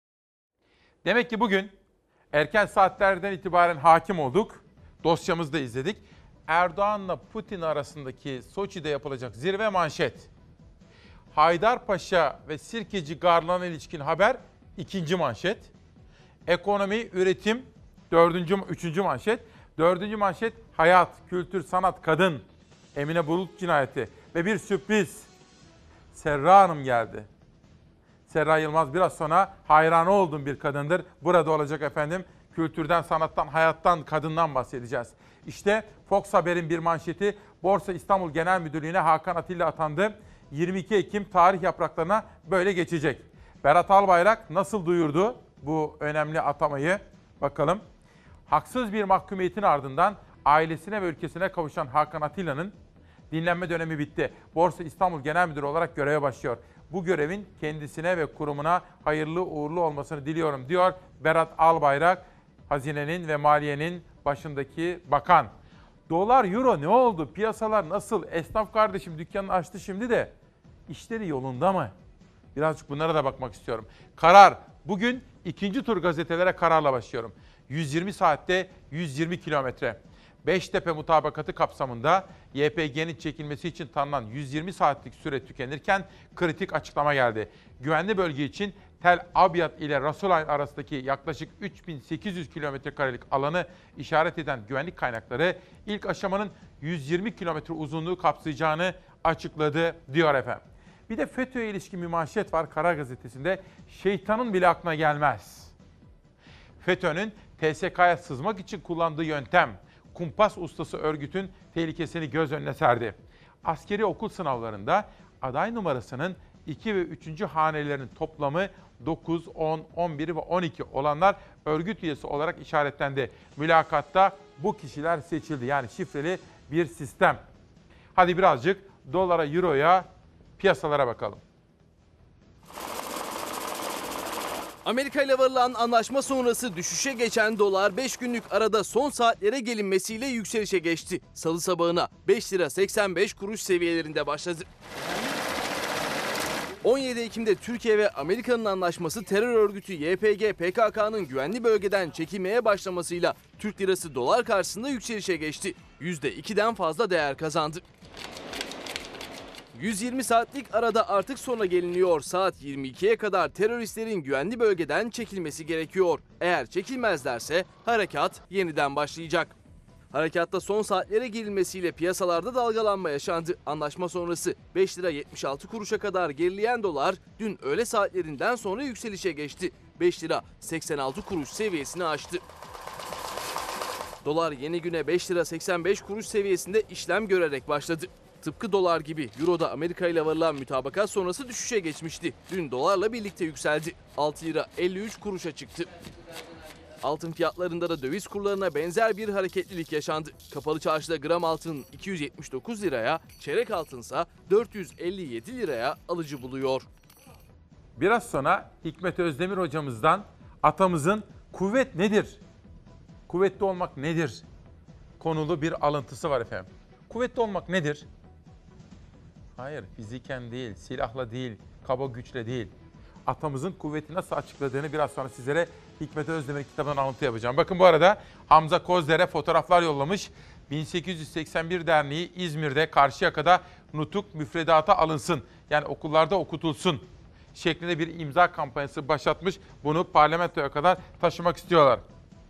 Speaker 1: Demek ki bugün erken saatlerden itibaren hakim olduk. Dosyamızı da izledik. Erdoğan'la Putin arasındaki Soçi'de yapılacak zirve manşet. Haydarpaşa ve Sirkeci Garlan'a ilişkin haber 2. manşet. Ekonomi, üretim 3. manşet. 4. manşet hayat, kültür, sanat, kadın. Emine Bulut cinayeti ve bir sürpriz. Serra Hanım geldi. Serra Yılmaz biraz sonra hayranı olduğum bir kadındır. Burada olacak efendim. Kültürden, sanattan, hayattan, kadından bahsedeceğiz. İşte Fox Haber'in bir manşeti. Borsa İstanbul Genel Müdürlüğü'ne Hakan Atilla atandı. 22 Ekim tarih yapraklarına böyle geçecek. Berat Albayrak nasıl duyurdu bu önemli atamayı? Bakalım. Haksız bir mahkumiyetin ardından ailesine ve ülkesine kavuşan Hakan Atilla'nın dinlenme dönemi bitti. Borsa İstanbul Genel Müdürü olarak göreve başlıyor. Bu görevin kendisine ve kurumuna hayırlı uğurlu olmasını diliyorum diyor Berat Albayrak, Hazinenin ve Maliye'nin başındaki bakan. Dolar, euro ne oldu? Piyasalar nasıl? Esnaf kardeşim dükkanını açtı şimdi de işleri yolunda mı? Birazcık bunlara da bakmak istiyorum. Karar. Bugün 2. tur gazetelere kararla başlıyorum. 120 saatte 120 kilometre. Beştepe mutabakatı kapsamında YPG'nin çekilmesi için tanınan 120 saatlik süre tükenirken kritik açıklama geldi. Güvenli bölge için Tel Abyad ile Rasulayn arasındaki yaklaşık 3800 kilometrekarelik alanı işaret eden güvenlik kaynakları ilk aşamanın 120 kilometre uzunluğu kapsayacağını açıkladı diyor efendim. Bir de FETÖ'ye ilişkin bir manşet var Karar Gazetesi'nde. Şeytanın bile aklına gelmez. FETÖ'nün TSK'ya sızmak için kullandığı yöntem, kumpas ustası örgütün tehlikesini göz önüne serdi. Askeri okul sınavlarında aday numarasının 2 ve 3. hanelerinin toplamı 9, 10, 11 ve 12 olanlar örgüt üyesi olarak işaretlendi. Mülakatta bu kişiler seçildi. Yani şifreli bir sistem. Hadi birazcık dolara, euroya, piyasalara bakalım.
Speaker 5: Amerika ile varılan anlaşma sonrası düşüşe geçen dolar 5 günlük arada son saatlere gelinmesiyle yükselişe geçti. Salı sabahına 5 lira 85 kuruş seviyelerinde başladı. 17 Ekim'de Türkiye ve Amerika'nın anlaşması terör örgütü YPG PKK'nın güvenli bölgeden çekilmeye başlamasıyla Türk lirası dolar karşısında yükselişe geçti. %2'den fazla değer kazandı. 120 saatlik arada artık sona geliniyor. Saat 22'ye kadar teröristlerin güvenli bölgeden çekilmesi gerekiyor. Eğer çekilmezlerse harekat yeniden başlayacak. Harekatta son saatlere girilmesiyle piyasalarda dalgalanma yaşandı. Anlaşma sonrası 5 lira 76 kuruşa kadar gerileyen dolar dün öğle saatlerinden sonra yükselişe geçti. 5 lira 86 kuruş seviyesini aştı. Dolar yeni güne 5 lira 85 kuruş seviyesinde işlem görerek başladı. Tıpkı dolar gibi Euro da Amerika ile varılan mütabakat sonrası düşüşe geçmişti. Dün dolarla birlikte yükseldi. 6 lira 53 kuruşa çıktı. Altın fiyatlarında da döviz kurlarına benzer bir hareketlilik yaşandı. Kapalı çarşıda gram altın 279 liraya, çeyrek altınsa 457 liraya alıcı buluyor.
Speaker 1: Biraz sonra Hikmet Özdemir hocamızdan atamızın kuvvet nedir? Kuvvetli olmak nedir? Konulu bir alıntısı var efendim. Kuvvetli olmak nedir? Hayır, fiziken değil, silahla değil, kaba güçle değil. Atamızın kuvveti nasıl açıkladığını biraz sonra sizlere Hikmet Özdemir kitabından alıntı yapacağım. Bakın bu arada Hamza Kozdere fotoğraflar yollamış. 1881 Derneği İzmir'de Karşıyaka'da nutuk müfredata alınsın. Yani okullarda okutulsun şeklinde bir imza kampanyası başlatmış. Bunu parlamentoya kadar taşımak istiyorlar.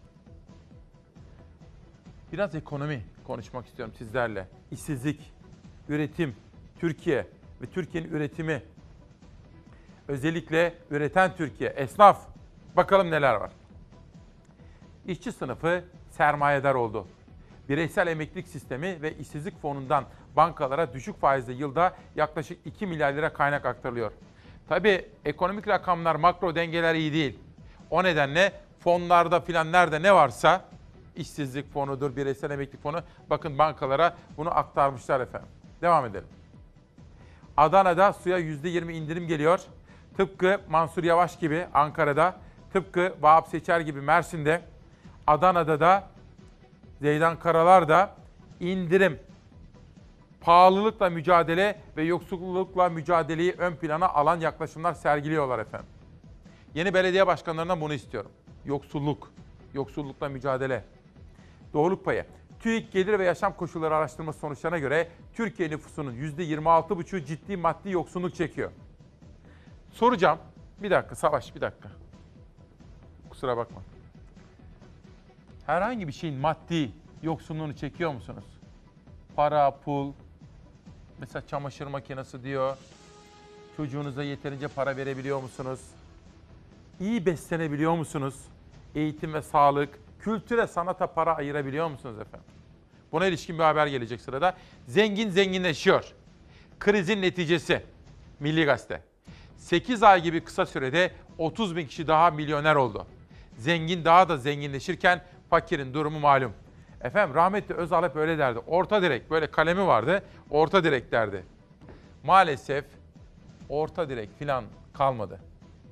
Speaker 1: Biraz ekonomi konuşmak istiyorum sizlerle. İşsizlik, üretim, Türkiye ve Türkiye'nin üretimi. Özellikle üreten Türkiye, esnaf. Bakalım neler var. İşçi sınıfı sermayedar oldu. Bireysel emeklilik sistemi ve işsizlik fonundan bankalara düşük faizle yılda yaklaşık 2 milyar lira kaynak aktarılıyor. Tabii ekonomik rakamlar, makro dengeler iyi değil. O nedenle fonlarda filan nerede ne varsa işsizlik fonudur, bireysel emeklilik fonu. Bakın bankalara bunu aktarmışlar efendim. Devam edelim. Adana'da suya %20 indirim geliyor. Tıpkı Mansur Yavaş gibi Ankara'da, tıpkı Vahap Seçer gibi Mersin'de, Adana'da da Zeydan Karalar da indirim, pahalılıkla mücadele ve yoksullukla mücadeleyi ön plana alan yaklaşımlar sergiliyorlar efendim. Yeni belediye başkanlarından bunu istiyorum. Yoksullukla mücadele. Doğruluk payı. TÜİK Gelir ve Yaşam Koşulları Araştırması sonuçlarına göre Türkiye nüfusunun %26,5'u ciddi maddi yoksulluk çekiyor. Soracağım. Bir dakika Savaş, bir dakika. Kusura bakma. Herhangi bir şeyin maddi yoksunluğunu çekiyor musunuz? Para, pul, mesela çamaşır makinesi diyor. Çocuğunuza yeterince para verebiliyor musunuz? İyi beslenebiliyor musunuz? Eğitim ve sağlık, kültüre, sanata para ayırabiliyor musunuz efendim? Buna ilişkin bir haber gelecek sırada. Zengin zenginleşiyor. Krizin neticesi. Milli Gazete. 8 ay gibi kısa sürede 30 bin kişi daha milyoner oldu. Zengin daha da zenginleşirken fakirin durumu malum. Efendim rahmetli Özal hep öyle derdi. Orta direk, böyle kalemi vardı. Orta direk derdi. Maalesef orta direk falan kalmadı.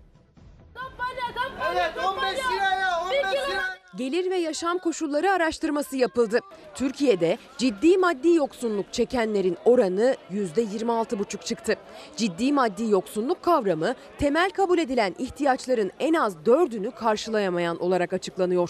Speaker 12: Evet 15 liraya 15 liraya.
Speaker 2: Gelir ve yaşam koşulları araştırması yapıldı. Türkiye'de ciddi maddi yoksunluk çekenlerin oranı %26,5 çıktı. Ciddi maddi yoksunluk kavramı temel kabul edilen ihtiyaçların en az 4'ünü karşılayamayan olarak açıklanıyor.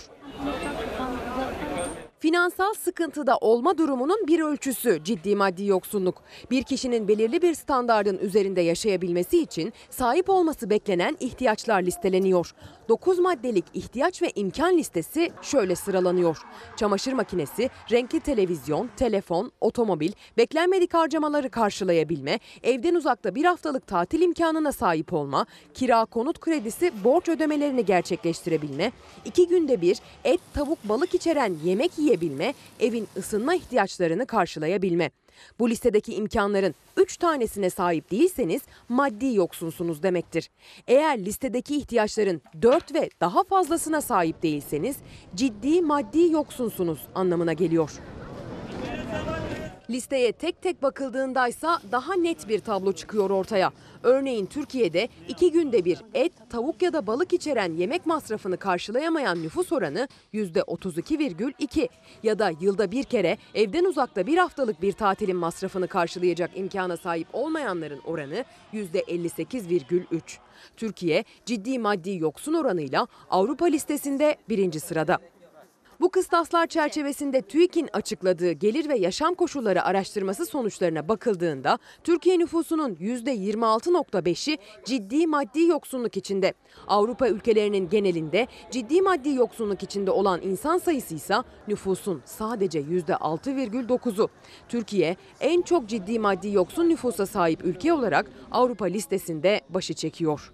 Speaker 2: Finansal sıkıntıda olma durumunun bir ölçüsü ciddi maddi yoksunluk. Bir kişinin belirli bir standardın üzerinde yaşayabilmesi için sahip olması beklenen ihtiyaçlar listeleniyor. 9 maddelik ihtiyaç ve imkan listesi şöyle sıralanıyor. Çamaşır makinesi, renkli televizyon, telefon, otomobil, beklenmedik harcamaları karşılayabilme, evden uzakta bir haftalık tatil imkanına sahip olma, kira, konut kredisi, borç ödemelerini gerçekleştirebilme, 2 günde bir et, tavuk, balık içeren yemek yiyebilme, evin ısınma ihtiyaçlarını karşılayabilme. Bu listedeki imkanların 3 tanesine sahip değilseniz maddi yoksunsunuz demektir. Eğer listedeki ihtiyaçların 4 ve daha fazlasına sahip değilseniz ciddi maddi yoksunsunuz anlamına geliyor. Listeye tek tek bakıldığındaysa daha net bir tablo çıkıyor ortaya. Örneğin Türkiye'de 2 günde bir et, tavuk ya da balık içeren yemek masrafını karşılayamayan nüfus oranı %32,2 ya da yılda bir kere evden uzakta bir haftalık bir tatilin masrafını karşılayacak imkana sahip olmayanların oranı %58,3. Türkiye ciddi maddi yoksun oranıyla Avrupa listesinde 1. sırada. Bu kıstaslar çerçevesinde TÜİK'in açıkladığı gelir ve yaşam koşulları araştırması sonuçlarına bakıldığında Türkiye nüfusunun %26,5'i ciddi maddi yoksunluk içinde. Avrupa ülkelerinin genelinde ciddi maddi yoksunluk içinde olan insan sayısı ise nüfusun sadece %6,9'u. Türkiye en çok ciddi maddi yoksun nüfusa sahip ülke olarak Avrupa listesinde başı çekiyor.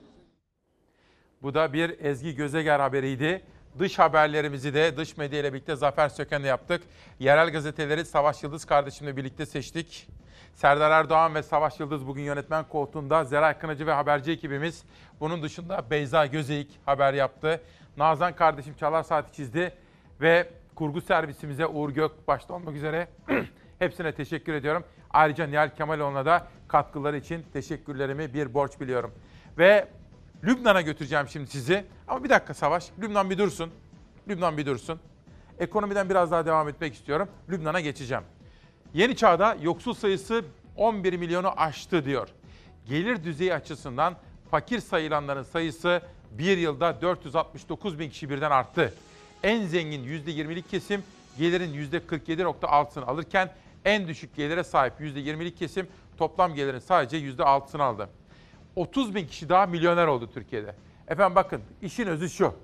Speaker 1: Bu da bir Ezgi Gözeger haberiydi. Dış haberlerimizi de dış medya ile birlikte Zafer Söken'le yaptık. Yerel gazeteleri Savaş Yıldız kardeşimle birlikte seçtik. Serdar Erdoğan ve Savaş Yıldız bugün yönetmen koltuğunda. Zeray Kınacı ve haberci ekibimiz. Bunun dışında Beyza Gözeyik haber yaptı. Nazan kardeşim Çalar Saati çizdi. Ve kurgu servisimize Uğur Gök başta olmak üzere hepsine teşekkür ediyorum. Ayrıca Nihal Kemaloğlu'na da katkıları için teşekkürlerimi bir borç biliyorum. Ve Lübnan'a götüreceğim şimdi sizi. Ama bir dakika Savaş, Lübnan bir dursun. Lübnan bir dursun. Ekonomiden biraz daha devam etmek istiyorum. Lübnan'a geçeceğim. Yeni çağda yoksul sayısı 11 milyonu aştı diyor. Gelir düzeyi açısından fakir sayılanların sayısı bir yılda 469 bin kişi birden arttı. En zengin %20'lik kesim gelirin %47,6'sını alırken en düşük gelire sahip %20'lik kesim toplam gelirin sadece %6'sını aldı. 30 bin kişi daha milyoner oldu Türkiye'de. Efendim bakın işin özü şu.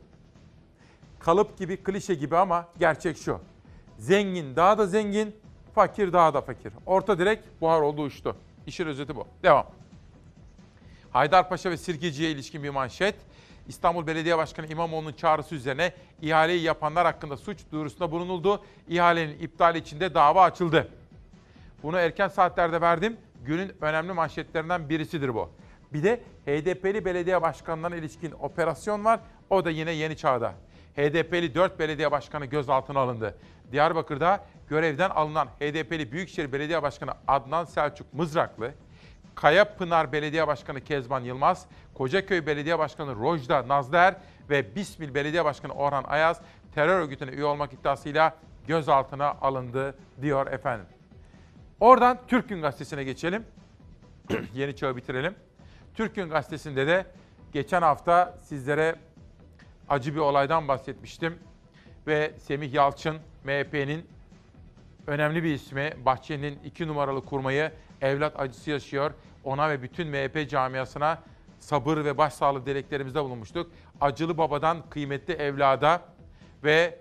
Speaker 1: Kalıp gibi, klişe gibi ama gerçek şu. Zengin daha da zengin, fakir daha da fakir. Orta direk buhar oldu uçtu. İşin özeti bu. Devam. Haydarpaşa ve Sirkeci'ye ilişkin bir manşet. İstanbul Belediye Başkanı İmamoğlu'nun çağrısı üzerine ihaleyi yapanlar hakkında suç duyurusunda bulunuldu. İhalenin iptali için de dava açıldı. Bunu erken saatlerde verdim. Günün önemli manşetlerinden birisidir bu. Bir de HDP'li belediye başkanlarına ilişkin operasyon var. O da yine Yeni Çağ'da. HDP'li 4 belediye başkanı gözaltına alındı. Diyarbakır'da görevden alınan HDP'li Büyükşehir Belediye Başkanı Adnan Selçuk Mızraklı, Kayapınar Belediye Başkanı Kezban Yılmaz, Kocaköy Belediye Başkanı Rojda Nazlıer ve Bismil Belediye Başkanı Orhan Ayaz terör örgütüne üye olmak iddiasıyla gözaltına alındı diyor efendim. Oradan Türk Gün Gazetesi'ne geçelim. Yeni Çağ'ı bitirelim. Türk Gün Gazetesi'nde de geçen hafta sizlere acı bir olaydan bahsetmiştim. Ve Semih Yalçın, MHP'nin önemli bir ismi, Bahçeli'nin 2 numaralı kurmayı evlat acısı yaşıyor. Ona ve bütün MHP camiasına sabır ve başsağlığı dileklerimizde bulunmuştuk. Acılı babadan kıymetli evlada ve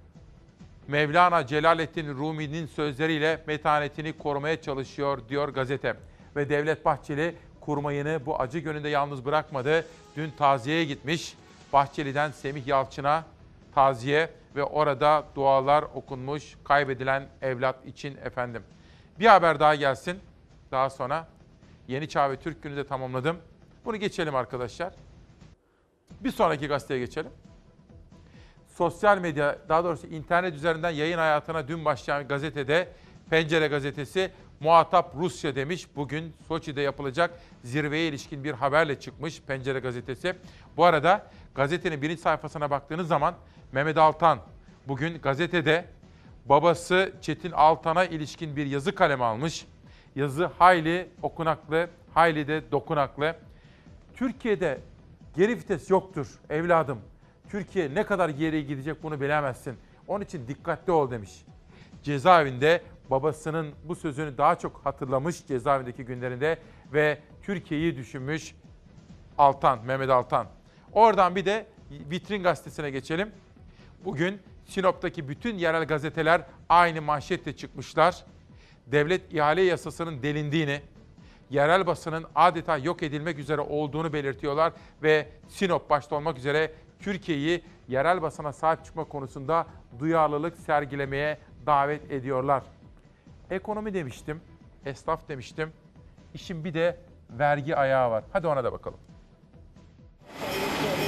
Speaker 1: Mevlana Celaleddin Rumi'nin sözleriyle metanetini korumaya çalışıyor diyor gazete. Ve Devlet Bahçeli kurmayını bu acı gününde yalnız bırakmadı. Dün taziyeye gitmiş. Bahçeli'den Semih Yalçın'a taziye ve orada dualar okunmuş kaybedilen evlat için efendim. Bir haber daha gelsin. Daha sonra Yeni Çağ ve Türk Günü de tamamladım. Bunu geçelim arkadaşlar. Bir sonraki gazeteye geçelim. Sosyal medya, daha doğrusu internet üzerinden yayın hayatına dün başlayan gazetede Pencere gazetesi muhatap Rusya demiş. Bugün Soçi'de yapılacak zirveye ilişkin bir haberle çıkmış Pencere gazetesi. Bu arada gazetenin birinci sayfasına baktığınız zaman Mehmet Altan bugün gazetede babası Çetin Altan'a ilişkin bir yazı kaleme almış. Yazı hayli okunaklı, hayli de dokunaklı. Türkiye'de geri vites yoktur evladım. Türkiye ne kadar geriye gidecek bunu bilemezsin. Onun için dikkatli ol demiş. Cezaevinde babasının bu sözünü daha çok hatırlamış cezaevindeki günlerinde ve Türkiye'yi düşünmüş Altan, Mehmet Altan. Oradan bir de Vitrin Gazetesi'ne geçelim. Bugün Sinop'taki bütün yerel gazeteler aynı manşetle çıkmışlar. Devlet ihale yasasının delindiğini, yerel basının adeta yok edilmek üzere olduğunu belirtiyorlar ve Sinop başta olmak üzere Türkiye'yi yerel basına sahip çıkma konusunda duyarlılık sergilemeye davet ediyorlar. Ekonomi demiştim, esnaf demiştim. İşin bir de vergi ayağı var. Hadi ona da bakalım.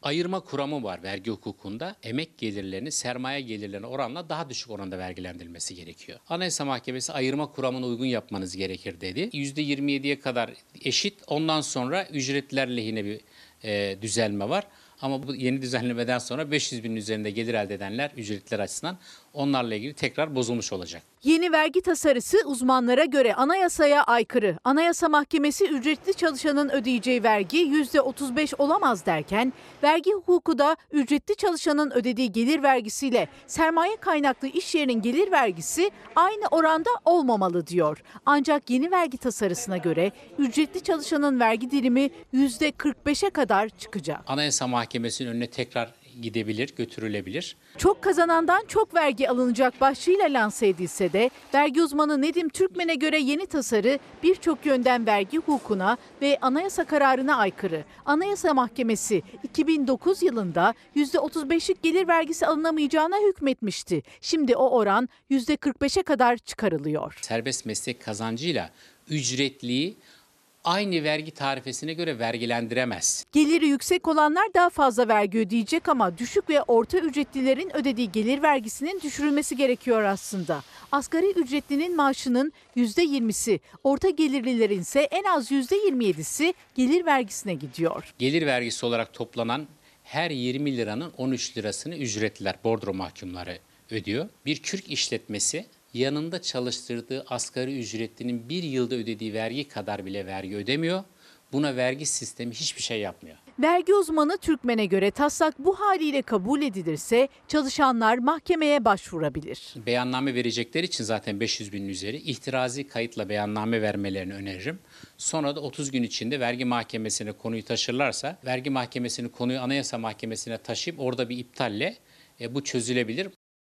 Speaker 4: ayırma kuramı var vergi hukukunda. Emek gelirlerinin sermaye gelirlerine oranla daha düşük oranda vergilendirilmesi gerekiyor. Anayasa Mahkemesi ayırma kuramına uygun yapmanız gerekir dedi. %27'ye kadar eşit. Ondan sonra ücretliler lehine bir düzelme var. Ama bu yeni düzenlemeden sonra 500 binin üzerinde gelir elde edenler ücretliler açısından onlarla ilgili tekrar bozulmuş olacak.
Speaker 9: Yeni vergi tasarısı uzmanlara göre anayasaya aykırı. Anayasa Mahkemesi ücretli çalışanın ödeyeceği vergi %35 olamaz derken, vergi hukuku da ücretli çalışanın ödediği gelir vergisiyle sermaye kaynaklı iş yerinin gelir vergisi aynı oranda olmamalı diyor. Ancak yeni vergi tasarısına göre ücretli çalışanın vergi dilimi %45'e kadar çıkacak.
Speaker 4: Anayasa Mahkemesi'nin önüne tekrar gidebilir, götürülebilir.
Speaker 9: Çok kazanandan çok vergi alınacak başlığıyla lanse edilse de vergi uzmanı Nedim Türkmen'e göre yeni tasarı birçok yönden vergi hukukuna ve anayasa kararına aykırı. Anayasa Mahkemesi 2009 yılında %35'lik gelir vergisi alınamayacağına hükmetmişti. Şimdi o oran %45'e kadar çıkarılıyor.
Speaker 4: Serbest meslek kazancıyla ücretliyi aynı vergi tarifesine göre vergilendiremez.
Speaker 9: Geliri yüksek olanlar daha fazla vergi ödeyecek ama düşük ve orta ücretlilerin ödediği gelir vergisinin düşürülmesi gerekiyor aslında. Asgari ücretlinin maaşının %20'si, orta gelirlilerin ise en az %27'si gelir vergisine gidiyor.
Speaker 4: Gelir vergisi olarak toplanan her 20 liranın 13 lirasını ücretliler, bordro mahkumları ödüyor. Bir kürk işletmesi yanında çalıştırdığı asgari ücretlinin bir yılda ödediği vergi kadar bile vergi ödemiyor. Buna vergi sistemi hiçbir şey yapmıyor.
Speaker 9: Vergi uzmanı Türkmen'e göre taslak bu haliyle kabul edilirse çalışanlar mahkemeye başvurabilir.
Speaker 4: Beyanname verecekleri için zaten 500 binin üzeri ihtirazi kayıtla beyanname vermelerini öneririm. Sonra da 30 gün içinde vergi mahkemesine konuyu taşırlarsa vergi mahkemesinin konuyu Anayasa Mahkemesi'ne taşıyıp orada bir iptalle bu çözülebilir.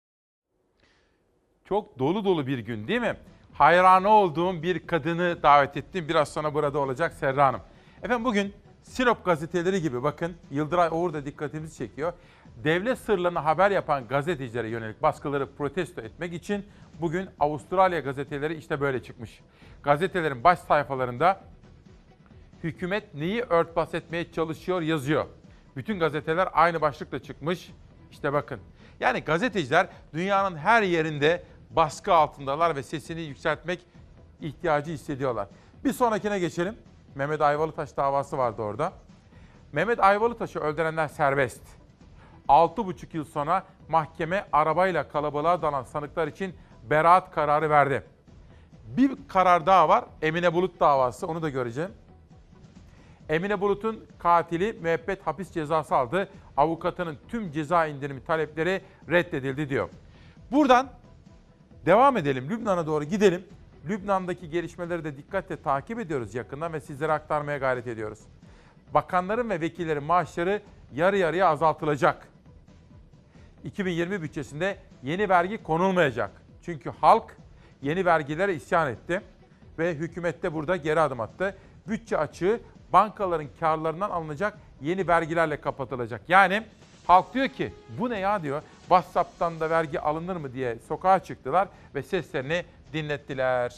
Speaker 1: Çok dolu dolu bir gün değil mi? Hayranı olduğum bir kadını davet ettim. Biraz sonra burada olacak Serra Hanım. Efendim bugün Sinop gazeteleri gibi bakın Yıldıray Oğur da dikkatimizi çekiyor. Devlet sırlarını haber yapan gazetecilere yönelik baskıları protesto etmek için bugün Avustralya gazeteleri işte böyle çıkmış. Gazetelerin baş sayfalarında hükümet neyi örtbas etmeye çalışıyor yazıyor. Bütün gazeteler aynı başlıkla çıkmış. İşte bakın. Yani gazeteciler dünyanın her yerinde baskı altındalar ve sesini yükseltmek ihtiyacı hissediyorlar. Bir sonrakine geçelim. Mehmet Ayvalıtaş davası vardı orada. Mehmet Ayvalıtaş'ı öldürenler serbest. 6,5 yıl sonra mahkeme arabayla kalabalığa dalan sanıklar için beraat kararı verdi. Bir karar daha var. Emine Bulut davası. Onu da göreceğim. Emine Bulut'un katili müebbet hapis cezası aldı. Avukatının tüm ceza indirimi talepleri reddedildi diyor. Buradan devam edelim. Lübnan'a doğru gidelim. Lübnan'daki gelişmeleri de dikkatle takip ediyoruz yakından ve sizlere aktarmaya gayret ediyoruz. Bakanların ve vekillerin maaşları yarı yarıya azaltılacak. 2020 bütçesinde yeni vergi konulmayacak. Çünkü halk yeni vergilere isyan etti ve hükümet de burada geri adım attı. Bütçe açığı bankaların karlarından alınacak yeni vergilerle kapatılacak. Yani halk diyor ki bu ne ya diyor. WhatsApp'tan da vergi alınır mı diye sokağa çıktılar ve seslerini dinlettiler.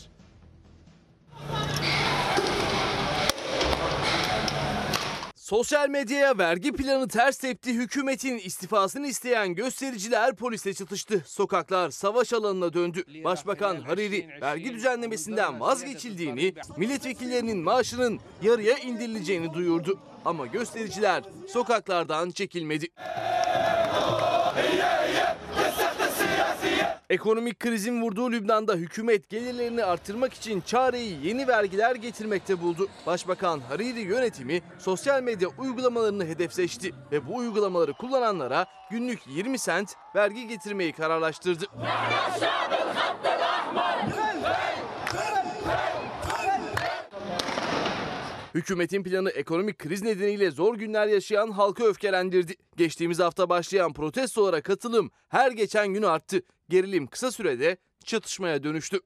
Speaker 5: Sosyal medyaya vergi planı ters tepti, hükümetin istifasını isteyen göstericiler polisle çatıştı. Sokaklar savaş alanına döndü. Başbakan Hariri vergi düzenlemesinden vazgeçildiğini, milletvekillerinin maaşının yarıya indirileceğini duyurdu. Ama göstericiler sokaklardan çekilmedi. Ekonomik krizin vurduğu Lübnan'da hükümet gelirlerini artırmak için çareyi yeni vergiler getirmekte buldu. Başbakan Hariri yönetimi sosyal medya uygulamalarını hedef seçti ve bu uygulamaları kullananlara günlük 20 sent vergi getirmeyi kararlaştırdı. Hükümetin planı ekonomik kriz nedeniyle zor günler yaşayan halkı öfkelendirdi. Geçtiğimiz hafta başlayan protestolara katılım her geçen gün arttı. Gerilim kısa sürede çatışmaya dönüştü.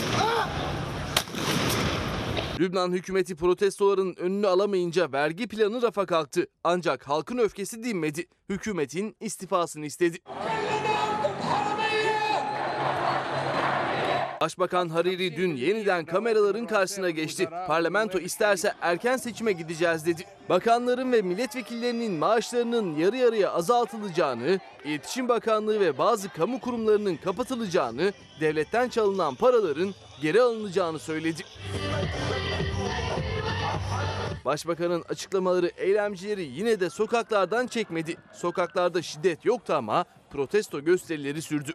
Speaker 5: Lübnan hükümeti protestoların önünü alamayınca vergi planı rafa kalktı. Ancak halkın öfkesi dinmedi. Hükümetin istifasını istedi. Başbakan Hariri dün yeniden kameraların karşısına geçti. Parlamento isterse erken seçime gideceğiz dedi. Bakanların ve milletvekillerinin maaşlarının yarı yarıya azaltılacağını, İletişim Bakanlığı ve bazı kamu kurumlarının kapatılacağını, devletten çalınan paraların geri alınacağını söyledi. Başbakanın açıklamaları eylemcileri yine de sokaklardan çekmedi. Sokaklarda şiddet yoktu ama protesto gösterileri sürdü.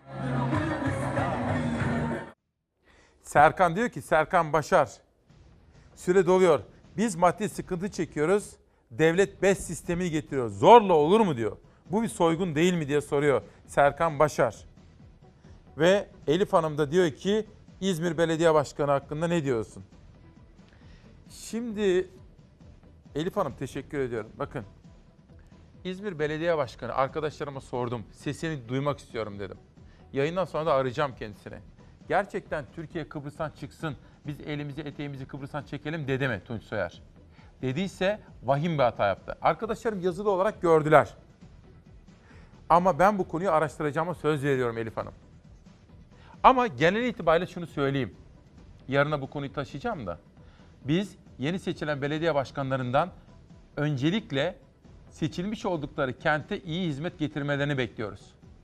Speaker 1: Serkan diyor ki, Serkan Başar, süre doluyor. Biz maddi sıkıntı çekiyoruz, devlet BES sistemini getiriyor. Zorla olur mu diyor. Bu bir soygun değil mi diye soruyor Serkan Başar. Ve Elif Hanım da diyor ki, İzmir Belediye Başkanı hakkında ne diyorsun? Şimdi Elif Hanım teşekkür ediyorum. Bakın, İzmir Belediye Başkanı arkadaşlarıma sordum. Sesini duymak istiyorum dedim. Yayından sonra da arayacağım kendisine. Gerçekten Türkiye Kıbrıs'tan çıksın, biz elimizi eteğimizi Kıbrıs'tan çekelim dedi mi Tunç Soyer? Dediyse vahim bir hata yaptı. Arkadaşlarım yazılı olarak gördüler. Ama ben bu konuyu araştıracağıma söz veriyorum Elif Hanım. Ama genel itibariyle şunu söyleyeyim. Yarına bu konuyu taşıyacağım da. Biz yeni seçilen belediye başkanlarından öncelikle seçilmiş oldukları kente iyi hizmet getirmelerini bekliyoruz.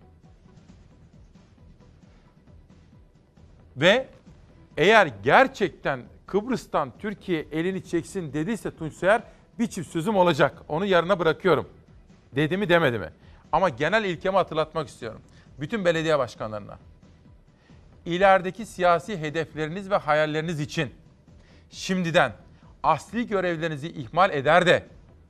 Speaker 1: Ve eğer gerçekten Kıbrıs'tan Türkiye elini çeksin dediyse Tunç Soyer, bir çift sözüm olacak. Onu yarına bırakıyorum. Dedi mi demedi mi? Ama genel ilkemi hatırlatmak istiyorum. Bütün belediye başkanlarına. İlerideki siyasi hedefleriniz ve hayalleriniz için şimdiden asli görevlerinizi ihmal eder de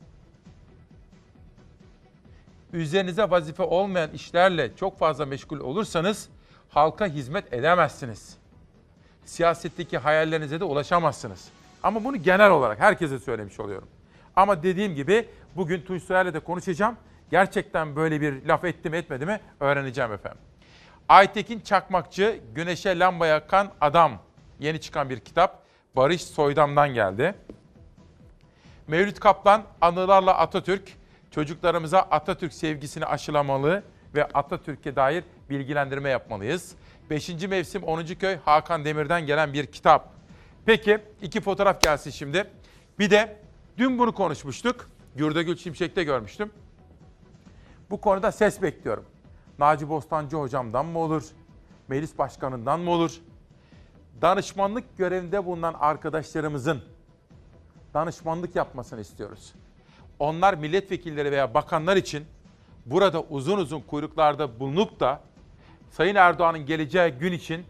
Speaker 1: üzerinize vazife olmayan işlerle çok fazla meşgul olursanız halka hizmet edemezsiniz. Siyasetteki hayallerinize de ulaşamazsınız. Ama bunu genel olarak herkese söylemiş oluyorum. Ama dediğim gibi bugün Tunç Soyer'le de konuşacağım. Gerçekten böyle bir laf etti mi etmedi mi öğreneceğim efendim. Aytekin Çakmakçı, Güneşe Lamba Yakan Adam. Yeni çıkan bir kitap. Barış Soydam'dan geldi. Mevlüt Kaplan, Anılarla Atatürk. Çocuklarımıza Atatürk sevgisini aşılamalı ve Atatürk'e dair bilgilendirme yapmalıyız. 5. mevsim 10. köy, Hakan Demir'den gelen bir kitap. Peki 2 fotoğraf gelsin şimdi. Bir de dün bunu konuşmuştuk. Gürdagül Şimşek'te görmüştüm. Bu konuda ses bekliyorum. Naci Bostancı hocamdan mı olur? Meclis başkanından mı olur? Danışmanlık görevinde bulunan arkadaşlarımızın danışmanlık yapmasını istiyoruz. Onlar milletvekilleri veya bakanlar için burada uzun uzun kuyruklarda bulunup da Sayın Erdoğan'ın geleceği gün için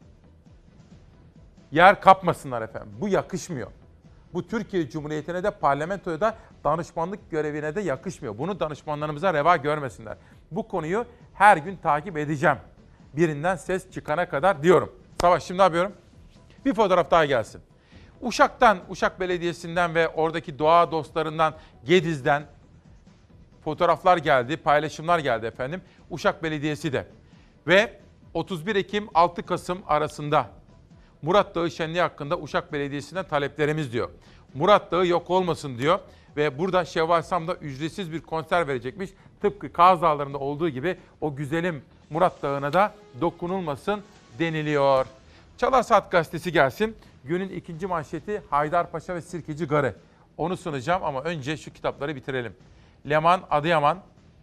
Speaker 1: yer kapmasınlar efendim. Bu yakışmıyor. Bu Türkiye Cumhuriyeti'ne de parlamentoya da danışmanlık görevine de yakışmıyor. Bunu danışmanlarımıza reva görmesinler. Bu konuyu her gün takip edeceğim. Birinden ses çıkana kadar diyorum. Savaş şimdi ne yapıyorum? Bir fotoğraf daha gelsin. Uşak'tan, Uşak Belediyesi'nden ve oradaki doğa dostlarından, Gediz'den fotoğraflar geldi, paylaşımlar geldi efendim. Uşak Belediyesi de. Ve 31 Ekim 6 Kasım arasında Murat Dağı Şenliği hakkında Uşak Belediyesi'nden taleplerimiz diyor. Murat Dağı yok olmasın diyor. Ve burada Şevval Sam da ücretsiz bir konser verecekmiş. Tıpkı Kaz Dağları'nda olduğu gibi o güzelim Murat Dağı'na da dokunulmasın deniliyor. Çalar Saat Gazetesi gelsin. Günün ikinci manşeti Haydarpaşa ve Sirkeci Garı. Onu sunacağım ama önce şu kitapları bitirelim. Leman Adıyaman.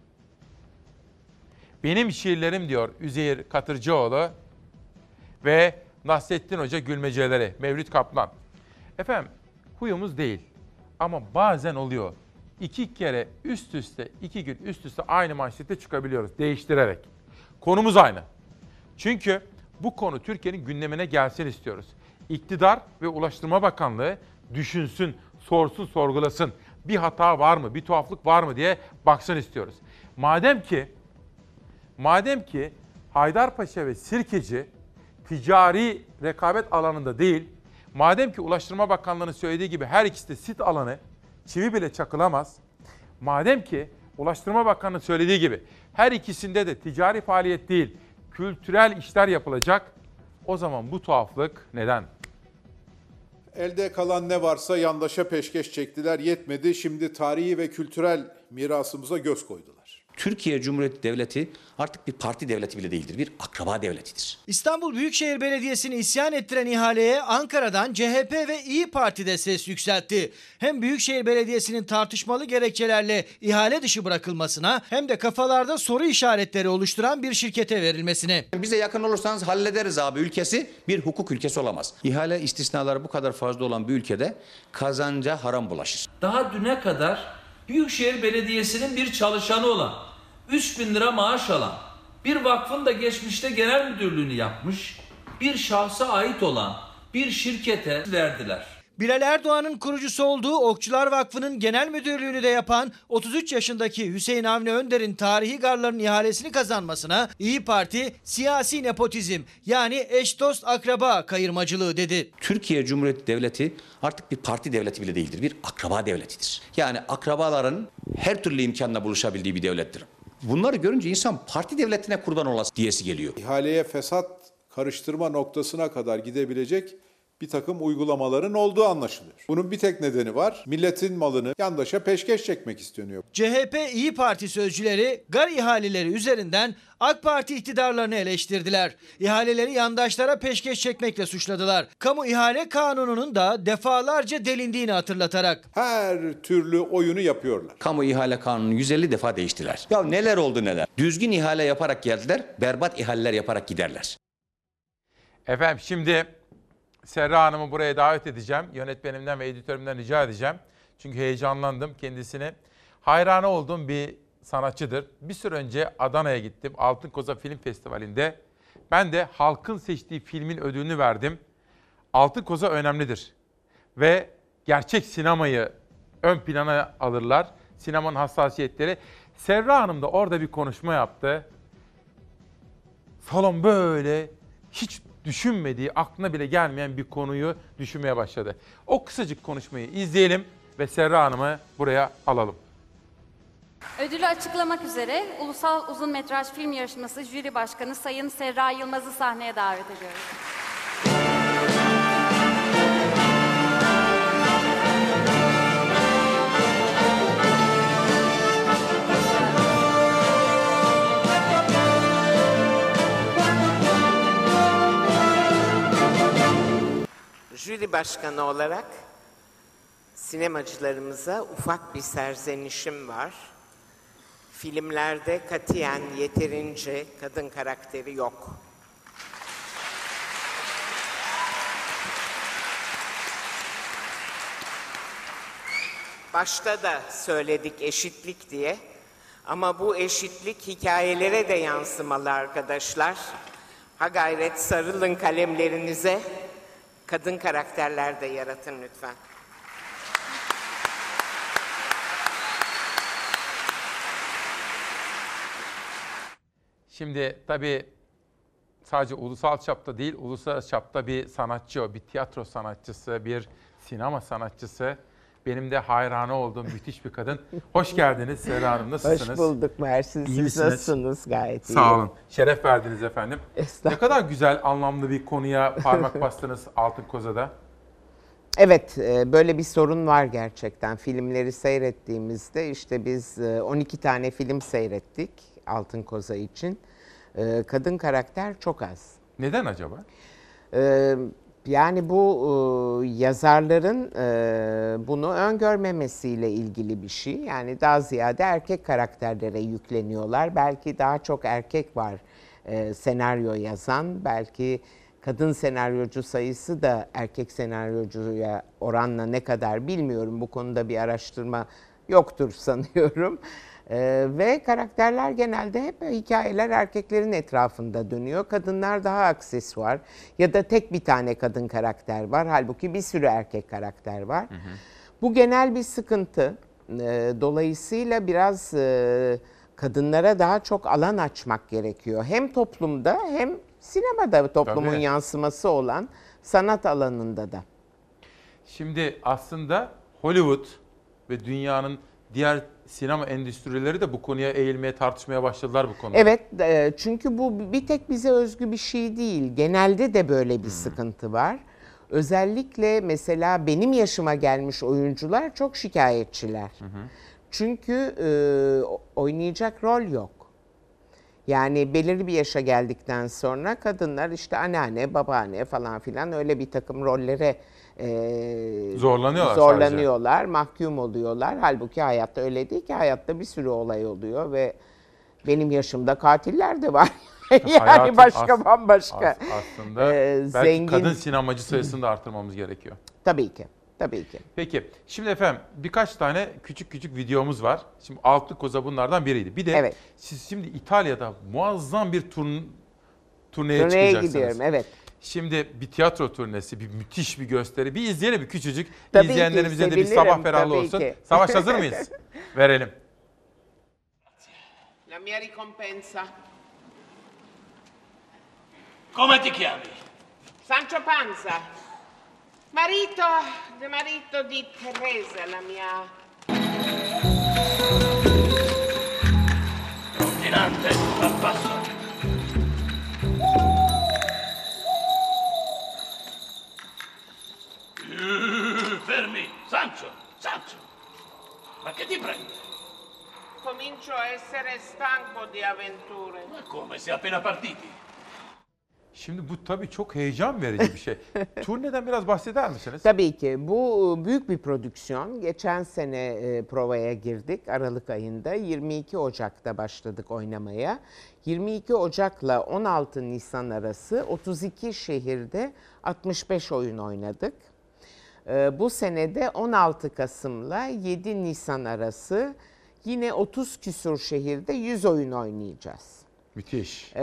Speaker 1: Benim şiirlerim diyor Üzeyir Katırcıoğlu. Ve Nasrettin Hoca Gülmeceleri Mevlüt Kaplan. Efendim huyumuz değil ama bazen oluyor. 2 kere üst üste, 2 gün üst üste aynı manşette çıkabiliyoruz değiştirerek. Konumuz aynı. Çünkü bu konu Türkiye'nin gündemine gelsin istiyoruz. İktidar ve Ulaştırma Bakanlığı düşünsün, sorsun, sorgulasın. Bir hata var mı, bir tuhaflık var mı diye baksın istiyoruz. Madem ki Haydarpaşa ve Sirkeci ticari rekabet alanında değil, madem ki Ulaştırma Bakanlığı'nın söylediği gibi her ikisi de sit alanı, çivi bile çakılamaz. Madem ki Ulaştırma Bakanlığı söylediği gibi her ikisinde de ticari faaliyet değil, kültürel işler yapılacak. O zaman bu tuhaflık neden?
Speaker 6: Elde kalan ne varsa yandaşa peşkeş çektiler, yetmedi. Şimdi tarihi ve kültürel mirasımıza göz koydular.
Speaker 7: Türkiye Cumhuriyeti Devleti artık bir parti devleti bile değildir. Bir akraba devletidir.
Speaker 3: İstanbul Büyükşehir Belediyesi'ni isyan ettiren ihaleye Ankara'dan CHP ve İYİ Parti de ses yükseltti. Hem Büyükşehir Belediyesi'nin tartışmalı gerekçelerle ihale dışı bırakılmasına hem de kafalarda soru işaretleri oluşturan bir şirkete verilmesine.
Speaker 7: Bize yakın olursanız hallederiz abi ülkesi bir hukuk ülkesi olamaz. İhale istisnaları bu kadar fazla olan bir ülkede kazanca haram bulaşır.
Speaker 10: Daha düne kadar Büyükşehir Belediyesi'nin bir çalışanı olan, 3.000 lira maaş alan, bir vakfın da geçmişte genel müdürlüğünü yapmış, bir şahsa ait olan bir şirkete verdiler.
Speaker 3: Bilal Erdoğan'ın kurucusu olduğu Okçular Vakfı'nın genel müdürlüğünü de yapan 33 yaşındaki Hüseyin Avni Önder'in tarihi garların ihalesini kazanmasına İYİ Parti siyasi nepotizm yani eş dost akraba kayırmacılığı dedi.
Speaker 7: Türkiye Cumhuriyeti Devleti artık bir parti devleti bile değildir. Bir akraba devletidir. Yani akrabaların her türlü imkanla buluşabildiği bir devlettir. Bunları görünce insan parti devletine kurban olası diyesi geliyor.
Speaker 6: İhaleye fesat karıştırma noktasına kadar gidebilecek bir takım uygulamaların olduğu anlaşılıyor. Bunun bir tek nedeni var. Milletin malını yandaşa peşkeş çekmek isteniyor.
Speaker 3: CHP İYİ Parti sözcüleri gar ihaleleri üzerinden AK Parti iktidarlarını eleştirdiler. İhaleleri yandaşlara peşkeş çekmekle suçladılar. Kamu ihale kanununun da defalarca delindiğini hatırlatarak.
Speaker 6: Her türlü oyunu yapıyorlar.
Speaker 7: Kamu ihale kanunu 150 defa değiştiler. Ya neler oldu neler. Düzgün ihale yaparak geldiler, berbat ihaleler yaparak giderler.
Speaker 1: Efendim şimdi Serra Hanım'ı buraya davet edeceğim. Yönetmenimden ve editörümden rica edeceğim. Çünkü heyecanlandım kendisine. Hayranı olduğum bir sanatçıdır. Bir süre önce Adana'ya gittim. Altın Koza Film Festivali'nde. Ben de halkın seçtiği filmin ödülünü verdim. Altın Koza önemlidir. Ve gerçek sinemayı ön plana alırlar. Sinemanın hassasiyetleri. Serra Hanım da orada bir konuşma yaptı. Salon böyle hiç düşünmediği, aklına bile gelmeyen bir konuyu düşünmeye başladı. O kısacık konuşmayı izleyelim ve Serra Hanım'ı buraya alalım.
Speaker 19: Ödülü açıklamak üzere Ulusal Uzun Metraj Film Yarışması Jüri Başkanı Sayın Serra Yılmaz'ı sahneye davet ediyoruz.
Speaker 20: Jüri başkanı olarak sinemacılarımıza ufak bir serzenişim var. Filmlerde katiyen yeterince kadın karakteri yok. Başta da söyledik eşitlik diye. Ama bu eşitlik hikayelere de yansımalı arkadaşlar. Ha gayret sarılın kalemlerinize. Kadın karakterler de yaratın lütfen.
Speaker 1: Şimdi tabii sadece ulusal çapta değil, uluslararası çapta bir sanatçı o. Bir tiyatro sanatçısı, bir sinema sanatçısı. Benim de hayranı olduğum müthiş bir kadın. Hoş geldiniz Serra Hanım. Nasılsınız?
Speaker 20: Hoş bulduk Mersin. Siz nasılsınız? Gayet iyi.
Speaker 1: Sağ olun. Şeref verdiniz efendim. Ne kadar güzel, anlamlı bir konuya parmak bastınız Altın Koza'da.
Speaker 20: Evet, böyle bir sorun var gerçekten. Filmleri seyrettiğimizde işte biz 12 tane film seyrettik Altın Koza için. Kadın karakter çok az.
Speaker 1: Neden acaba?
Speaker 20: Yani bu yazarların bunu öngörmemesiyle ilgili bir şey. Yani daha ziyade erkek karakterlere yükleniyorlar. Belki daha çok erkek var senaryo yazan. Belki kadın senaryocu sayısı da erkek senaryocuya oranla ne kadar bilmiyorum. Bu konuda bir araştırma yoktur sanıyorum. Ve karakterler genelde hep hikayeler erkeklerin etrafında dönüyor. Kadınlar daha aksesuar ya da tek bir tane kadın karakter var. Halbuki bir sürü erkek karakter var. Hı hı. Bu genel bir sıkıntı. Dolayısıyla biraz kadınlara daha çok alan açmak gerekiyor. Hem toplumda hem sinemada toplumun yansıması olan sanat alanında da.
Speaker 1: Şimdi aslında Hollywood ve dünyanın diğer sinema endüstrileri de bu konuya eğilmeye, tartışmaya başladılar bu konuda.
Speaker 20: Evet, çünkü bu bir tek bize özgü bir şey değil. Genelde de böyle bir sıkıntı var. Özellikle mesela benim yaşıma gelmiş oyuncular çok şikayetçiler. Çünkü oynayacak rol yok. Yani belirli bir yaşa geldikten sonra kadınlar işte anneanne, babaanne falan filan öyle bir takım rollere zorlanıyorlar, mahkum oluyorlar. Halbuki hayatta öyle değil ki, hayatta bir sürü olay oluyor ve benim yaşımda katiller de var. Yani başka bambaşka.
Speaker 1: Aslında belki
Speaker 20: zengin
Speaker 1: kadın sinemacı sayısını da artırmamız gerekiyor.
Speaker 20: Tabii ki. Tabii ki.
Speaker 1: Peki şimdi efendim birkaç tane küçük videomuz var. Şimdi Altı Koza bunlardan biriydi. Bir de siz şimdi İtalya'da muazzam bir turneye çıkacaksınız.
Speaker 20: Gidiyorum, evet.
Speaker 1: Şimdi bir tiyatro turnesi, bir müthiş bir gösteri. Bir izleyelim, bir küçücük.
Speaker 20: Tabii
Speaker 1: İzleyenlerimize
Speaker 20: ki,
Speaker 1: de bir sabah ferahlığı olsun.
Speaker 20: Ki.
Speaker 1: Savaş hazır mıyız? Verelim.
Speaker 20: La mia ricompensa.
Speaker 11: Come ti chiami?
Speaker 20: Sancho Panza. Marito di Teresa, la mia.
Speaker 11: Ordinante, al passo. Fermi, Sancho. Ma che ti prende?
Speaker 20: Comincio a essere stanco di avventure.
Speaker 11: Ma come, sei appena partiti?
Speaker 1: Şimdi bu tabii çok heyecan verici bir şey. Turneden biraz bahseder misiniz?
Speaker 20: Tabii ki. Bu büyük bir prodüksiyon. Geçen sene provaya girdik Aralık ayında. 22 Ocak'ta başladık oynamaya. 22 Ocak'la 16 Nisan arası 32 şehirde 65 oyun oynadık. Bu senede 16 Kasım'la 7 Nisan arası yine 30 küsur şehirde 100 oyun oynayacağız.
Speaker 1: Müthiş.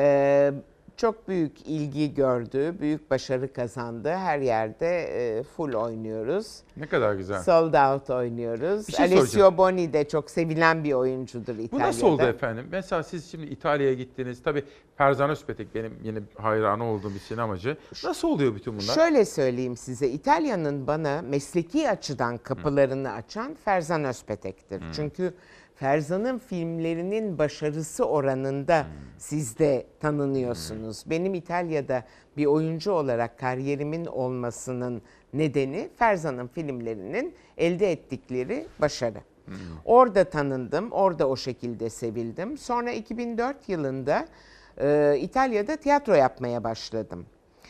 Speaker 20: Çok büyük ilgi gördü, büyük başarı kazandı. Her yerde full oynuyoruz.
Speaker 1: Ne kadar güzel.
Speaker 20: Sold out oynuyoruz. Alessio Boni de çok sevilen bir oyuncudur İtalya'da.
Speaker 1: Bu nasıl oldu efendim? Mesela siz şimdi İtalya'ya gittiniz. Tabii Ferzan Özpetek benim yine hayranı olduğum bir sinemacı. Nasıl oluyor bütün bunlar?
Speaker 20: Şöyle söyleyeyim size. İtalya'nın bana mesleki açıdan kapılarını açan Ferzan Özpetek'tir. Çünkü Ferzan'ın filmlerinin başarısı oranında siz de tanınıyorsunuz. Benim İtalya'da bir oyuncu olarak kariyerimin olmasının nedeni Ferzan'ın filmlerinin elde ettikleri başarı. Orada tanındım, orada o şekilde sevildim. Sonra 2004 yılında İtalya'da tiyatro yapmaya başladım.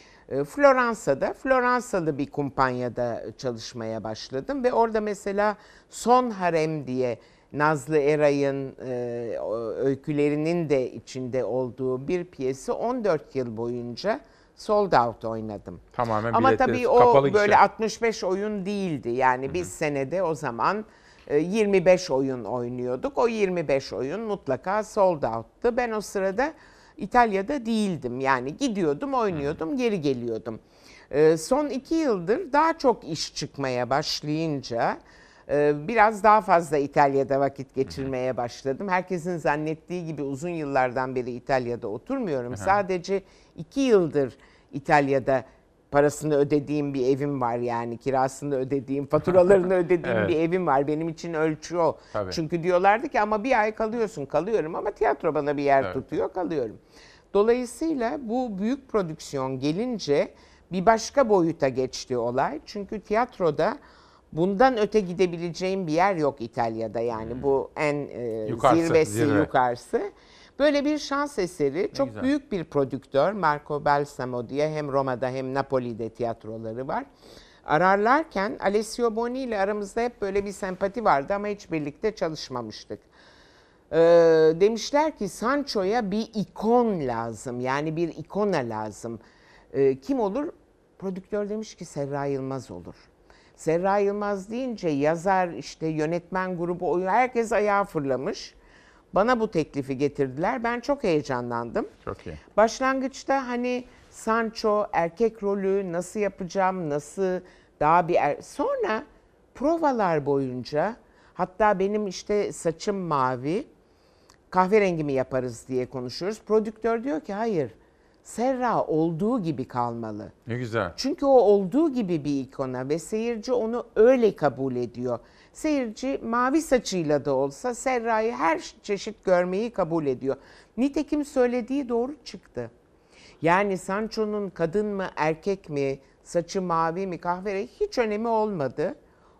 Speaker 20: Floransa'lı bir kumpanyada çalışmaya başladım ve orada mesela Son Harem diye Nazlı Eray'ın öykülerinin de içinde olduğu bir piyesi 14 yıl boyunca sold out oynadım.
Speaker 1: Tamamen
Speaker 20: ama tabii o
Speaker 1: kapalı
Speaker 20: böyle
Speaker 1: gişe.
Speaker 20: 65 oyun değildi. Yani biz senede o zaman 25 oyun oynuyorduk. O 25 oyun mutlaka sold out'tu. Ben o sırada İtalya'da değildim. Yani gidiyordum, oynuyordum, geri geliyordum. Son 2 yıldır daha çok iş çıkmaya başlayınca biraz daha fazla İtalya'da vakit geçirmeye başladım. Herkesin zannettiği gibi uzun yıllardan beri İtalya'da oturmuyorum. Sadece 2 yıldır İtalya'da parasını ödediğim bir evim var, yani kirasını ödediğim, faturalarını ödediğim bir evim var. Benim için ölçü o.
Speaker 1: Tabii.
Speaker 20: Çünkü diyorlardı ki ama bir ay kalıyorsun, kalıyorum ama tiyatro bana bir yer tutuyor, kalıyorum. Dolayısıyla bu büyük prodüksiyon gelince bir başka boyuta geçti olay. Çünkü tiyatroda bundan öte gidebileceğim bir yer yok İtalya'da, yani bu en zirvesi, yukarısı. Böyle bir şans eseri, çok
Speaker 1: güzel.
Speaker 20: Büyük bir prodüktör Marco Balsamo diye hem Roma'da hem Napoli'de tiyatroları var. Ararlarken Alessio Boni ile aramızda hep böyle bir sempati vardı ama hiç birlikte çalışmamıştık. Demişler ki Sancho'ya bir ikon lazım, yani bir ikona lazım. Kim olur? Prodüktör demiş ki Serra Yılmaz olur. Serra Yılmaz deyince yazar, işte yönetmen grubu, oyun, herkes ayağa fırlamış. Bana bu teklifi getirdiler. Ben çok heyecanlandım.
Speaker 1: Çok iyi.
Speaker 20: Başlangıçta hani Sancho erkek rolü nasıl yapacağım, nasıl daha bir sonra provalar boyunca, hatta benim işte saçım mavi, kahverengi mi yaparız diye konuşuyoruz. Prodüktör diyor ki hayır, Serra olduğu gibi kalmalı.
Speaker 1: Ne güzel.
Speaker 20: Çünkü o olduğu gibi bir ikona ve seyirci onu öyle kabul ediyor. Seyirci mavi saçıyla da olsa Serra'yı her çeşit görmeyi kabul ediyor. Nitekim söylediği doğru çıktı. Yani Sancho'nun kadın mı erkek mi, saçı mavi mi kahverengi hiç önemi olmadı.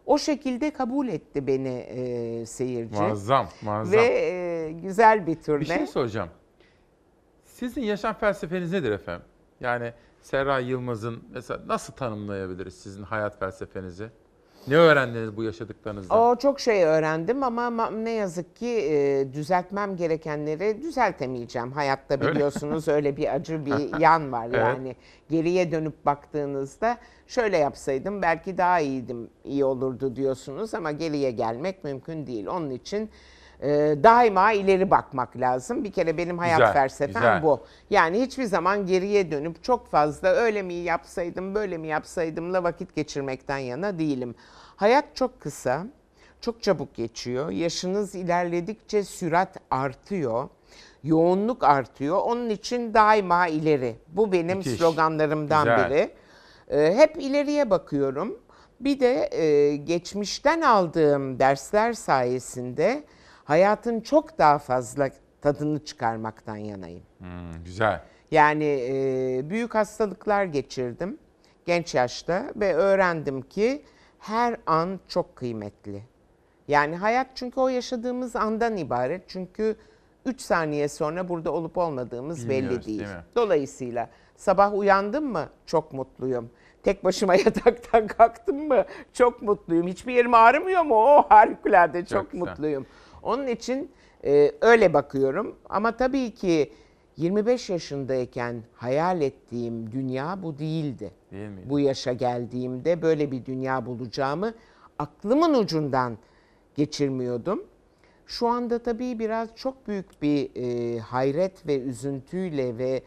Speaker 20: O şekilde kabul etti beni seyirci.
Speaker 1: Muazzam, muazzam.
Speaker 20: Ve güzel bir turne.
Speaker 1: Bir şey soracağım. Sizin yaşam felsefeniz nedir efendim? Yani Serra Yılmaz'ın mesela nasıl tanımlayabiliriz sizin hayat felsefenizi? Ne öğrendiniz bu yaşadıklarınızda?
Speaker 20: Çok şey öğrendim ama ne yazık ki düzeltmem gerekenleri düzeltemeyeceğim. Hayatta biliyorsunuz öyle bir acı bir yan var.
Speaker 1: Evet.
Speaker 20: Yani geriye dönüp baktığınızda şöyle yapsaydım belki daha iyi olurdu diyorsunuz ama geriye gelmek mümkün değil. Onun için daima ileri bakmak lazım. Bir kere benim hayat felsefem bu. Yani hiçbir zaman geriye dönüp çok fazla öyle mi yapsaydım, böyle mi yapsaydımla vakit geçirmekten yana değilim. Hayat çok kısa, çok çabuk geçiyor. Yaşınız ilerledikçe sürat artıyor, yoğunluk artıyor. Onun için daima ileri. Bu benim sloganlarımdan biri. Hep ileriye bakıyorum. Bir de geçmişten aldığım dersler sayesinde hayatın çok daha fazla tadını çıkarmaktan yanayım.
Speaker 1: Güzel.
Speaker 20: Yani büyük hastalıklar geçirdim genç yaşta ve öğrendim ki her an çok kıymetli. Yani hayat çünkü o yaşadığımız andan ibaret. Çünkü 3 saniye sonra burada olup olmadığımız belli değil. Dolayısıyla sabah uyandım mı çok mutluyum. Tek başıma yataktan kalktım mı çok mutluyum. Hiçbir yerim ağrımıyor mu? Harikulade çok mutluyum. Onun için öyle bakıyorum ama tabii ki 25 yaşındayken hayal ettiğim dünya bu değildi.
Speaker 1: Değil miydi?
Speaker 20: Bu yaşa geldiğimde böyle bir dünya bulacağımı aklımın ucundan geçirmiyordum. Şu anda tabii biraz çok büyük bir hayret ve üzüntüyle ve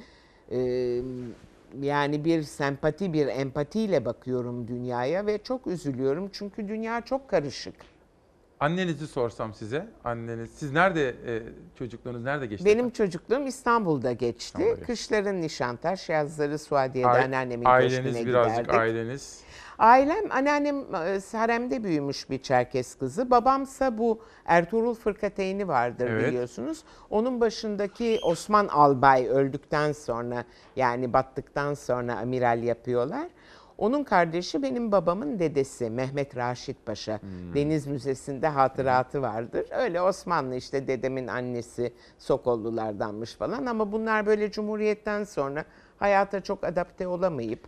Speaker 20: yani bir sempati, bir empatiyle bakıyorum dünyaya ve çok üzülüyorum çünkü dünya çok karışık.
Speaker 1: Annenizi sorsam size, siz nerede, çocukluğunuz nerede geçti?
Speaker 20: Benim çocukluğum İstanbul'da geçti. Kışların Nişantaşı, yazları Suadiye'de anneannemin köşküne giderdik.
Speaker 1: Birazcık aileniz?
Speaker 20: Ailem, anneannem haremde büyümüş bir Çerkes kızı. Babamsa bu Ertuğrul Fırkateyni vardır biliyorsunuz. Onun başındaki Osman Albay öldükten sonra yani battıktan sonra amiral yapıyorlar. Onun kardeşi benim babamın dedesi Mehmet Raşit Paşa. Deniz Müzesi'nde hatıratı vardır. Öyle Osmanlı işte dedemin annesi Sokollulardanmış falan ama bunlar böyle Cumhuriyet'ten sonra hayata çok adapte olamayıp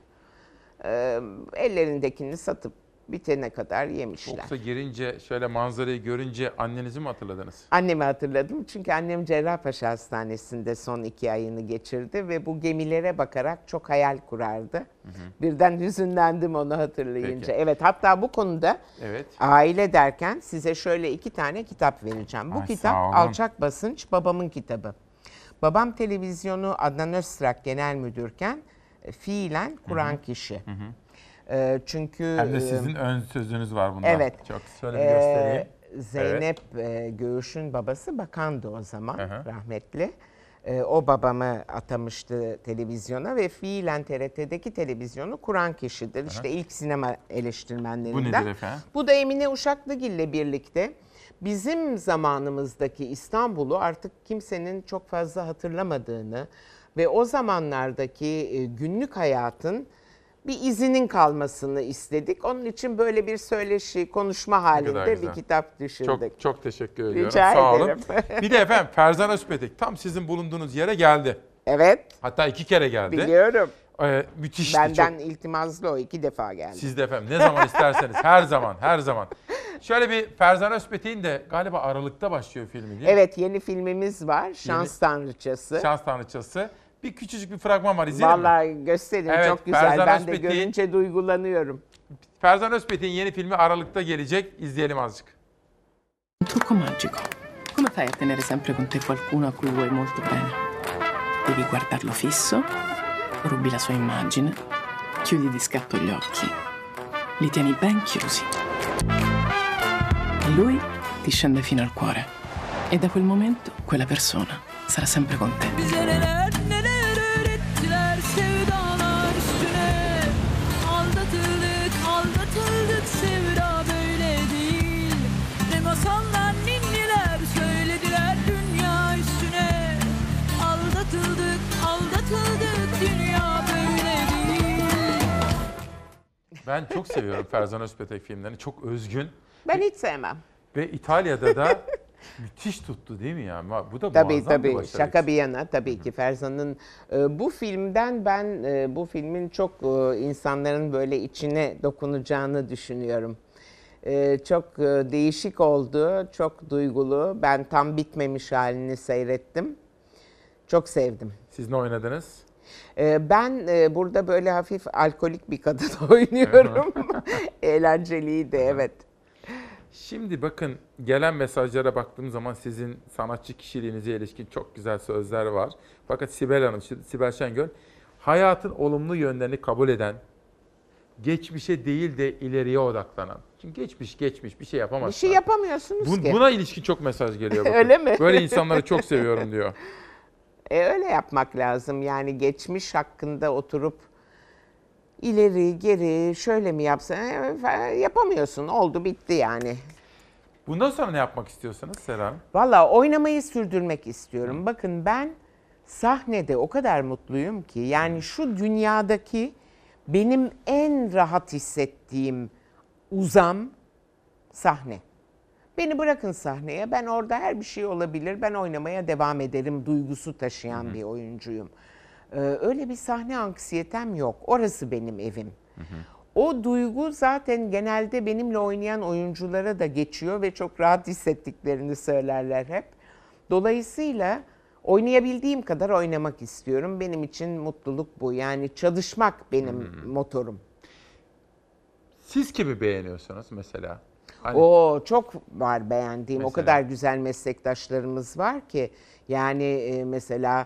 Speaker 20: ellerindekini satıp bitene kadar yemişler.
Speaker 1: Yoksa girince şöyle manzarayı görünce annenizi mi hatırladınız?
Speaker 20: Annemi hatırladım çünkü annem Cerrahpaşa Hastanesi'nde son 2 ayını geçirdi ve bu gemilere bakarak çok hayal kurardı. Birden hüzünlendim onu hatırlayınca. Peki. Evet, hatta bu konuda aile derken size şöyle 2 tane kitap vereceğim. Bu kitap Alçak Basınç, babamın kitabı. Babam televizyonu Adnan Öztrak genel müdürken fiilen kuran kişi. Çünkü
Speaker 1: hem de sizin ön sözünüz var bunda.
Speaker 20: Evet.
Speaker 1: Çok şöyle bir göstereyim.
Speaker 20: Zeynep Göğüş'ün babası bakandı o zaman rahmetli. O babamı atamıştı televizyona ve fiilen TRT'deki televizyonu kuran kişidir. İşte ilk sinema eleştirmenlerinden.
Speaker 1: Bu nedir efendim?
Speaker 20: Bu da Emine Uşaklıgil'le birlikte bizim zamanımızdaki İstanbul'u artık kimsenin çok fazla hatırlamadığını ve o zamanlardaki günlük hayatın bir izinin kalmasını istedik. Onun için böyle bir söyleşi, konuşma halinde bir kitap düşündük.
Speaker 1: Çok teşekkür ediyorum.
Speaker 20: Rica
Speaker 1: Sağ
Speaker 20: ederim.
Speaker 1: olun. Bir de efendim Ferzan Özpetek tam sizin bulunduğunuz yere geldi.
Speaker 20: Evet.
Speaker 1: Hatta 2 kere geldi.
Speaker 20: Biliyorum.
Speaker 1: Müthişti.
Speaker 20: Benden iltimazlı o 2 defa geldi.
Speaker 1: Siz de efendim ne zaman isterseniz her zaman. Şöyle bir Ferzan Özpetek'in de galiba Aralık'ta başlıyor filmi değil mi?
Speaker 20: Evet, yeni filmimiz var. Şans Tanrıçası.
Speaker 1: Şans Tanrıçası. Bir küçücük bir fragman var, izleyelim mi?
Speaker 20: Vallahi gösterin, çok güzel.
Speaker 1: Ferzan
Speaker 20: Ben de görünce duygulanıyorum.
Speaker 1: Ferzan Özpetek'in yeni filmi Aralık'ta gelecek. İzleyelim azıcık.
Speaker 8: Un trucco magico. Come fai a tenere sempre con te qualcuno a cui vuoi molto bene? Devi guardarlo fisso, rubi la sua immagine, chiudi di scatto gli occhi, li tieni ben chiusi. E lui ti scende fino al cuore. E da quel momento quella persona sarà sempre con te.
Speaker 21: Aldatıldık sevda böyle değil. Ne masallar ninniler söylediler dünya üstüne. Aldatıldık dünya böyle değil.
Speaker 1: Ben çok seviyorum Ferzan Özpetek filmlerini. Çok özgün.
Speaker 20: Ben hiç sevmem.
Speaker 1: Ve İtalya'da da müthiş tuttu değil mi ya? Bu da
Speaker 20: Tabii
Speaker 1: muazzam bir başarı.
Speaker 20: şaka bir yana tabii ki Ferzan'ın bu filmden ben bu filmin çok insanların böyle içine dokunacağını düşünüyorum. Çok değişik oldu, çok duygulu. Ben tam bitmemiş halini seyrettim. Çok sevdim.
Speaker 1: Siz ne oynadınız?
Speaker 20: Ben burada böyle hafif alkolik bir kadın oynuyorum. Eğlenceliydi, evet.
Speaker 1: Şimdi bakın gelen mesajlara baktığım zaman sizin sanatçı kişiliğinize ilişkin çok güzel sözler var. Fakat Sibel Hanım, Sibel Şengör, hayatın olumlu yönlerini kabul eden, geçmişe değil de ileriye odaklanan. Çünkü geçmiş bir şey yapamazsın.
Speaker 20: Bir şey yapamıyorsunuz ki.
Speaker 1: Buna ilişkin çok mesaj geliyor. Bakın.
Speaker 20: Öyle mi?
Speaker 1: Böyle insanları çok seviyorum diyor.
Speaker 20: Öyle yapmak lazım. Yani geçmiş hakkında oturup ileri geri şöyle mi yapsan yapamıyorsun. Oldu bitti yani.
Speaker 1: Bundan sonra ne yapmak istiyorsanız Sera?
Speaker 20: Valla oynamayı sürdürmek istiyorum. Bakın ben sahnede o kadar mutluyum ki yani şu dünyadaki benim en rahat hissettiğim uzam sahne. Beni bırakın sahneye, ben orada her bir şey olabilir, ben oynamaya devam ederim duygusu taşıyan bir oyuncuyum. Öyle bir sahne anksiyetem yok, orası benim evim. O duygu zaten genelde benimle oynayan oyunculara da geçiyor ve çok rahat hissettiklerini söylerler hep. Dolayısıyla oynayabildiğim kadar oynamak istiyorum. Benim için mutluluk bu. Yani çalışmak benim motorum.
Speaker 1: Siz kimi beğeniyorsunuz mesela? Hani...
Speaker 20: Çok var beğendiğim. Mesela? O kadar güzel meslektaşlarımız var ki. Yani mesela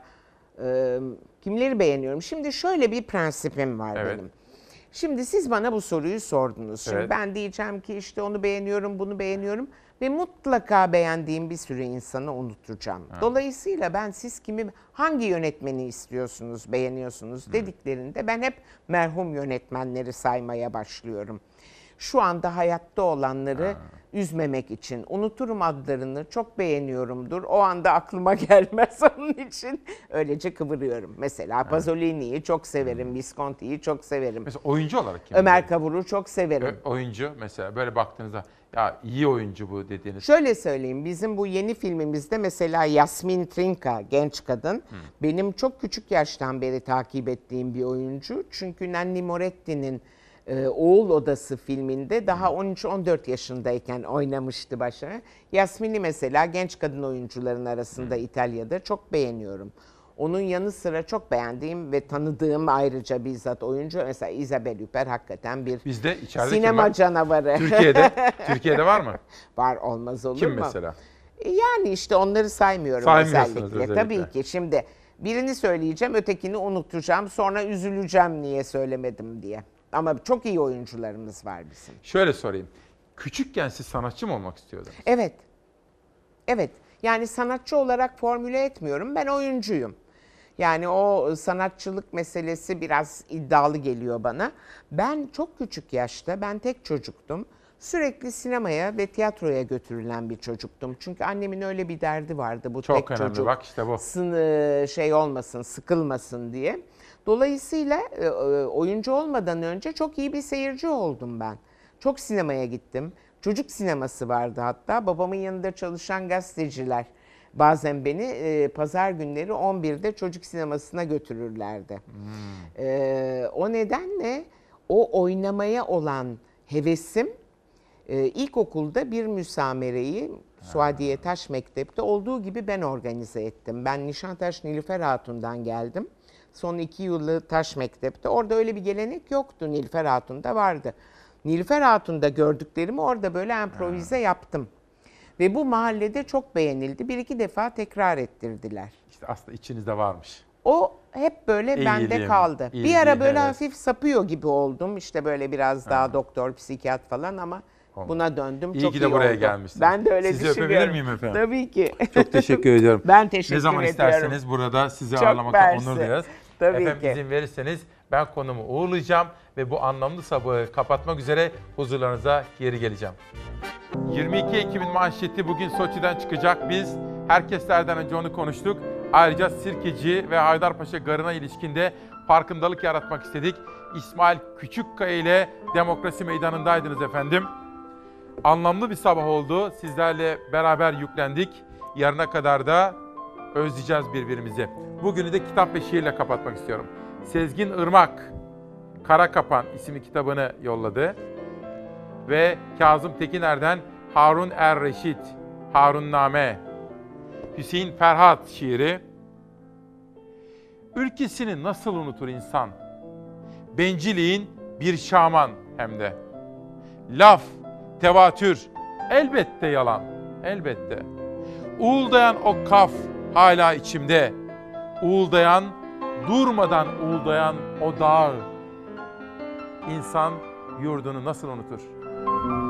Speaker 20: kimleri beğeniyorum? Şimdi şöyle bir prensibim var benim. Şimdi siz bana bu soruyu sordunuz. Şimdi ben diyeceğim ki işte onu beğeniyorum, bunu beğeniyorum ve mutlaka beğendiğim bir sürü insanı unutacağım. Dolayısıyla ben siz hangi yönetmeni istiyorsunuz, beğeniyorsunuz dediklerinde ben hep merhum yönetmenleri saymaya başlıyorum. Şu anda hayatta olanları üzmemek için unuturum adlarını, çok beğeniyorumdur. O anda aklıma gelmez onun için öylece kıvırıyorum. Mesela Pasolini'yi çok severim, Visconti'yi çok severim.
Speaker 1: Mesela oyuncu olarak kim?
Speaker 20: Ömer Kavur'u çok severim.
Speaker 1: Oyuncu mesela böyle baktığınızda ya iyi oyuncu bu dediğiniz.
Speaker 20: Şöyle söyleyeyim, bizim bu yeni filmimizde mesela Yasmin Trinka, genç kadın, benim çok küçük yaştan beri takip ettiğim bir oyuncu. Çünkü Nanni Moretti'nin Oğul Odası filminde daha 13-14 yaşındayken oynamıştı başına. Yasmin'i mesela genç kadın oyuncuların arasında İtalya'da çok beğeniyorum. Onun yanı sıra çok beğendiğim ve tanıdığım ayrıca bizzat oyuncu mesela Isabelle Huppert hakikaten bir sinema canavarı.
Speaker 1: Türkiye'de var mı?
Speaker 20: Var, olmaz olur mu?
Speaker 1: Kim mesela?
Speaker 20: Yani işte onları saymıyorum özellikle. Tabii ki şimdi birini söyleyeceğim, ötekini unutacağım, sonra üzüleceğim niye söylemedim diye. Ama çok iyi oyuncularımız var bizim.
Speaker 1: Şöyle sorayım. Küçükken siz sanatçı mı olmak istiyordunuz?
Speaker 20: Evet. Evet. Yani sanatçı olarak formüle etmiyorum. Ben oyuncuyum. Yani o sanatçılık meselesi biraz iddialı geliyor bana. Ben çok küçük yaşta, ben tek çocuktum. Sürekli sinemaya ve tiyatroya götürülen bir çocuktum. Çünkü annemin öyle bir derdi vardı. Bu
Speaker 1: çok
Speaker 20: tek
Speaker 1: önemli,
Speaker 20: çocuk
Speaker 1: bak işte bu.
Speaker 20: Şey olmasın, sıkılmasın diye. Dolayısıyla oyuncu olmadan önce çok iyi bir seyirci oldum ben. Çok sinemaya gittim. Çocuk sineması vardı hatta. Babamın yanında çalışan gazeteciler bazen beni pazar günleri 11'de çocuk sinemasına götürürlerdi. O nedenle o oynamaya olan hevesim ilkokulda bir müsamereyi Suadiye Taş Mektep'te olduğu gibi ben organize ettim. Ben Nişantaşı Nilüfer Hatun'dan geldim. Son 2 yılı Taş Mektep'te. Orada öyle bir gelenek yoktu. Nilüfer Hatun'da vardı. Nilüfer Hatun'da gördüklerimi orada böyle improvize yaptım. Ve bu mahallede çok beğenildi. 1-2 defa tekrar ettirdiler.
Speaker 1: İşte aslında içinizde varmış.
Speaker 20: O hep böyle bende kaldı. Bir ara böyle hafif sapıyor gibi oldum. İşte böyle biraz daha doktor, psikiyat falan ama buna döndüm.
Speaker 1: İyi
Speaker 20: çok
Speaker 1: ki de buraya gelmişsiniz.
Speaker 20: Ben de öyle
Speaker 1: Sizi
Speaker 20: düşünüyorum.
Speaker 1: öpebilir miyim efendim?
Speaker 20: Tabii ki.
Speaker 1: Çok teşekkür ediyorum.
Speaker 20: Ben teşekkür ediyorum.
Speaker 1: Ne zaman isterseniz burada sizi
Speaker 20: çok
Speaker 1: ağırlamaktan onur duyarız.
Speaker 20: Tabii
Speaker 1: efendim
Speaker 20: ki.
Speaker 1: izin verirseniz ben konumu uğurlayacağım ve bu anlamlı sabahı kapatmak üzere huzurlarınıza geri geleceğim. 22 Ekim'in manşeti bugün Soçi'den çıkacak. Biz herkeslerden önce onu konuştuk. Ayrıca Sirkeci ve Haydarpaşa Garı'na ilişkinde farkındalık yaratmak istedik. İsmail Küçükkaya ile Demokrasi Meydanı'ndaydınız efendim. Anlamlı bir sabah oldu. Sizlerle beraber yüklendik. Yarına kadar da özleyeceğiz birbirimizi. Bugünü de kitap ve şiirle kapatmak istiyorum. Sezgin Irmak, Kara Kapan isimli kitabını yolladı. Ve Kazım Tekiner'den Harun Er-Reşit, Harunname, Hüseyin Ferhat şiiri. Ülkesini nasıl unutur insan? Bencilliğin bir şaman hem de. Laf, tevatür, elbette yalan, elbette. Uğuldayan o kaf hala içimde. Uğuldayan, durmadan uğuldayan o dağ. İnsan yurdunu nasıl unutur?